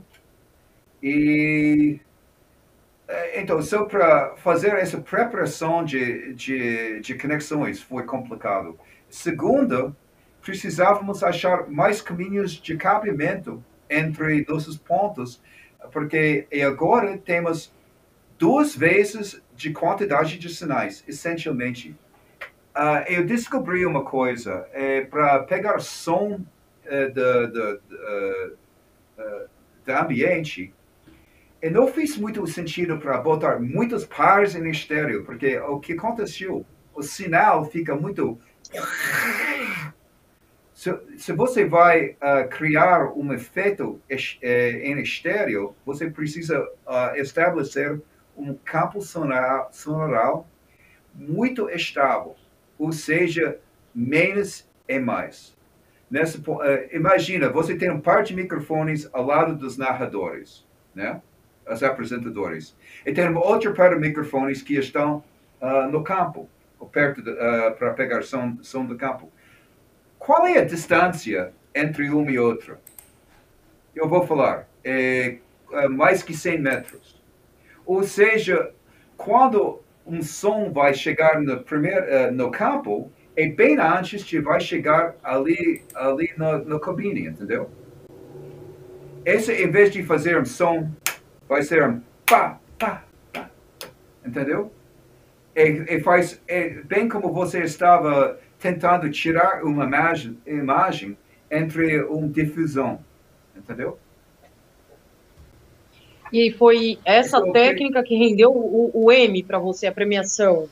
E então, só para fazer essa preparação de, de, de conexões foi complicado. Segundo, precisávamos achar mais caminhos de cabimento entre nossos pontos, porque agora temos duas vezes de quantidade de sinais, essencialmente. Uh, eu descobri uma coisa, é, para pegar som uh, do, do, uh, uh, do ambiente, e não fez muito sentido para botar muitos pares em estéreo, porque o que aconteceu, o sinal fica muito... Se, se você vai uh, criar um efeito uh, em estéreo, você precisa uh, estabelecer um campo sonoral, sonoral muito estável, ou seja, menos é mais. Nessa, uh, imagina, você tem um par de microfones ao lado dos narradores, né? Os apresentadores. E tem uma outra par de microfones que estão uh, no campo, ou perto uh, para pegar som, som do campo. Qual é a distância entre uma e outra? Eu vou falar, é uh, mais que cem metros. Ou seja, quando um som vai chegar no, primeiro, uh, no campo, é bem antes de vai chegar ali, ali no, no cabine, entendeu? Esse, em vez de fazer um som, vai ser um pá, pá, pá, entendeu? E, e faz, é bem como você estava tentando tirar uma imagem, imagem entre uma difusão, entendeu? E foi essa então, técnica que rendeu o, o M para você, a premiação?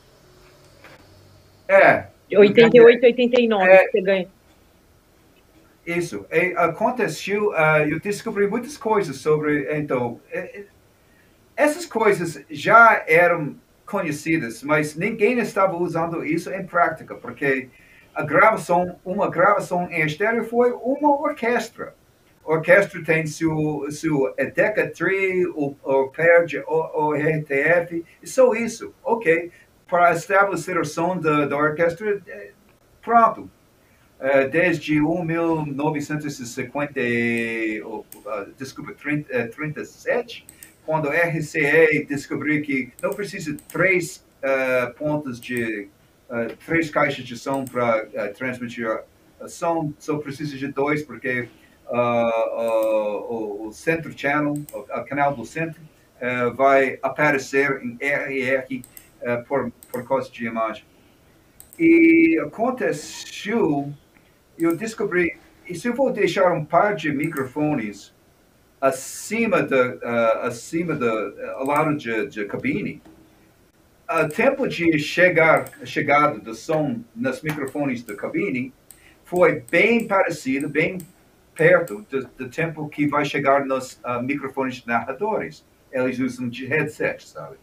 É. oitenta e oito, oitenta e nove, é, que você ganha. Isso. E aconteceu, uh, eu descobri muitas coisas sobre, então, essas coisas já eram conhecidas, mas ninguém estava usando isso em prática, porque a gravação, uma gravação em estéreo foi uma orquestra. A orquestra tem seu, seu Decca três, o, o P E R J, o, o R T F, e só isso. Ok, para estabelecer o som da, da orquestra, pronto. Uh, desde mil novecentos e cinquenta, uh, desculpa, trinta, trinta e sete, quando a R C A descobriu que não precisa de três uh, pontos de, uh, três caixas de som para uh, transmitir uh, som, só precisa de dois, porque uh, uh, o, o centro channel, o, o canal do centro, uh, vai aparecer em R R uh, por, por causa de imagem. E aconteceu, eu descobri, e se eu vou deixar um par de microfones acima da, uh, acima da, uh, ao lado de, de cabine, o tempo de chegar, chegada do som nos microfones da cabine foi bem parecido, bem perto do, do tempo que vai chegar nos uh, microfones de narradores. Eles usam de headset, sabe?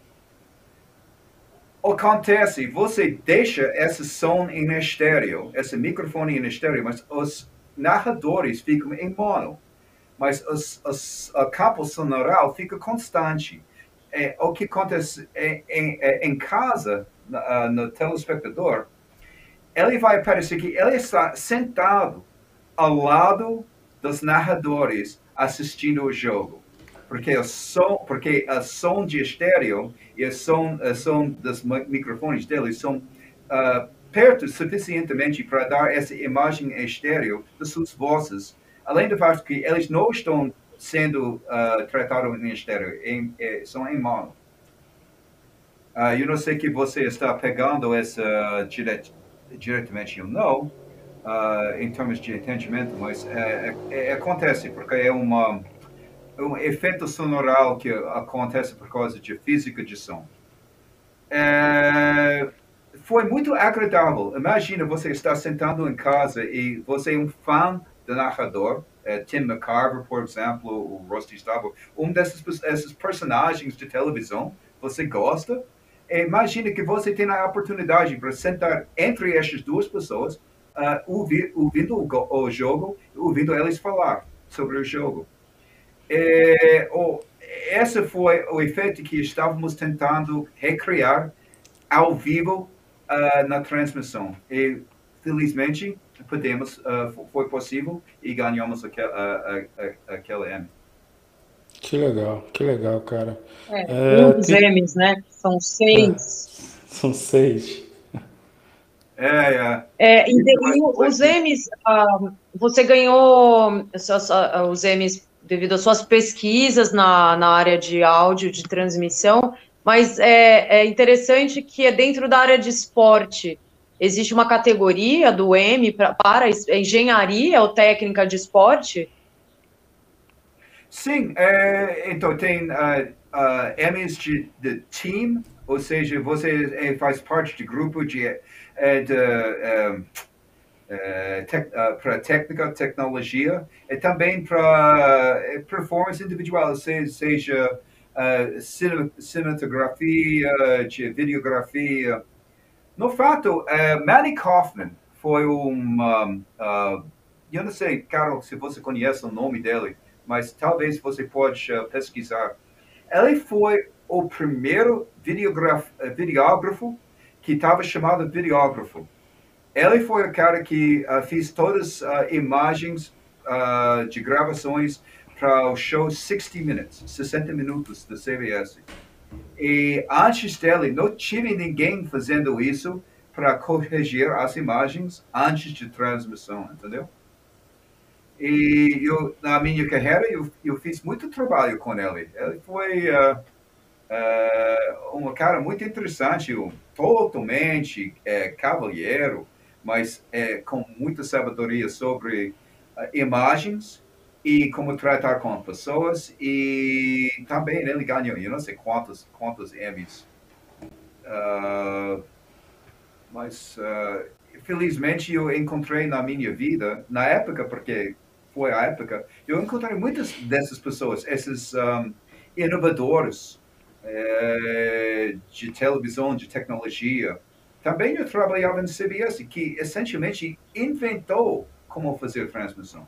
Acontece, você deixa esse som em estéreo, esse microfone em estéreo, mas os narradores ficam em mono. Mas os, os, o campo sonoral fica constante. É, o que acontece em, em, em casa, uh, no telespectador, ele vai parecer que ele está sentado ao lado dos narradores assistindo o jogo. Porque o som, porque o som de estéreo e o som, o som dos microfones deles são uh, perto suficientemente para dar essa imagem estéreo das suas vozes além do fato que eles não estão sendo uh, tratados em estéreo, em, em, são em mão. Uh, eu não sei que você está pegando essa diret, diretamente ou não, uh, em termos de entendimento, mas é, é, acontece, porque é uma, um efeito sonoral que acontece por causa de física de som. É, foi muito agradável. Imagina você estar sentado em casa e você é um fã do narrador, é, Tim McCarver, por exemplo, o Rusty Staubach, um desses esses personagens de televisão, você gosta. Imagina que você tem a oportunidade para sentar entre essas duas pessoas, uh, ouvir, ouvindo o, o jogo, ouvindo eles falar sobre o jogo. É, oh, esse foi o efeito que estávamos tentando recriar ao vivo uh, na transmissão. E, felizmente, podemos, uh, foi possível e ganhamos aquele, uh, uh, aquele M. Que legal, que legal, cara. É, é, um dos tem... M's, né? São seis. É, são seis. É, é. é e, e os M's, uh, você ganhou os M's devido às suas pesquisas na, na área de áudio, de transmissão, mas é, é interessante que é dentro da área de esporte. Existe uma categoria do M pra, para engenharia ou técnica de esporte? Sim, é, então tem uh, uh, M's de, de team, ou seja, você faz parte de grupo de, de um, Uh, tec, uh, para técnica, tecnologia, e também para uh, performance individual, seja, seja uh, cine, cinematografia, de videografia. No fato, uh, Manny Kaufman foi um, um uh, eu não sei, Carol, se você conhece o nome dele, mas talvez você pode uh, pesquisar. Ele foi o primeiro videógrafo, videógrafo que estava chamado videógrafo. Ele foi o cara que uh, fez todas as uh, imagens uh, de gravações para o show sessenta Minutes, sessenta minutos da C B S. E antes dele, não tive ninguém fazendo isso para corrigir as imagens antes de transmissão, entendeu? E eu, na minha carreira, eu, eu fiz muito trabalho com ele. Ele foi uh, uh, um cara muito interessante, um, totalmente uh, cavalheiro, mas é, com muita sabedoria sobre uh, imagens e como tratar com pessoas, e também ele ganhou, eu não sei quantos, quantos Emmys. Uh, mas, uh, felizmente, eu encontrei na minha vida, na época, porque foi a época, eu encontrei muitas dessas pessoas, esses um, inovadores uh, de televisão, de tecnologia. Também eu trabalhava no C B S, que essencialmente inventou como fazer transmissão.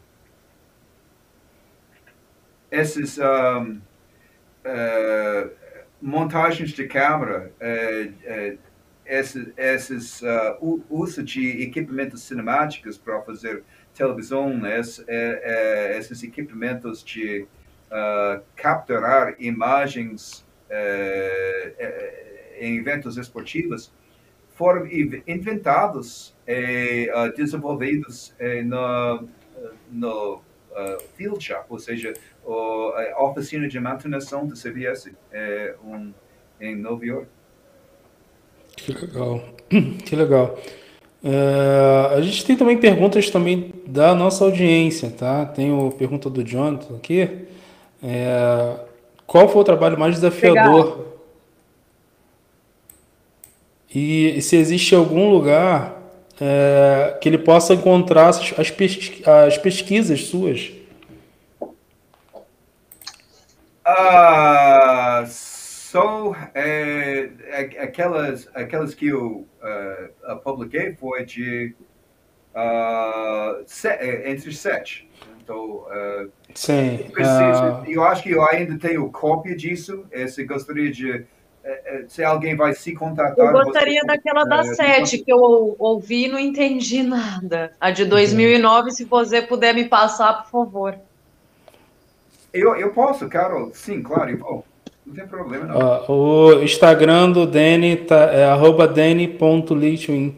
Essas um, uh, montagens de câmera, uh, uh, esses, esses uh, uso de equipamentos cinemáticos para fazer televisão, esse, uh, uh, esses equipamentos de uh, capturar imagens uh, uh, em eventos esportivos, foram inventados e uh, desenvolvidos eh, no, no uh, field shop, ou seja, o, a oficina de manutenção do C B S eh, um, em Nova York. Que legal, que legal. Uh, a gente tem também perguntas também da nossa audiência, tá? Tem a pergunta do Jonathan aqui. É, qual foi o trabalho mais desafiador? Obrigado. E se existe algum lugar é, que ele possa encontrar as, pesqui as pesquisas suas? Uh, só é, aquelas, aquelas que eu uh, publiquei foi de uh, set, entre sete. Então, uh, Sim. Eu, preciso, uh... eu acho que eu ainda tenho cópia disso. Se gostaria de se alguém vai se contatar... Eu gostaria você, daquela é, da sete, que eu ouvi e não entendi nada. A de dois mil e nove, se você puder me passar, por favor. Eu, eu posso, Carol. Sim, claro, eu vou. Não tem problema, não. Uh, o Instagram do Danny tá, é arroba danny ponto litwin.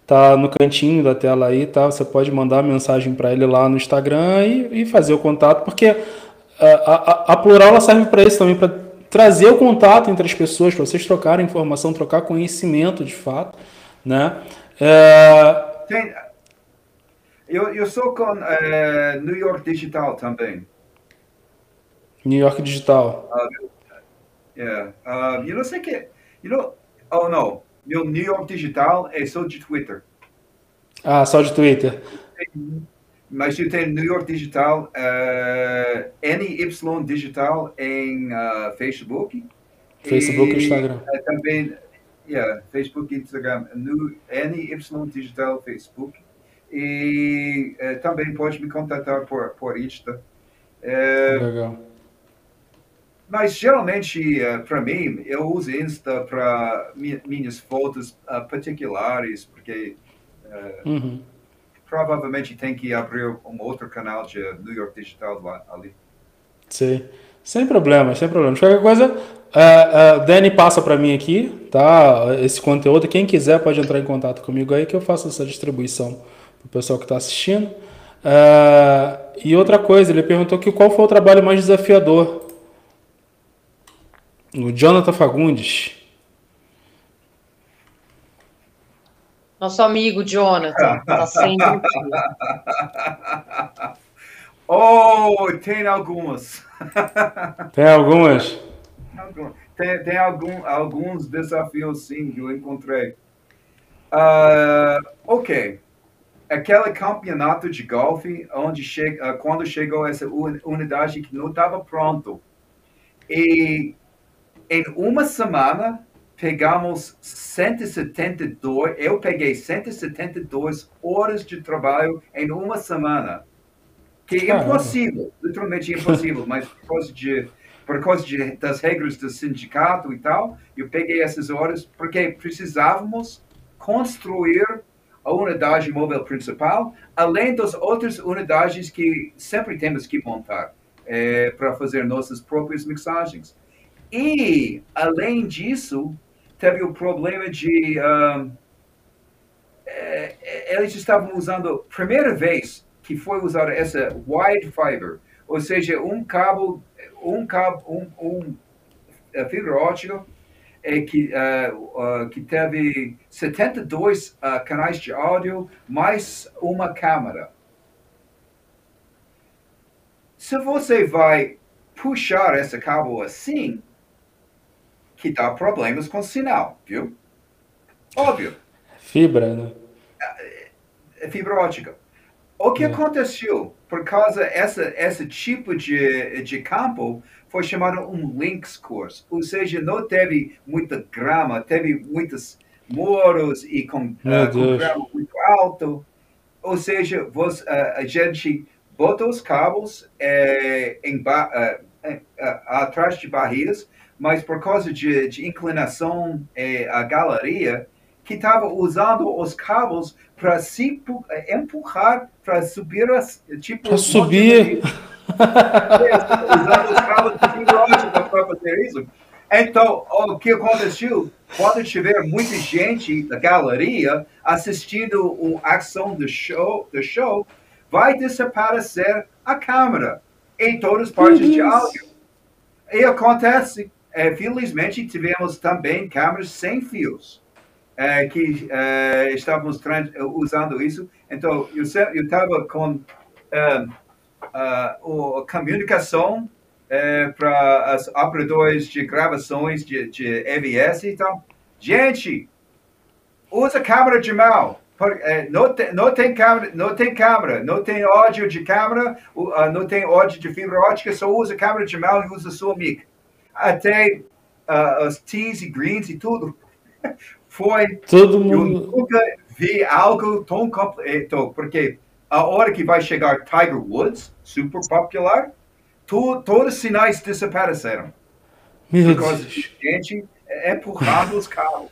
tá no cantinho da tela aí, tá? Você pode mandar mensagem para ele lá no Instagram e, e fazer o contato, porque a, a, a Plural ela serve para isso também, para trazer o contato entre as pessoas, para vocês trocarem informação, trocar conhecimento de fato, né? É... Tem, eu, eu sou com uh, New York Digital também. New York Digital. Uh, yeah. uh, eu não sei que... You know, oh, não. Meu New York Digital é só de Twitter. Ah, só de Twitter. Mas eu tenho New York Digital, uh, N Y Digital em uh, Facebook. Facebook e e Instagram. Uh, também, yeah, Facebook e Instagram. New, N Y Digital, Facebook. E uh, também pode me contatar por, por Insta. Uh, Legal. Mas geralmente, uh, para mim, eu uso Insta para mi minhas fotos uh, particulares, porque uh, Uhum. provavelmente tem que abrir um outro canal de New York Digital lá, ali. Sim. Sem problema, sem problema. Qualquer coisa, uh, uh, Dani passa para mim aqui, tá? Esse conteúdo. Quem quiser pode entrar em contato comigo aí que eu faço essa distribuição para o pessoal que está assistindo. Uh, e outra coisa, ele perguntou que qual foi o trabalho mais desafiador. O Jonathan Fagundes. Nosso amigo Jonathan, tá sempre aqui. Oh, tem algumas. Tem algumas? Tem, tem algum, alguns desafios, sim, que eu encontrei. Uh, ok. Aquele campeonato de golfe, onde che uh, quando chegou essa unidade que não estava pronto. E em uma semana, pegamos cento e setenta e dois, eu peguei cento e setenta e duas horas de trabalho em uma semana. Que é impossível, literalmente impossível, mas por causa, de, por causa de, das regras do sindicato e tal, eu peguei essas horas porque precisávamos construir a unidade móvel principal, além das outras unidades que sempre temos que montar é, para fazer nossas próprias mixagens. E, além disso, teve o problema de... Um, é, eles estavam usando, primeira vez que foi usada essa wide fiber, ou seja, um cabo, um cabo, um, um uh, fibra ótica é, que, uh, uh, que teve setenta e dois uh, canais de áudio, mais uma câmera. Se você vai puxar esse cabo assim, que dá problemas com o sinal, viu? Óbvio. Fibra, né? É fibra ótica. O que é. aconteceu? Por causa essa esse tipo de, de campo foi chamado um links course, ou seja, não teve muita grama, teve muitos muros e com, uh, com grama muito alto. Ou seja, você, uh, a gente botou os cabos uh, em uh, uh, uh, atrás de barreiras, mas por causa de, de inclinação uh, a galeria, que estava usando os cabos para se empurrar, para subir, as, tipo... Para subir! Usando os cabos de fibra ótica para fazer isso. Então, o que aconteceu? Quando tiver muita gente na galeria assistindo a ação do show, do show, vai desaparecer a câmera em todas as partes de áudio. E acontece, é, felizmente, tivemos também câmeras sem fios. Uh, que uh, estávamos usando isso. Então, eu estava com uh, uh, a comunicação uh, para os operadores de gravações de, de E V S e tal. Gente, usa câmera de mão. Por, uh, não, te, não, tem câmera, não tem câmera, não tem áudio de câmera, uh, não tem áudio de fibra ótica, só usa câmera de mão e usa sua mic. Até uh, os tees e greens e tudo. Foi, todo mundo... eu nunca vi algo tão completo, porque a hora que vai chegar Tiger Woods, super popular, tu, todos os sinais desapareceram. Meu por causa Deus. de gente empurrando os carros.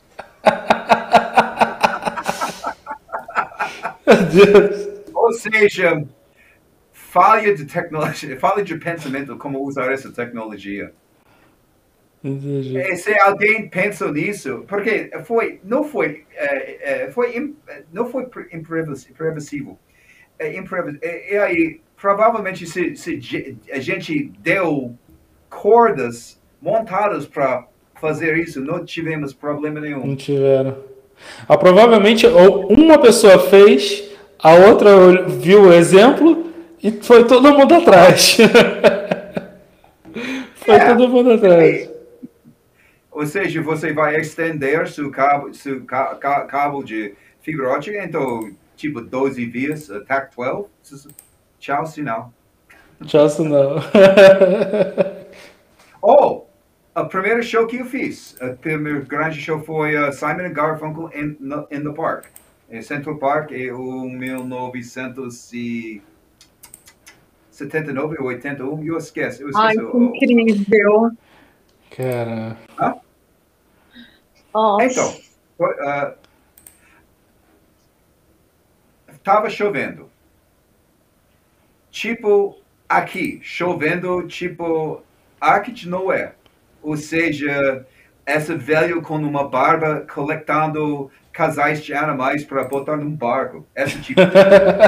Meu Deus. Ou seja, falha de tecnologia, falha de pensamento como usar essa tecnologia. Entendi. E se alguém pensou nisso, porque foi, não foi, é, é, foi, im- não foi pre- imprevis- imprevisível. É, imprevis- e, e aí, provavelmente, se, se ge- a gente deu cordas montadas para fazer isso, não tivemos problema Não nenhum. tiveram. Ah, provavelmente ou uma pessoa fez, a outra viu o exemplo e foi todo mundo atrás. Foi É, todo mundo atrás. ou seja, você vai estender seu cabo, seu ca, ca, cabo de fibra ótica, então, tipo, doze vias, uh, T A C doze, tchau, sinal. Tchau, sinal. Oh, o primeiro show que eu fiz, o primeiro grande show foi uh, Simon and Garfunkel in, no, in the Park, em Central Park, em mil novecentos e setenta e nove ou oitenta e um, eu esqueço, eu Ai, esqueço. que o- os anos. incrível. Cara. Hã? Nossa. Então, uh, estava chovendo. Tipo aqui, chovendo, tipo Arca de Noé. Ou seja, essa velho com uma barba coletando casais de animais para botar num barco. Esse tipo de coisa.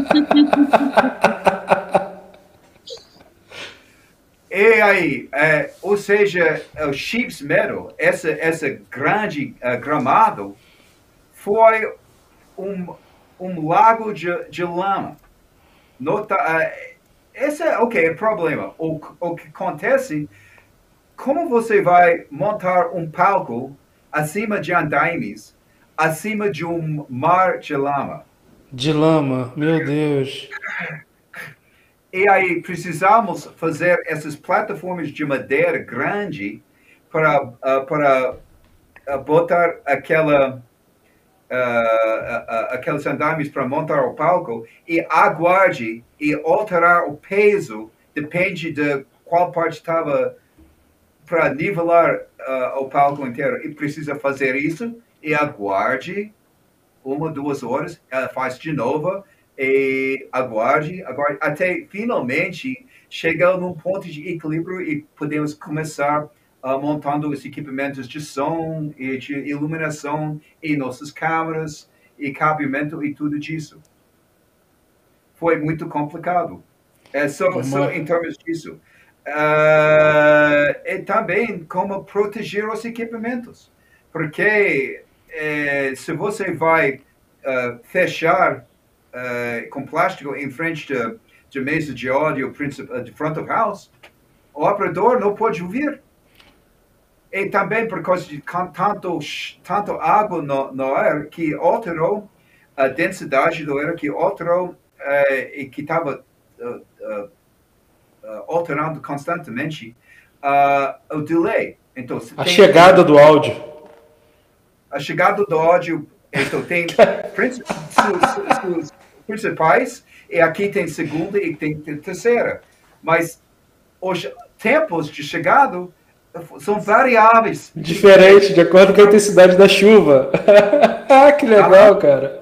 E aí, é, ou seja, o Sheep's Meadow, essa, essa grande uh, gramado, foi um, um lago de, de lama. Nota, uh, esse é, ok, é problema. O, o que acontece, como você vai montar um palco acima de andaimes, acima de um mar de lama? De lama, meu Deus. E aí precisamos fazer essas plataformas de madeira grande para, uh, para uh, botar aquela, uh, uh, aqueles andames para montar o palco e aguarde e alterar o peso, depende de qual parte estava para nivelar uh, o palco inteiro. E precisa fazer isso e aguarde uma, duas horas, ela faz de novo e aguarde, aguarde, até finalmente chegar num ponto de equilíbrio e podemos começar uh, montando os equipamentos de som e de iluminação e nossas câmeras e cabeamento e tudo disso. Foi muito complicado. É só, só em termos disso. Uh, e também como proteger os equipamentos. Porque eh, se você vai uh, fechar uh, com plástico em frente de, de mesa de áudio de front of house, o operador não pode ouvir. E também por causa de tanto, tanto água no, no ar que alterou a densidade do ar, que alterou uh, e que estava uh, uh, Uh, alterando constantemente uh, o delay. Então, A tem, chegada tem, do áudio. A chegada do áudio. Então, tem os principais, e aqui tem segunda e tem terceira. Mas os tempos de chegada são variáveis. Diferente, de acordo com a intensidade da chuva. Ah, que legal, ah, cara.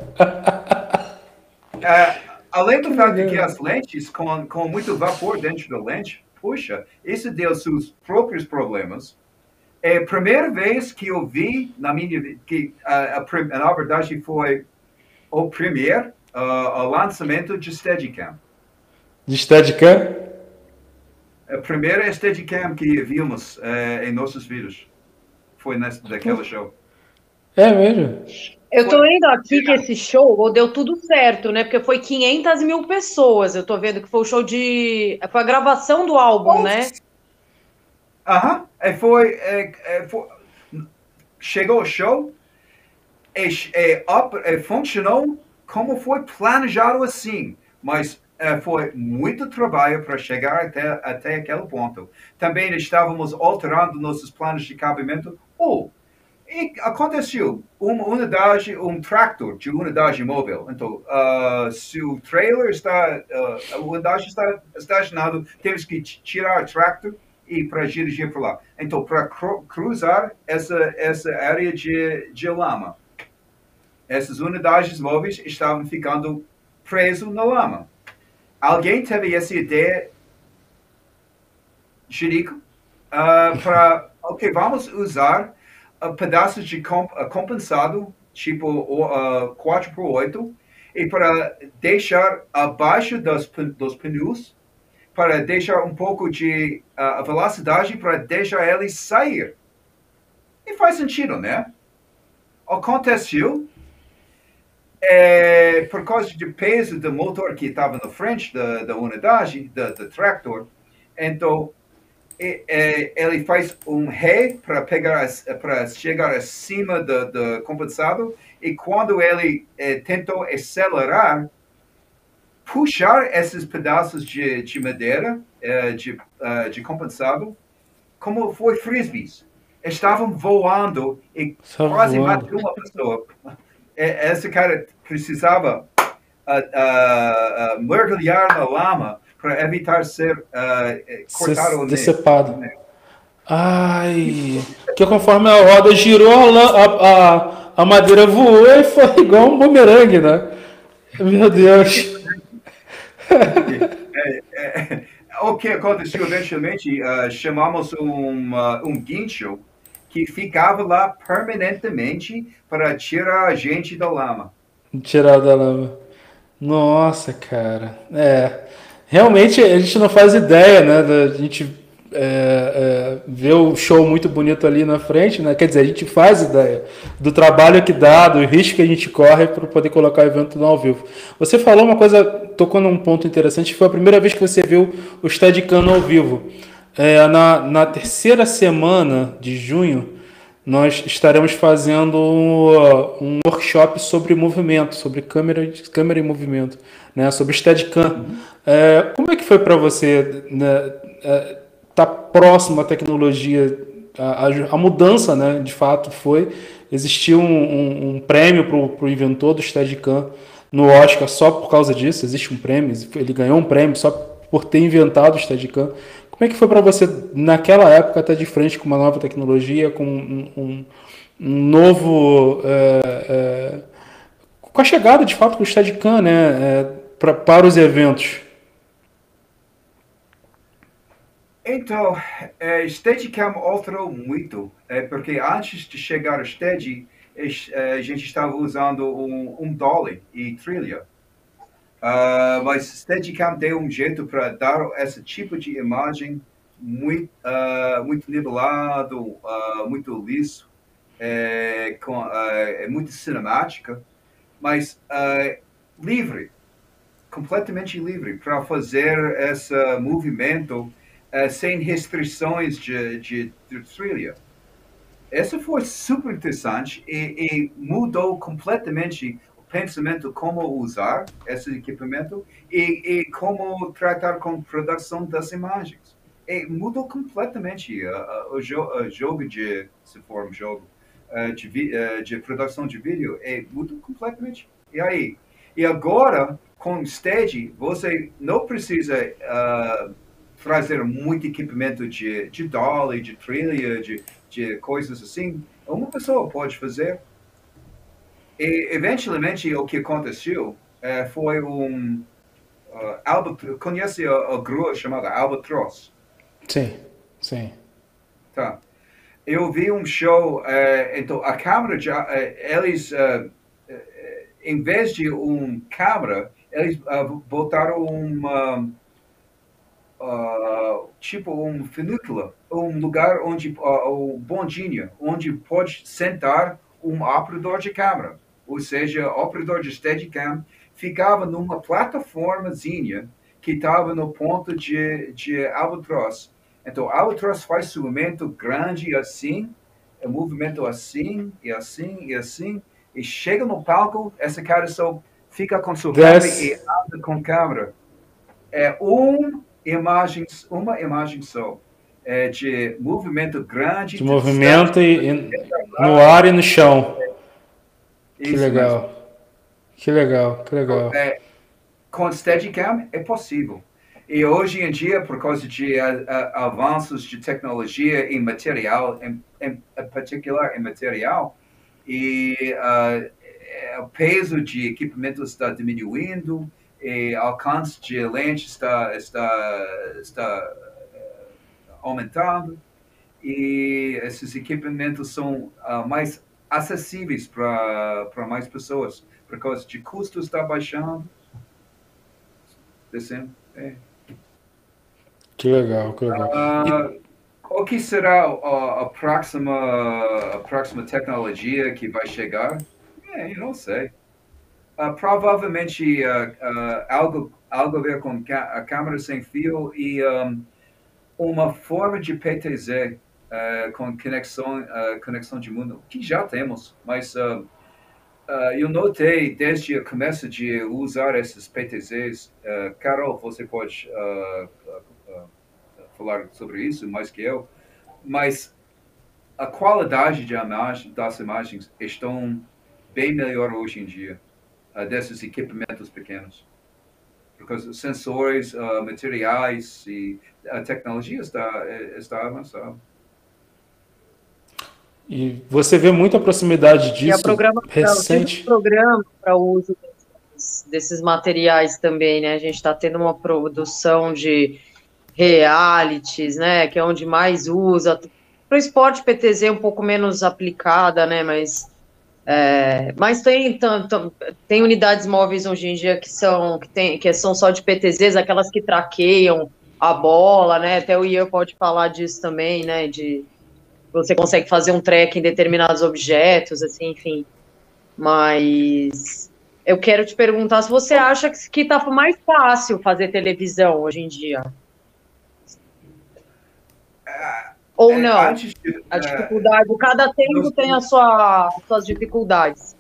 Uh, além do que fato legal. De que as lentes, com, com muito vapor dentro da lente, puxa, isso deu seus próprios problemas. É a primeira vez que eu vi, na minha que uh, a, na verdade foi o primeiro uh, o lançamento de Steadicam. De Steadicam? A primeira Steadicam que vimos uh, em nossos vídeos foi nesse, daquela show. É mesmo? Eu tô vendo aqui que esse show deu tudo certo, né? Porque foi quinhentas mil pessoas. Eu tô vendo que foi o show de... Foi a gravação do álbum, oh. né? Aham. Uh-huh. Foi, é, foi... Chegou o show e, e, e funcionou como foi planejado assim. Mas é, foi muito trabalho para chegar até, até aquele ponto. Também estávamos alterando nossos planos de cabeamento. Oh, e aconteceu uma unidade, um tractor de unidade móvel. Então, uh, se o trailer está, uh, a unidade está estacionado, temos que tirar o tractor e para dirigir para lá. Então, para cru cruzar essa essa área de, de lama, essas unidades móveis estavam ficando presas na lama. Alguém teve essa ideia, Jerico, uh, para ok, vamos usar uh, pedaços de comp uh, compensado, tipo uh, quatro por oito, e para deixar abaixo dos, dos pneus, para deixar um pouco de uh, velocidade, para deixar ele sair. E faz sentido, né? Aconteceu, é, por causa do peso do motor que estava na frente da, da unidade, do, do tractor, então e, é, ele faz um ré para pegar, para chegar acima do, do compensado, e quando ele é, tentou acelerar, puxar esses pedaços de, de madeira, é, de, uh, de compensado, como foi frisbees. Estavam voando e Só quase voando. matou uma pessoa. Esse cara precisava uh, uh, uh, mergulhar na lama para evitar ser uh, cortado ao meio. Decepado. Ai, que conforme a roda girou, a, lã- a, a, a madeira voou e foi igual um bumerangue, né? Meu Deus. É, é, o que aconteceu eventualmente, uh, chamamos um, uh, um guincho que ficava lá permanentemente para tirar a gente da lama. Tirar da lama. Nossa, cara. É. Realmente a gente não faz ideia, né? Da- A gente é, é, vê o show muito bonito ali na frente, né? Quer dizer, a gente faz ideia do trabalho que dá, do risco que a gente corre para poder colocar o evento no ao vivo. Você falou uma coisa, tocou num ponto interessante, que foi a primeira vez que você viu o Steadicam ao vivo. É, na, na terceira semana de junho, nós estaremos fazendo um, um workshop sobre movimento, sobre câmera, câmera em movimento, né, sobre Steadicam. Uhum. É, como é que foi para você, né, é, tá próximo à tecnologia, a, a, a mudança, né, de fato foi, existiu um, um, um prêmio para o inventor do Steadicam no Oscar só por causa disso, existe um prêmio, ele ganhou um prêmio só por ter inventado o Steadicam. Como é que foi para você, naquela época, estar de frente com uma nova tecnologia, com um, um, um novo... É, é, com a chegada, de fato, do Steadicam, né, é, pra, para os eventos? Então, é, Steadicam alterou muito, é, porque antes de chegar ao Steady, é, a gente estava usando um, um dolly e trilha. Uh, mas Steadicam deu um jeito para dar esse tipo de imagem muito, uh, muito nivelado, uh, muito liso, é, com, uh, é muito cinemática, mas uh, livre, completamente livre para fazer esse movimento uh, sem restrições de, de, de trilha. Isso foi super interessante e, e mudou completamente o pensamento como usar esse equipamento e, e como tratar com a produção das imagens. E mudou completamente uh, uh, o, jo uh, jogo de, se for um jogo, uh, de, uh, de produção de vídeo, e mudou completamente. E aí? E agora, com o Stage, você não precisa uh, trazer muito equipamento de, de dolly, de trilha, de de coisas assim, uma pessoa pode fazer. E, eventualmente, o que aconteceu é, foi um... Uh, Albatros, conhece a, a grua chamada Albatross? Sim, sim. Tá. Eu vi um show, é, então a câmera, já, é, eles, é, é, em vez de um câmera, eles uh, botaram uma... Uh, tipo um funícula, um lugar onde uh, o bondinho, onde pode sentar um operador de câmera, ou seja, o operador de Steadicam ficava numa plataformazinha que estava no ponto de, de Albatross. Então, Albatross faz um movimento grande assim, um movimento assim, e assim, e assim, e chega no palco, essa cara só fica com sua câmera e anda com a câmera. É um imagens, uma imagem só, é, de movimento grande, De de distância, movimento e, e no ar e no chão. Que isso mesmo. legal. Que legal, que legal. É, com Steadicam é possível. E hoje em dia, por causa de a, a, avanços de tecnologia em material, em, em, em particular em material, e uh, o peso de equipamento está diminuindo, e o alcance de lente está, está, está uh, aumentando. e esses equipamentos são uh, mais acessíveis para para mais pessoas, por causa de custos está baixando, descendo. É. Que legal, que legal. Uh, qual que será a, a próxima a próxima tecnologia que vai chegar? É, eu não sei. Uh, provavelmente uh, uh, algo algo a ver com ca a câmera sem fio e um, uma forma de P T Z uh, com conexão uh, conexão de mundo que já temos, mas uh, uh, eu notei desde o começo de usar esses P T Zs. Uh, Carol, você pode uh, uh, uh, falar sobre isso mais que eu, mas a qualidade de imagem, das imagens estão bem melhor hoje em dia uh, desses equipamentos pequenos. Porque os sensores, uh, materiais e a tecnologia está, está avançada. E você vê muita proximidade disso e a programação, recente? programa para o uso desses, desses materiais também, né? A gente está tendo uma produção de realities, né? Que é onde mais usa. Para o esporte P T Z é um pouco menos aplicada, né? Mas É, mas tem, tanto, tem unidades móveis hoje em dia que são, que tem, que são só de P T Zs, aquelas que traqueiam a bola, né? Até o Ian pode falar disso também, né? De você consegue fazer um track em determinados objetos, assim, enfim. Mas eu quero te perguntar se você acha que está mais fácil fazer televisão hoje em dia. Ou não? A dificuldade, cada tempo tem a sua, as suas dificuldades.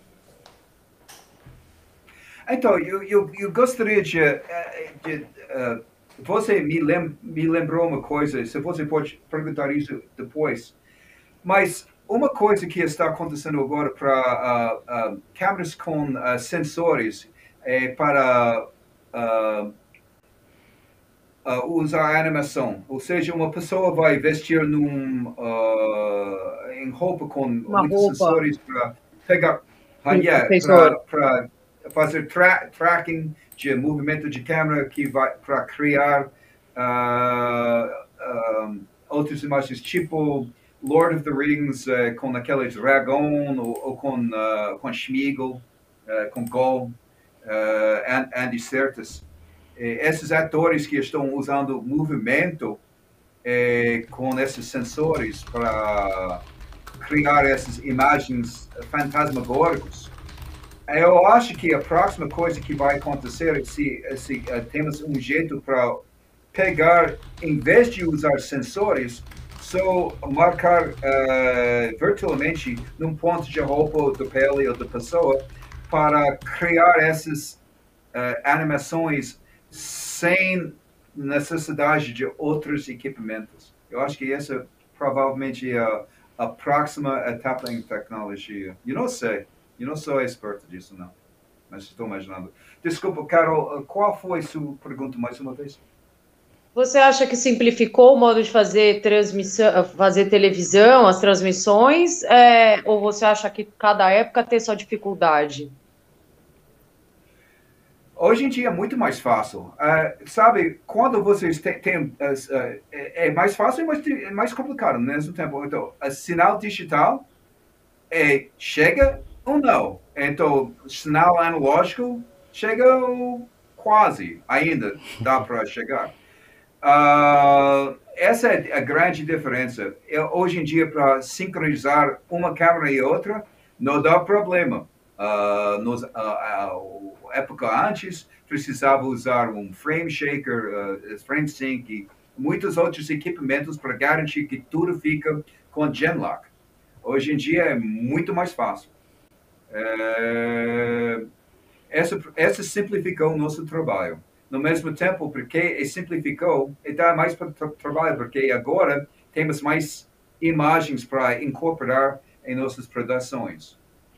Então, eu, eu, eu gostaria de... de uh, você me, lem, me lembrou uma coisa, se você pode perguntar isso depois, mas uma coisa que está acontecendo agora para uh, uh, câmeras com uh, sensores é para... Uh, Uh, usar animação, ou seja, uma pessoa vai vestir num, uh, em roupa com uma muitos roupa. sensores para pegar, uh, yeah, para fazer tra tracking de movimento de câmera que vai para criar uh, um, outras imagens tipo Lord of the Rings uh, com aquele dragão ou, ou com uh, com Schmeagol, uh, com Goll, uh, Andy Serkis. Esses atores que estão usando movimento eh, com esses sensores para criar essas imagens fantasmagóricas, eu acho que a próxima coisa que vai acontecer é se, é se uh, temos um jeito para pegar, em vez de usar sensores, só marcar uh, virtualmente num ponto de roupa da pele ou da pessoa para criar essas uh, animações sem necessidade de outros equipamentos. Eu acho que essa provavelmente é a, a próxima etapa em tecnologia. Eu não sei, eu não sou experto disso, não, mas estou imaginando. Desculpa, Carol, qual foi a sua pergunta mais uma vez? Você acha que simplificou o modo de fazer transmissão, fazer televisão, as transmissões, é, ou você acha que cada época tem sua dificuldade? Hoje em dia é muito mais fácil. Uh, sabe, quando vocês têm... Tem, uh, uh, é, é mais fácil, mas é mais complicado ao mesmo tempo. Então, o sinal digital é, chega ou não. Então, sinal analógico chega quase, ainda dá para chegar. Uh, essa é a grande diferença. Eu, hoje em dia, para sincronizar uma câmera e outra, não dá problema. Uh, nos, uh, uh, época antes, precisava usar um frame shaker, uh, frame sync e muitos outros equipamentos para garantir que tudo fica com Genlock. Hoje em dia é muito mais fácil. Uh, essa, essa simplificou o nosso trabalho. No mesmo tempo, porque simplificou, e dá mais para tra trabalho, porque agora temos mais imagens para incorporar em nossas produções.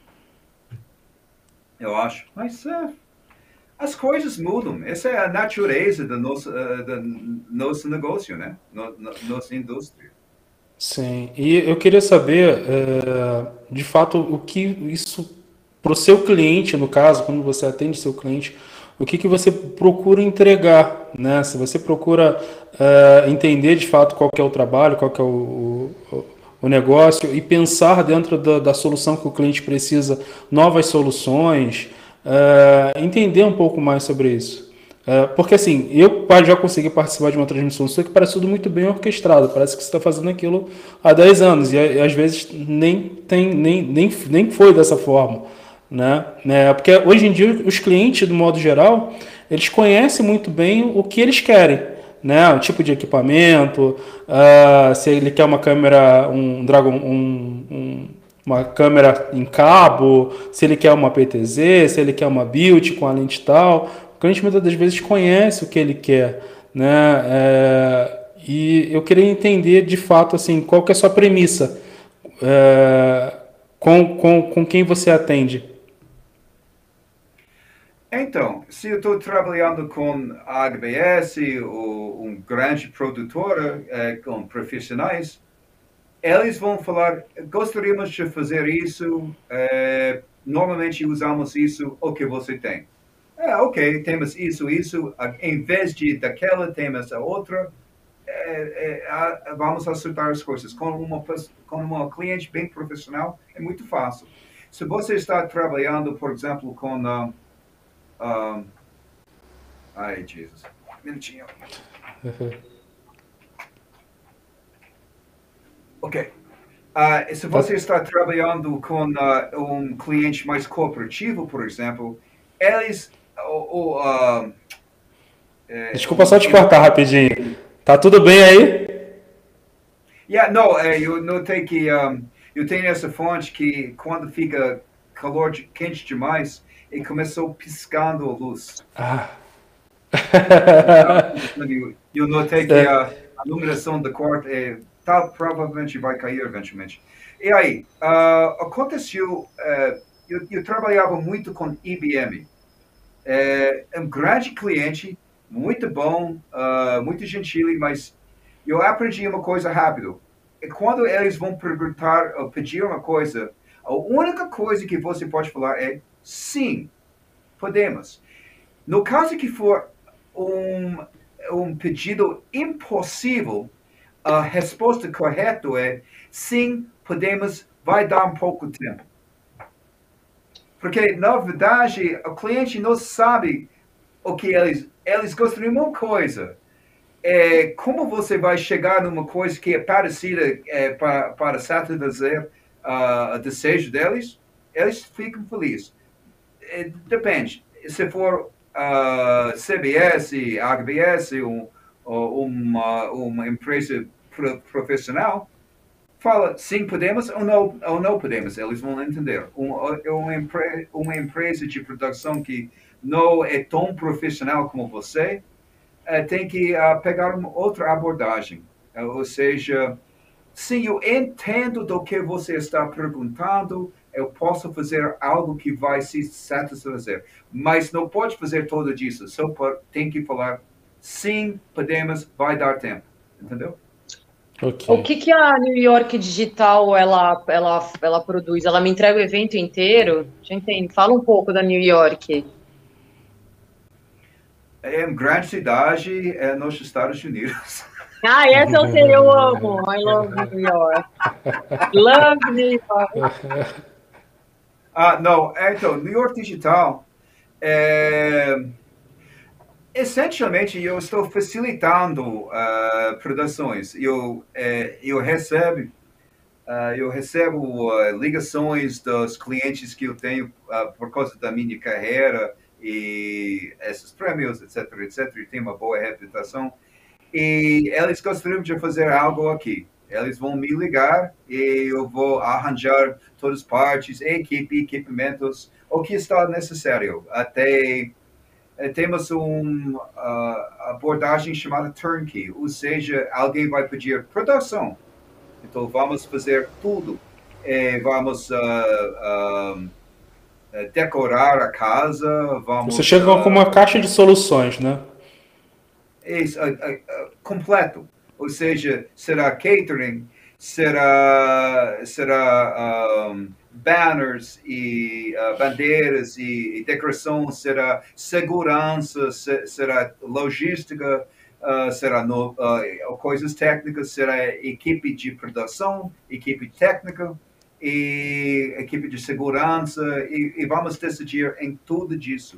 Eu acho. Mas uh, as coisas mudam. Essa é a natureza do nosso, uh, do nosso negócio, né? No, no, nossa indústria. Sim. E eu queria saber, é, de fato, o que isso, para o seu cliente, no caso, quando você atende seu cliente, o que, que você procura entregar, né? Se você procura é, entender de fato qual que é o trabalho, qual que é o, o, o negócio e pensar dentro da, da solução que o cliente precisa, novas soluções, é, entender um pouco mais sobre isso. É, porque assim, eu já consegui participar de uma transmissão sua que parece tudo muito bem orquestrado, parece que você está fazendo aquilo há dez anos e, e às vezes nem, tem, nem, nem, nem foi dessa forma. Né? É, porque hoje em dia os clientes, do modo geral, eles conhecem muito bem o que eles querem, né? O tipo de equipamento, uh, se ele quer uma câmera, um Dragon, um, um, uma câmera em cabo, se ele quer uma P T Z, se ele quer uma build com a lente tal. O cliente muitas das vezes conhece o que ele quer, né? É, e eu queria entender de fato assim, qual que é a sua premissa, é, com, com, com quem você atende. Então, se eu estou trabalhando com a H B S ou um grande produtora, eh, com profissionais, eles vão falar, gostaríamos de fazer isso, eh, normalmente usamos isso, o que você tem? É, ok, temos isso, isso, em vez de daquela, temos a outra, é, é, a, vamos acertar as coisas. Com uma, com uma cliente bem profissional, é muito fácil. Se você está trabalhando, por exemplo, com... Uh, um, ai, Jesus, um minutinho. Ok. Uh, se você está trabalhando com uh, um cliente mais cooperativo, por exemplo, eles... Uh, uh, Desculpa só te cortar rapidinho. Tá tudo bem aí? Yeah, não, eu notei que um, eu tenho essa fonte que quando fica calor de, quente demais, ele começou piscando a luz. Ah. eu, eu notei que a, a numeração do quarto é, tá, provavelmente vai cair eventualmente. E aí, uh, aconteceu, uh, eu, eu trabalhava muito com I B M. É um grande cliente, muito bom, uh, muito gentil, mas eu aprendi uma coisa rápido. E quando eles vão perguntar ou pedir uma coisa, a única coisa que você pode falar é sim, podemos. No caso que for um, um pedido impossível, a resposta correta é sim, podemos, vai dar um pouco de tempo. Porque, na verdade, o cliente não sabe o que eles... Eles gostariam de uma coisa. É, como você vai chegar numa coisa que é parecida é, para, para satisfazer uh, o desejo deles? Eles ficam felizes. É, depende. Se for uh, C B S, H B S, um, uma, uma empresa pro, profissional, fala sim podemos ou não, ou não podemos, eles vão entender. Uma, uma, empre, uma empresa de produção que não é tão profissional como você, uh, tem que uh, pegar uma outra abordagem. Uh, ou seja, sim, eu entendo do que você está perguntando, eu posso fazer algo que vai se satisfazer, mas não pode fazer tudo isso, só por, tem que falar sim, podemos, vai dar tempo, entendeu? Okay. O que, que a New York Digital ela, ela, ela produz? Ela me entrega o evento inteiro? Gente, fala um pouco da New York. É uma grande cidade é, nos Estados Unidos. Ah, essa eu sei, eu amo. I love New York. Love New York. Ah, não, então, New York Digital, é, essencialmente, eu estou facilitando uh, produções. Eu, é, eu recebo, uh, eu recebo uh, ligações dos clientes que eu tenho uh, por causa da minha carreira e esses prêmios, etc, etc. E tenho uma boa reputação. E eles gostariam de fazer algo aqui. Eles vão me ligar e eu vou arranjar todas as partes, equipe, equipamentos, o que está necessário. Até temos uma uh, abordagem chamada turnkey, ou seja, alguém vai pedir produção. Então vamos fazer tudo. E vamos uh, uh, decorar a casa. Vamos, Você chega uh, com uma caixa de soluções, né? Isso, uh, uh, completo. Ou seja, será catering, será, será um, banners e uh, bandeiras e, e decoração, será segurança, se, será logística, uh, será no, uh, coisas técnicas, será equipe de produção, equipe técnica e equipe de segurança, e, e vamos decidir em tudo disso.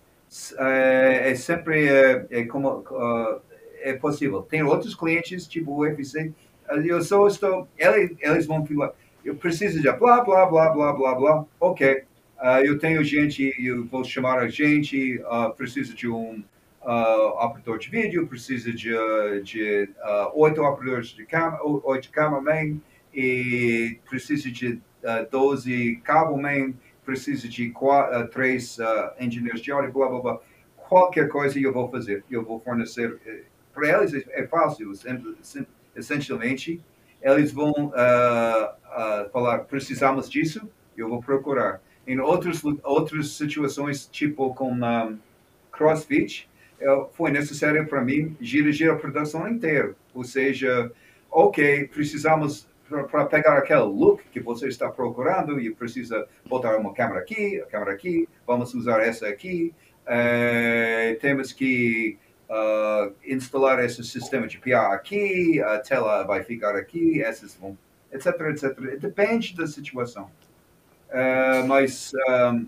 É, é sempre é, é como uh, é possível. Tem outros clientes, tipo o U F C, eu só estou, eles, eles vão falar, eu preciso de blá, blá, blá, blá, blá, blá, ok. Uh, eu tenho gente, eu vou chamar a gente, uh, preciso de um uh, operador de vídeo, preciso de, de uh, oito operadores de câmera, oito cameramen, e preciso de uh, doze cablemen, preciso de quatro, uh, três uh, engenheiros de áudio, blá, blá, blá. Qualquer coisa eu vou fazer, eu vou fornecer. Para eles é, é fácil, essencialmente, eles vão uh, uh, falar, precisamos disso, eu vou procurar. Em outras, outras situações, tipo com um, CrossFit, foi necessário para mim dirigir a produção inteira. Ou seja, ok, precisamos, para pegar aquele look que você está procurando, e precisa botar uma câmera aqui, a câmera aqui, vamos usar essa aqui, uh, temos que uh, instalar esse sistema de P A aqui, a tela vai ficar aqui, essas vão, etc, etcétera. Depende da situação. Uh, mas um,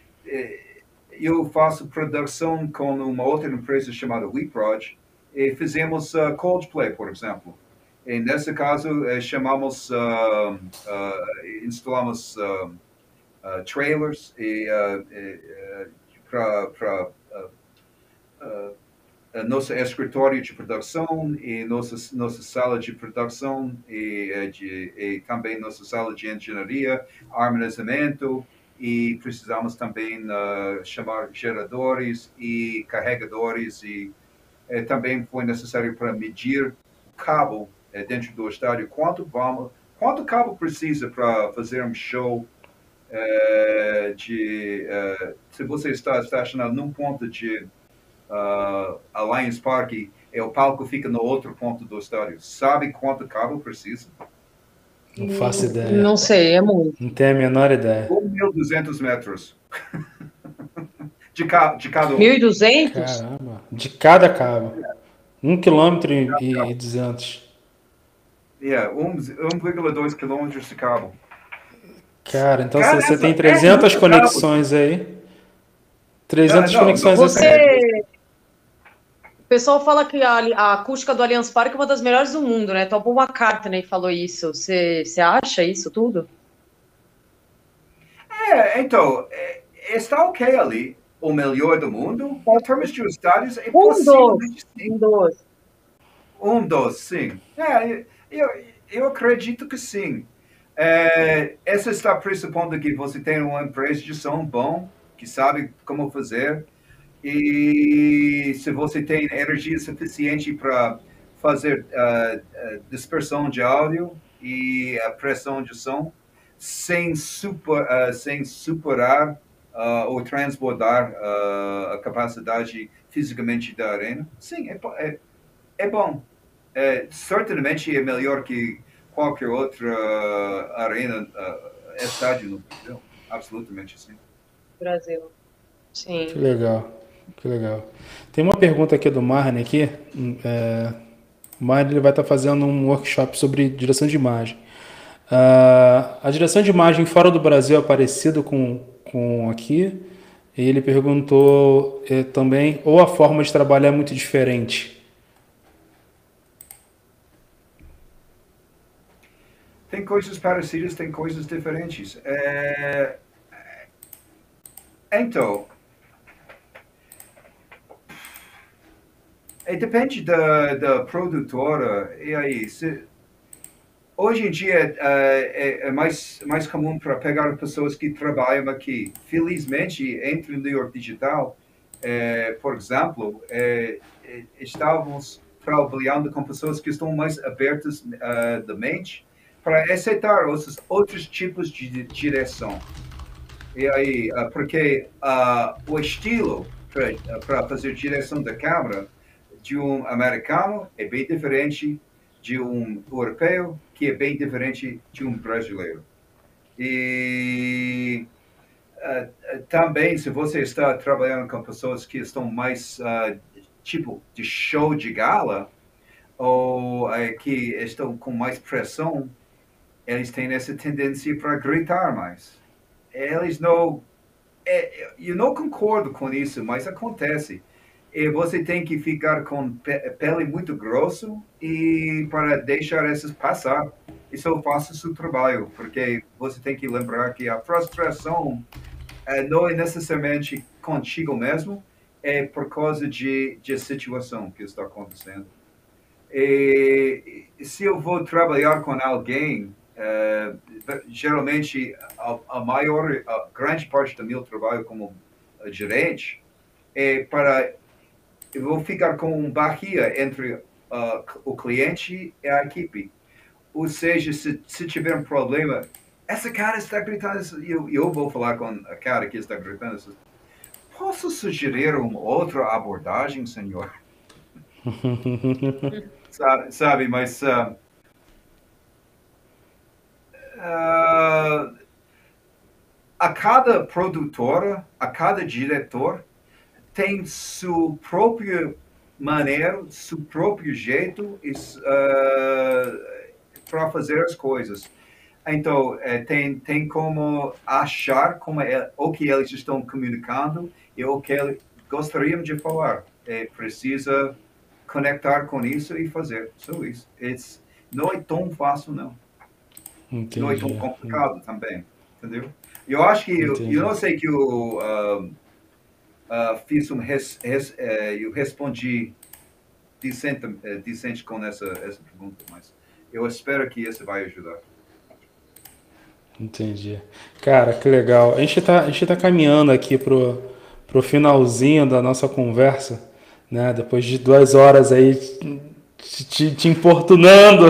eu faço produção com uma outra empresa chamada WeProj e fizemos uh, Coldplay, por exemplo. E nesse caso, uh, chamamos, uh, uh, instalamos uh, uh, trailers e, uh, uh, para uh, uh, nosso escritório de produção e nossa, nossa sala de produção e, de, e também nossa sala de engenharia, armazenamento, e precisamos também uh, chamar geradores e carregadores, e uh, também foi necessário para medir cabo uh, dentro do estádio, quanto vamos, quanto cabo precisa para fazer um show uh, de, uh, se você está estacionado num ponto de Uh, Alliance Parque, e o palco fica no outro ponto do estádio. Sabe quanto cabo precisa? Não faço ideia. Não sei, é muito. Não tenho a menor ideia. mil e duzentos metros. de, ca de cada um. mil e duzentos? Caramba. De cada cabo. um quilômetro e duzentos. Yeah, um vírgula dois quilômetros de cabo. Cara, então Cara, você essa, tem trezentas é conexões cabo. Aí. trezentas não, não, conexões. Você... Assim. O pessoal fala que a, a acústica do Allianz Parque é uma das melhores do mundo, né? Então, o Paul McCartney falou isso. Você, você acha isso tudo? É, então, é, está ok ali, o melhor do mundo. Em termos de estádios, é um dos, um dos. Um dos, sim. É, eu, eu acredito que sim. É, essa está pressupondo que você tem uma empresa de som bom, que sabe como fazer, e se você tem energia suficiente para fazer uh, uh, dispersão de áudio e a pressão de som sem, super, uh, sem superar uh, ou transbordar uh, a capacidade fisicamente da arena, sim, é, é, é bom. É, certamente é melhor que qualquer outra uh, arena, uh, estádio no Brasil, absolutamente sim. Brasil, sim. Que legal. Que legal. Tem uma pergunta aqui do Marne aqui. É, o Marne ele vai estar fazendo um workshop sobre direção de imagem. Uh, a direção de imagem fora do Brasil é parecida com, com aqui. E ele perguntou é, também, ou a forma de trabalhar é muito diferente? Tem coisas parecidas, tem coisas diferentes. É... Então, é, depende da, da produtora. E aí, se, hoje em dia é, é mais, mais comum para pegar pessoas que trabalham aqui. Felizmente, entre o New York Digital, é, por exemplo, é, é, estávamos trabalhando com pessoas que estão mais abertas uh, da mente para aceitar outros, outros tipos de direção. E aí, uh, porque uh, o estilo para fazer direção da câmera de um americano é bem diferente de um europeu, que é bem diferente de um brasileiro. E uh, também, se você está trabalhando com pessoas que estão mais uh, tipo de show de gala, ou é, que estão com mais pressão, eles têm essa tendência para gritar mais. Eles não... É, eu não concordo com isso, mas acontece. E você tem que ficar com pele muito grossa e para deixar essas passar. Isso faça o seu trabalho, porque você tem que lembrar que a frustração é, não é necessariamente contigo mesmo, é por causa de, de situação que está acontecendo. E se eu vou trabalhar com alguém, uh, geralmente a, a maior, a grande parte do meu trabalho como gerente é para eu vou ficar com uma barreira entre uh, o cliente e a equipe. Ou seja, se, se tiver um problema, essa cara está gritando, eu, eu vou falar com a cara que está gritando. Posso sugerir uma outra abordagem, senhor? sabe, sabe, mas uh, uh, a cada produtora, a cada diretor tem sua própria maneira, seu próprio jeito uh, para fazer as coisas. Então, é, tem, tem como achar como é, o que eles estão comunicando e o que eles gostariam de falar. É, precisa conectar com isso e fazer. Só isso. It's, não é tão fácil, não. Entendi. Não é tão complicado também. Entendeu? Eu acho que... Eu, eu não sei que eu uh, uh, fiz um... Res, res, uh, eu respondi decente, uh, decente com essa, essa pergunta, mas eu espero que isso vai ajudar. Entendi. Cara, que legal. A gente tá, a gente tá caminhando aqui pro, pro finalzinho da nossa conversa, né? Depois de duas horas aí te, te importunando.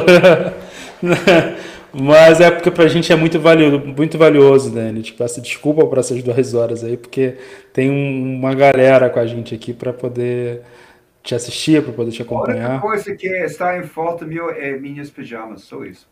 Mas é porque pra gente é muito valioso, muito valioso, né? A gente peço desculpa por essas duas horas aí, porque tem um, uma galera com a gente aqui para poder te assistir, para poder te acompanhar. A única coisa que está em falta meu é minhas pijamas, só isso.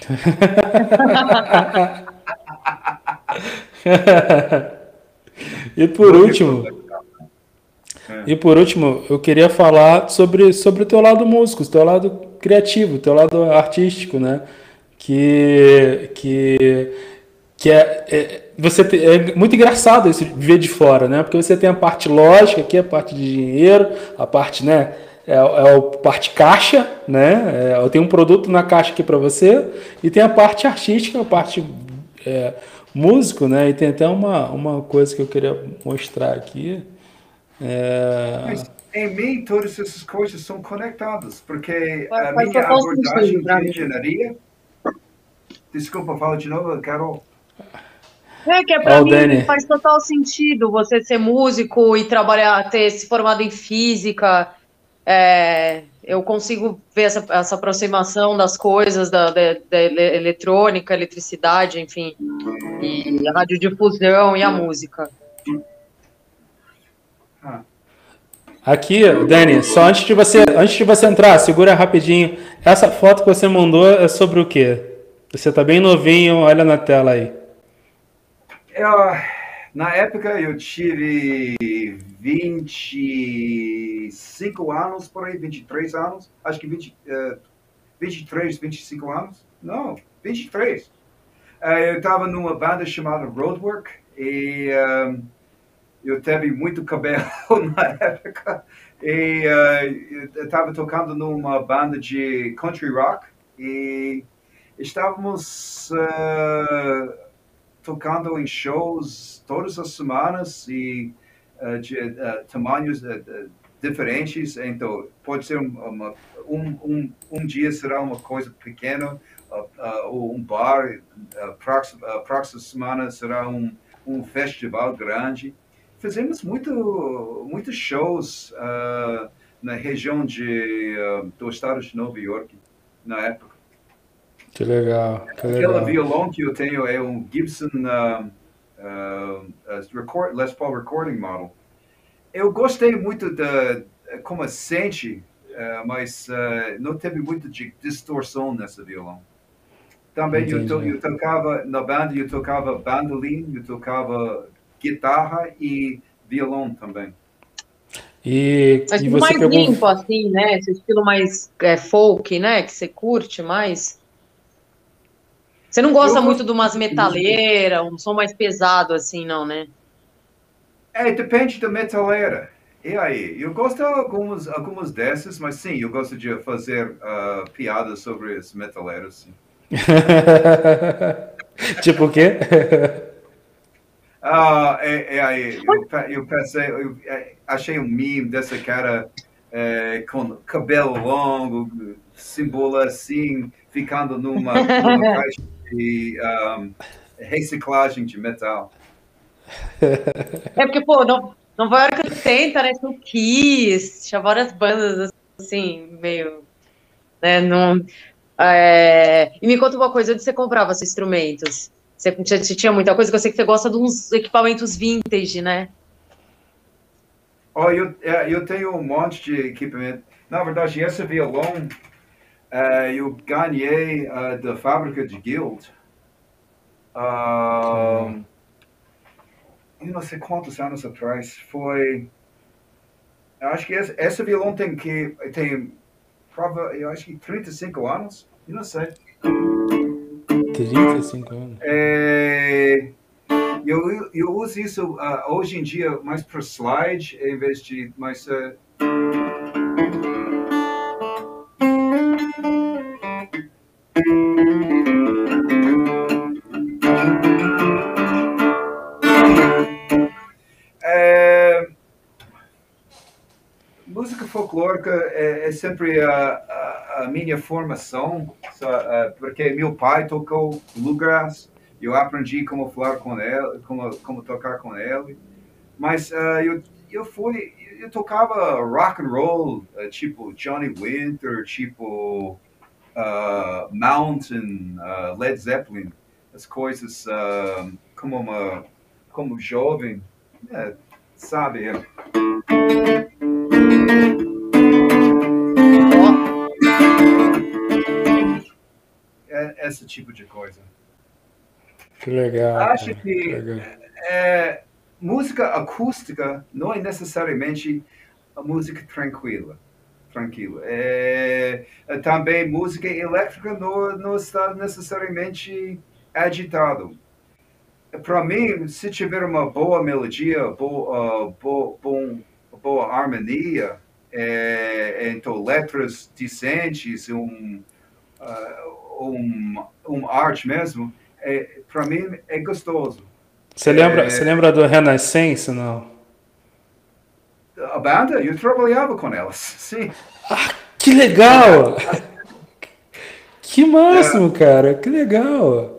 E por último, e por último, eu queria falar sobre, sobre o teu lado músico, o teu lado criativo, o teu lado artístico, né? Que, que, que é, é, você te, é muito engraçado isso ver de fora, né? Porque você tem a parte lógica aqui, a parte de dinheiro, a parte, né? É, é a parte caixa, né? É, eu tenho um produto na caixa aqui para você, e tem a parte artística, a parte é, músico, né? E tem até uma, uma coisa que eu queria mostrar aqui. É... Mas, em mim, todas essas coisas são conectadas, porque Faz, a faz minha abordagem de mim. engenharia... Desculpa, fala de novo, Carol. É que é para oh, mim Dani. faz total sentido você ser músico e trabalhar, ter se formado em física. É, eu consigo ver essa, essa aproximação das coisas, da, da, da eletrônica, eletricidade, enfim, e a radiodifusão e a música. Ah. Aqui, Dani, só antes de você, antes de você entrar, segura rapidinho. Essa foto que você mandou é sobre o quê? Você tá bem novinho, olha na tela aí. Eu, na época eu tive vinte e cinco anos, por aí, vinte e três anos, acho que vinte, uh, vinte e três, vinte e cinco anos, não, vinte e três. Uh, eu estava numa banda chamada Roadwork e um, eu tive muito cabelo na época e uh, eu estava tocando numa banda de country rock e estávamos uh, tocando em shows todas as semanas e uh, de uh, tamanhos uh, diferentes. Então, pode ser uma, um, um, um dia será uma coisa pequena, uh, uh, ou um bar, a próxima, uh, próxima semana será um, um festival grande. Fizemos muito, muitos shows uh, na região de, uh, do estado de Nova York, na época. Que legal, que legal. Aquele violão que eu tenho é um Gibson uh, uh, uh, record, Les Paul Recording Model. Eu gostei muito da como sente, uh, mas uh, não teve muito de distorção nesse violão. Também eu, to, eu tocava na banda, eu tocava bandolim, eu tocava guitarra e violão também. E, É um e estilo você mais pegou. limpo, assim, né? Esse estilo mais é, folk, né? Que você curte mais. Você não Eu gosta muito gosto de umas de música. metaleiras, um som mais pesado, assim, não, né? É, depende da metaleira. E aí, eu gosto de algumas, algumas dessas, mas sim, eu gosto de fazer uh, piadas sobre os metaleiros, sim. Tipo o quê? Ah, é, é aí, eu, pe- eu pensei, eu é, achei um meme dessa cara é, com cabelo longo, símbolo assim, ficando numa, numa caixa de um, reciclagem de metal. É porque, pô, no- Nova York oitenta, né? Tinha o Kiss, tinha várias bandas, assim, meio, né? Não, é... E me conta uma coisa, onde você comprava seus instrumentos? Você, você tinha muita coisa, que eu sei que você gosta de uns equipamentos vintage, né? Oh, eu, é, eu tenho um monte de equipamento. Na verdade, esse violão eh, eu ganhei eh, da fábrica de Guild. Que legal. Um, eu não sei quantos anos atrás. Foi. Acho que esse, esse violão tem que tem prova, eu acho que trinta e cinco anos. Eu não sei. trinta e cinco anos. É, eu, eu uso isso uh, hoje em dia mais para slide, em vez de mais. Uh, é, música folclórica é, é sempre a, a, a, minha formação, uh, porque meu pai tocou bluegrass, eu aprendi como falar com ele, como, como tocar com ele, mas uh, eu, eu fui, eu tocava rock and roll, uh, tipo Johnny Winter, tipo uh, Mountain, uh, Led Zeppelin, as coisas uh, como uma, como jovem, é, sabe? É, esse tipo de coisa. Que legal, Acho cara. Que que legal. é, música acústica não é necessariamente a música tranquila. Tranquila. É, é, também música elétrica não, não está necessariamente agitado. Para mim, se tiver uma boa melodia, boa, uh, boa, bom, boa harmonia, é, então letras decentes, um, uh, um, um arte mesmo, é, para mim é gostoso. Você lembra, É, você lembra do Renaissance, não? a banda, eu trabalhava com elas, sim. Que legal! Que máximo, cara! Que legal!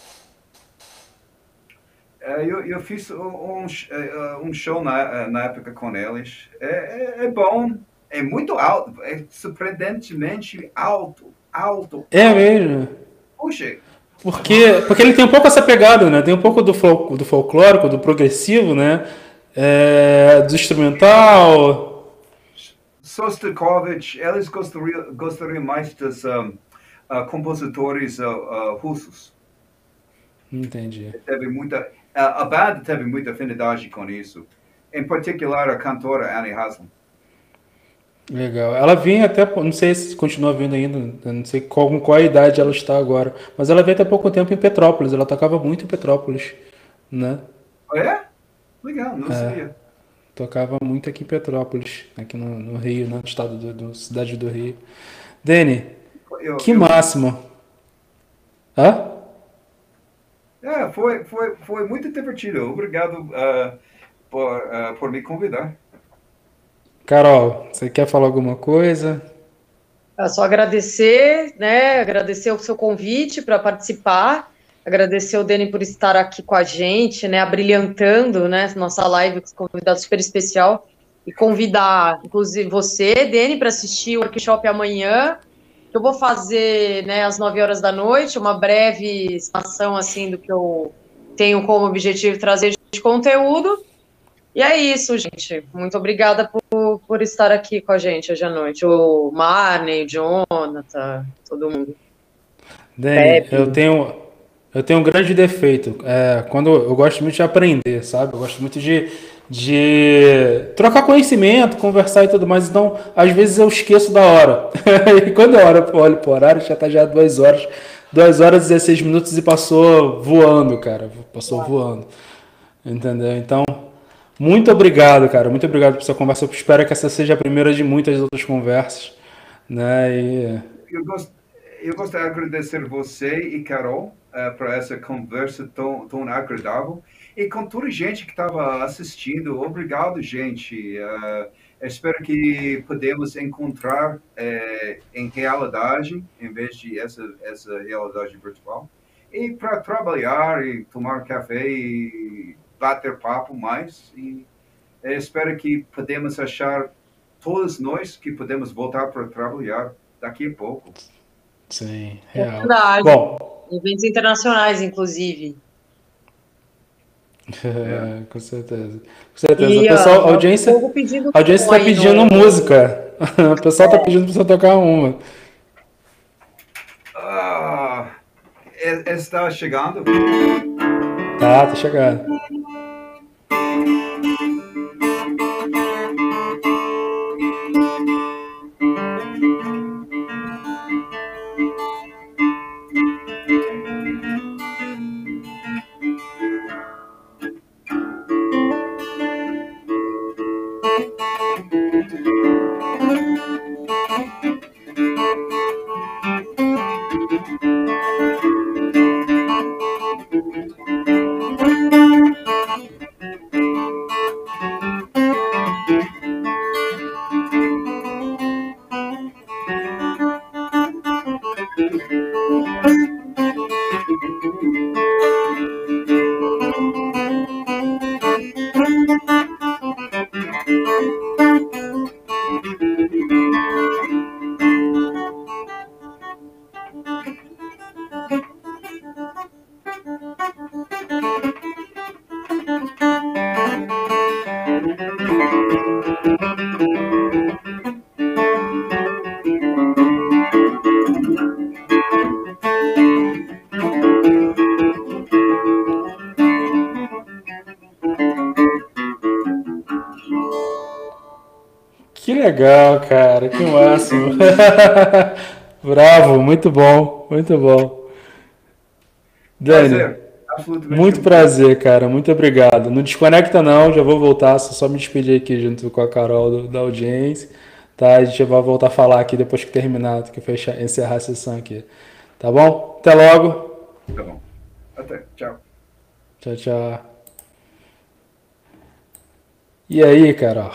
É, eu, eu fiz um, um show na, na época com eles. É, é, é bom, é muito alto, é surpreendentemente alto, alto, É alto. mesmo. Puxa, Porque, porque ele tem um pouco essa pegada, né? Tem um pouco do, fol, do folclórico, do progressivo, né? É, do instrumental. Sostakovich, eles gostariam, gostariam mais dos um, uh, compositores uh, uh, russos. Entendi. Teve muita, a, a banda teve muita afinidade com isso. Em particular, a cantora Annie Haslam. Legal. Ela vinha até, não sei se continua vindo ainda, eu não sei qual, com qual idade ela está agora, mas ela veio até pouco tempo em Petrópolis, ela tocava muito em Petrópolis, né? Oh, é? Legal, não sabia. Tocava muito aqui em Petrópolis, aqui no, no Rio, no estado do, do cidade do Rio. Dani, Eu, que eu, máximo. Hã? é, foi, foi, foi muito divertido. Obrigado uh, por, uh, por me convidar. Carol, você quer falar alguma coisa? É só agradecer, né? Agradecer o seu convite para participar, agradecer o Dani por estar aqui com a gente, né? Abrilhantando, né? Nossa live com convidado super especial e convidar, inclusive você, Dani, para assistir o workshop amanhã. Eu vou fazer, né? Às nove horas da noite, uma breve expansão assim do que eu tenho como objetivo trazer de conteúdo. E é isso, gente. Muito obrigada por, por estar aqui com a gente hoje à noite. O Marney, o Jonathan, todo mundo. Dani, eu Pepe. tenho, eu tenho um grande defeito. É, quando eu gosto muito de aprender, sabe? Eu gosto muito de, de trocar conhecimento, conversar e tudo mais. Então, às vezes eu esqueço da hora. E quando eu olho, olho pro horário, já tá já duas horas. Duas horas e dezesseis minutos e passou voando, cara. Passou voando. Entendeu? Então, muito obrigado, cara. Muito obrigado por sua conversa. Eu espero que essa seja a primeira de muitas outras conversas. Né? E... Eu, gost... eu gostaria de agradecer você e Carol uh, por essa conversa tão, tão agradável. E com toda a gente que estava assistindo, obrigado, gente. Uh, espero que podemos encontrar uh, em realidade, em vez de essa, essa realidade virtual. E para trabalhar e tomar café e bater papo mais. E uh, espero que podemos achar, todos nós, que podemos voltar para trabalhar daqui a pouco. Sim, É real. verdade. Bom, Eventos internacionais, inclusive. É, com certeza. Com certeza. E O pessoal, a ó, o audiência, povo pedindo a audiência som tá aí pedindo no. música. O pessoal tá pedindo pra você tocar uma. Ah, é- está chegando? Tá, tá chegando. Que legal, cara. Que máximo. Bravo, muito bom, muito bom. Dani, Prazer. Absolutamente muito um prazer. prazer, cara. Muito obrigado. Não desconecta não, já vou voltar. Só só me despedir aqui junto com a Carol do- da audiência. Tá? A gente vai voltar a falar aqui depois que terminar, que fechar, encerrar a sessão aqui. Tá bom? Até logo. Tá bom. Até. Tchau. Tchau, tchau. E aí, Carol?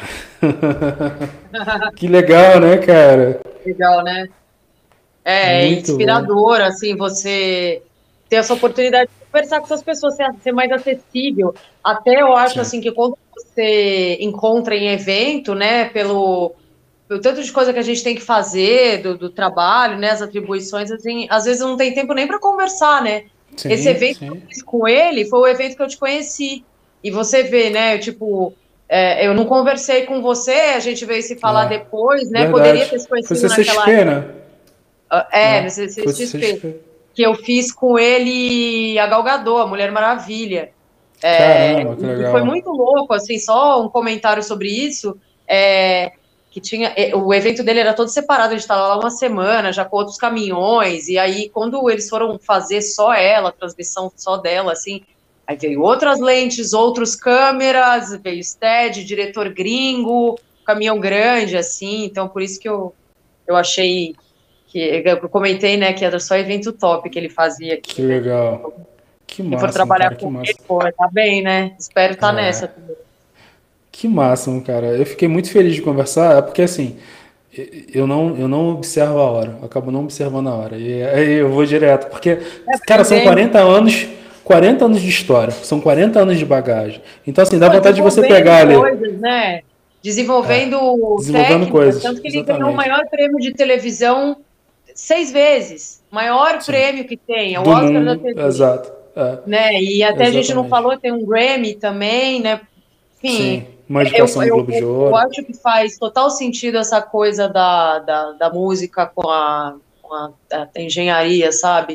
Que legal, né, cara? Legal, né? É Muito bom. inspirador, assim, você ter essa oportunidade de conversar com essas pessoas, ser, ser mais acessível. Até eu acho, Sim. assim, que quando você encontra em evento, né, pelo, pelo tanto de coisa que a gente tem que fazer, do, do trabalho, né, as atribuições, assim, às vezes não tem tempo nem para conversar, né? Esse Sim, evento que eu sim. fiz com ele foi o evento que eu te conheci. E você vê, né, eu, tipo, é, eu não conversei com você, a gente veio se falar É, depois, né, poderia ter verdade. se Foi conhecido naquela C C X P, né? é, É, no foi C C X P, C C X P. que eu fiz com ele a Gal Gadot, a Mulher Maravilha. É, Caramba, que e foi legal. muito louco, assim, só um comentário sobre isso, é, que tinha, é, o evento dele era todo separado, a gente estava lá uma semana, já com outros caminhões, e aí quando eles foram fazer só ela, a transmissão só dela, assim, aí veio outras lentes, outros câmeras, veio stead, diretor gringo, caminhão grande, assim, então por isso que eu, eu achei que eu comentei, né, que era só evento top que ele fazia aqui, Que né? legal. Que Quem for máximo, trabalhar cara, que com ele, máximo. pô, tá bem, né? Espero estar É, nessa também. que máximo, cara. Eu fiquei muito feliz de conversar, é porque assim, e- eu não, eu não observo a hora, eu acabo não observando a hora. E aí eu vou direto, porque, É cara, são aprendendo, quarenta anos, quarenta anos de história, são quarenta anos de bagagem. Então, assim, dá pô, vontade de você desenvolvendo pegar ali, coisas, né? Desenvolvendo desenvolvendo técnicas, coisas, tanto que ele ganhou o exatamente. maior prêmio de televisão seis vezes. Maior Sim. prêmio que tem, é o Do Oscar da mundo, T V, exato. É, né? E até a gente não exatamente. falou, tem um Grammy também, né? Sim, Enfim, uma eu, indicação do eu, Globo de eu Ouro. acho que faz total sentido essa coisa da, da, da música com a, com a, a engenharia, sabe?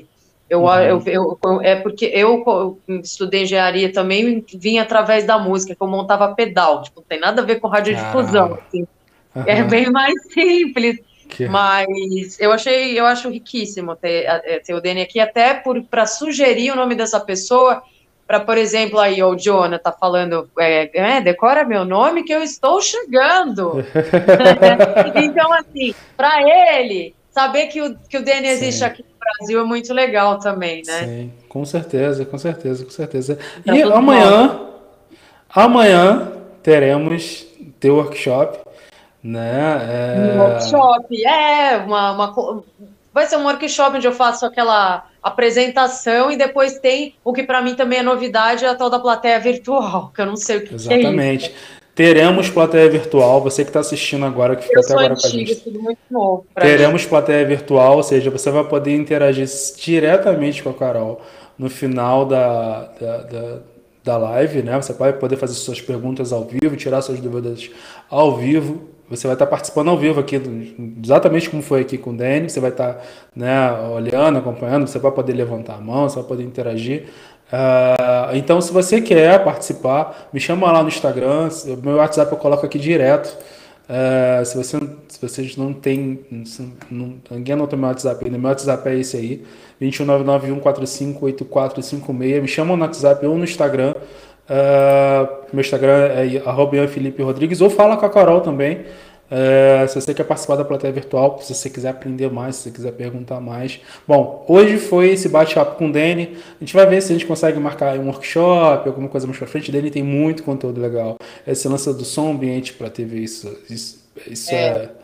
Eu, eu, Uhum. eu, eu- é porque eu, co- estudei engenharia também, vim através da música, que eu montava pedal, tipo, não tem nada a ver com radiodifusão, Caramba. assim. É Aham. bem mais simples, Que... mas eu achei, eu acho riquíssimo ter, é, ter o Dani aqui, até para sugerir o nome dessa pessoa, para, por exemplo, aí o Jonah tá falando, é, é, decora meu nome que eu estou chegando. Então, assim, para ele, saber que o, que o Dani existe Sim. aqui no Brasil é muito legal também, né? Sim, com certeza, com certeza, com certeza. Para E todos nós. amanhã, amanhã teremos teu workshop, né? Um É, workshop, é, uma, uma, co- vai ser um workshop onde eu faço aquela apresentação e depois tem o que para mim também é novidade, é a tal da plateia virtual, que eu não sei o que que é isso. exatamente. Teremos plateia virtual. Você que está assistindo agora, que ficou Eu até sou agora com a antiga, gente. é tudo muito novo para mim. Teremos plateia virtual, ou seja, você vai poder interagir diretamente com a Carol no final da, da, da, da live, né? Você vai poder fazer suas perguntas ao vivo, tirar suas dúvidas ao vivo. Você vai estar participando ao vivo aqui, do- exatamente como foi aqui com o Dani. Você vai estar, né, olhando, acompanhando. Você vai poder levantar a mão, você vai poder interagir. Ah, então, se você quer participar, me chama lá no Instagram. O meu WhatsApp eu coloco aqui direto. É, se, você, se vocês não têm. Se não, ninguém anotou meu WhatsApp ainda, meu WhatsApp é esse aí: dois um nove nove um quatro cinco oito quatro cinco seis. Me chamam no WhatsApp ou no Instagram. É, meu Instagram é arroba Ian Felipe Rodrigues, ou fala com a Carol também. É, se você quer participar da plateia virtual, se você quiser aprender mais, se você quiser perguntar mais. Bom, hoje foi esse bate-papo com o Dani. A gente vai ver se a gente consegue marcar um workshop, alguma coisa mais pra frente. O Dani tem muito conteúdo legal. Esse lance do som ambiente para T V, isso, isso, isso É, é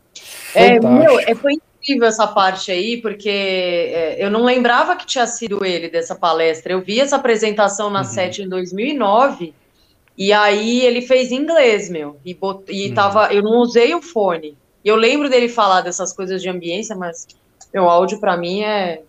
é, meu, é, fantástico. foi incrível essa parte aí, porque é, eu não lembrava que tinha sido ele dessa palestra. Eu vi essa apresentação na SET em dois mil e nove. E aí ele fez em inglês, meu. E, bot... e tava... eu não usei o fone. E eu lembro dele falar dessas coisas de ambiência, mas meu áudio para mim é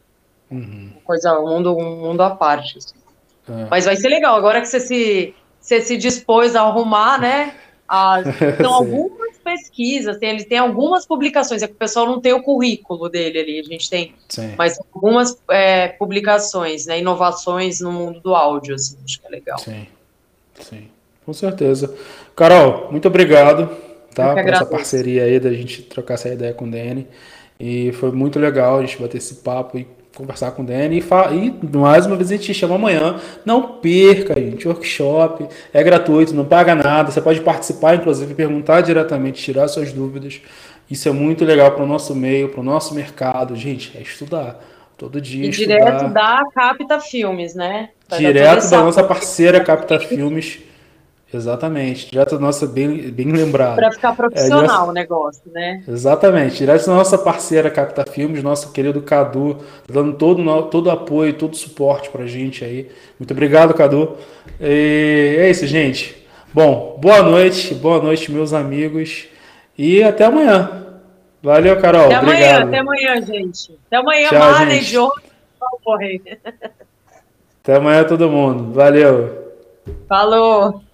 uma coisa, um mundo, um mundo à parte, assim. Mas vai ser legal, agora que você se, você se dispôs a arrumar, né? As... São Sim, algumas pesquisas, tem, ele tem algumas publicações, é que o pessoal não tem o currículo dele ali, a gente tem, sim, mas algumas é, publicações, né? Inovações no mundo do áudio, assim, acho que é legal. sim, sim, com certeza. Carol, muito obrigado, Eu tá, que por essa agradeço. parceria aí da gente trocar essa ideia com o Dani. E foi muito legal a gente bater esse papo e conversar com o Dani. E, fa- e mais uma vez a gente te chama amanhã. Não perca, gente. Workshop é gratuito, não paga nada. Você pode participar, inclusive, perguntar diretamente, tirar suas dúvidas. Isso é muito legal para o nosso meio, para o nosso mercado. Gente, é estudar. Todo dia E direto estudar. da Capta Filmes, né? Vai dar todo Direto esse da nossa apoio parceira Capta Filmes. Exatamente. Direto da nossa, bem, bem lembrado. para ficar É, direto, profissional o negócio, né? exatamente. Direto da nossa parceira Capta Filmes, nosso querido Cadu, dando todo, no- todo o apoio, todo o suporte pra gente aí. Muito obrigado, Cadu. E é isso, gente. Bom, boa noite, boa noite, meus amigos. E até amanhã. Valeu, Carol. Até amanhã, até Obrigado. amanhã, gente. Até amanhã, Tchau, Marley, gente. John, correr. Até amanhã, todo mundo. Valeu. Falou.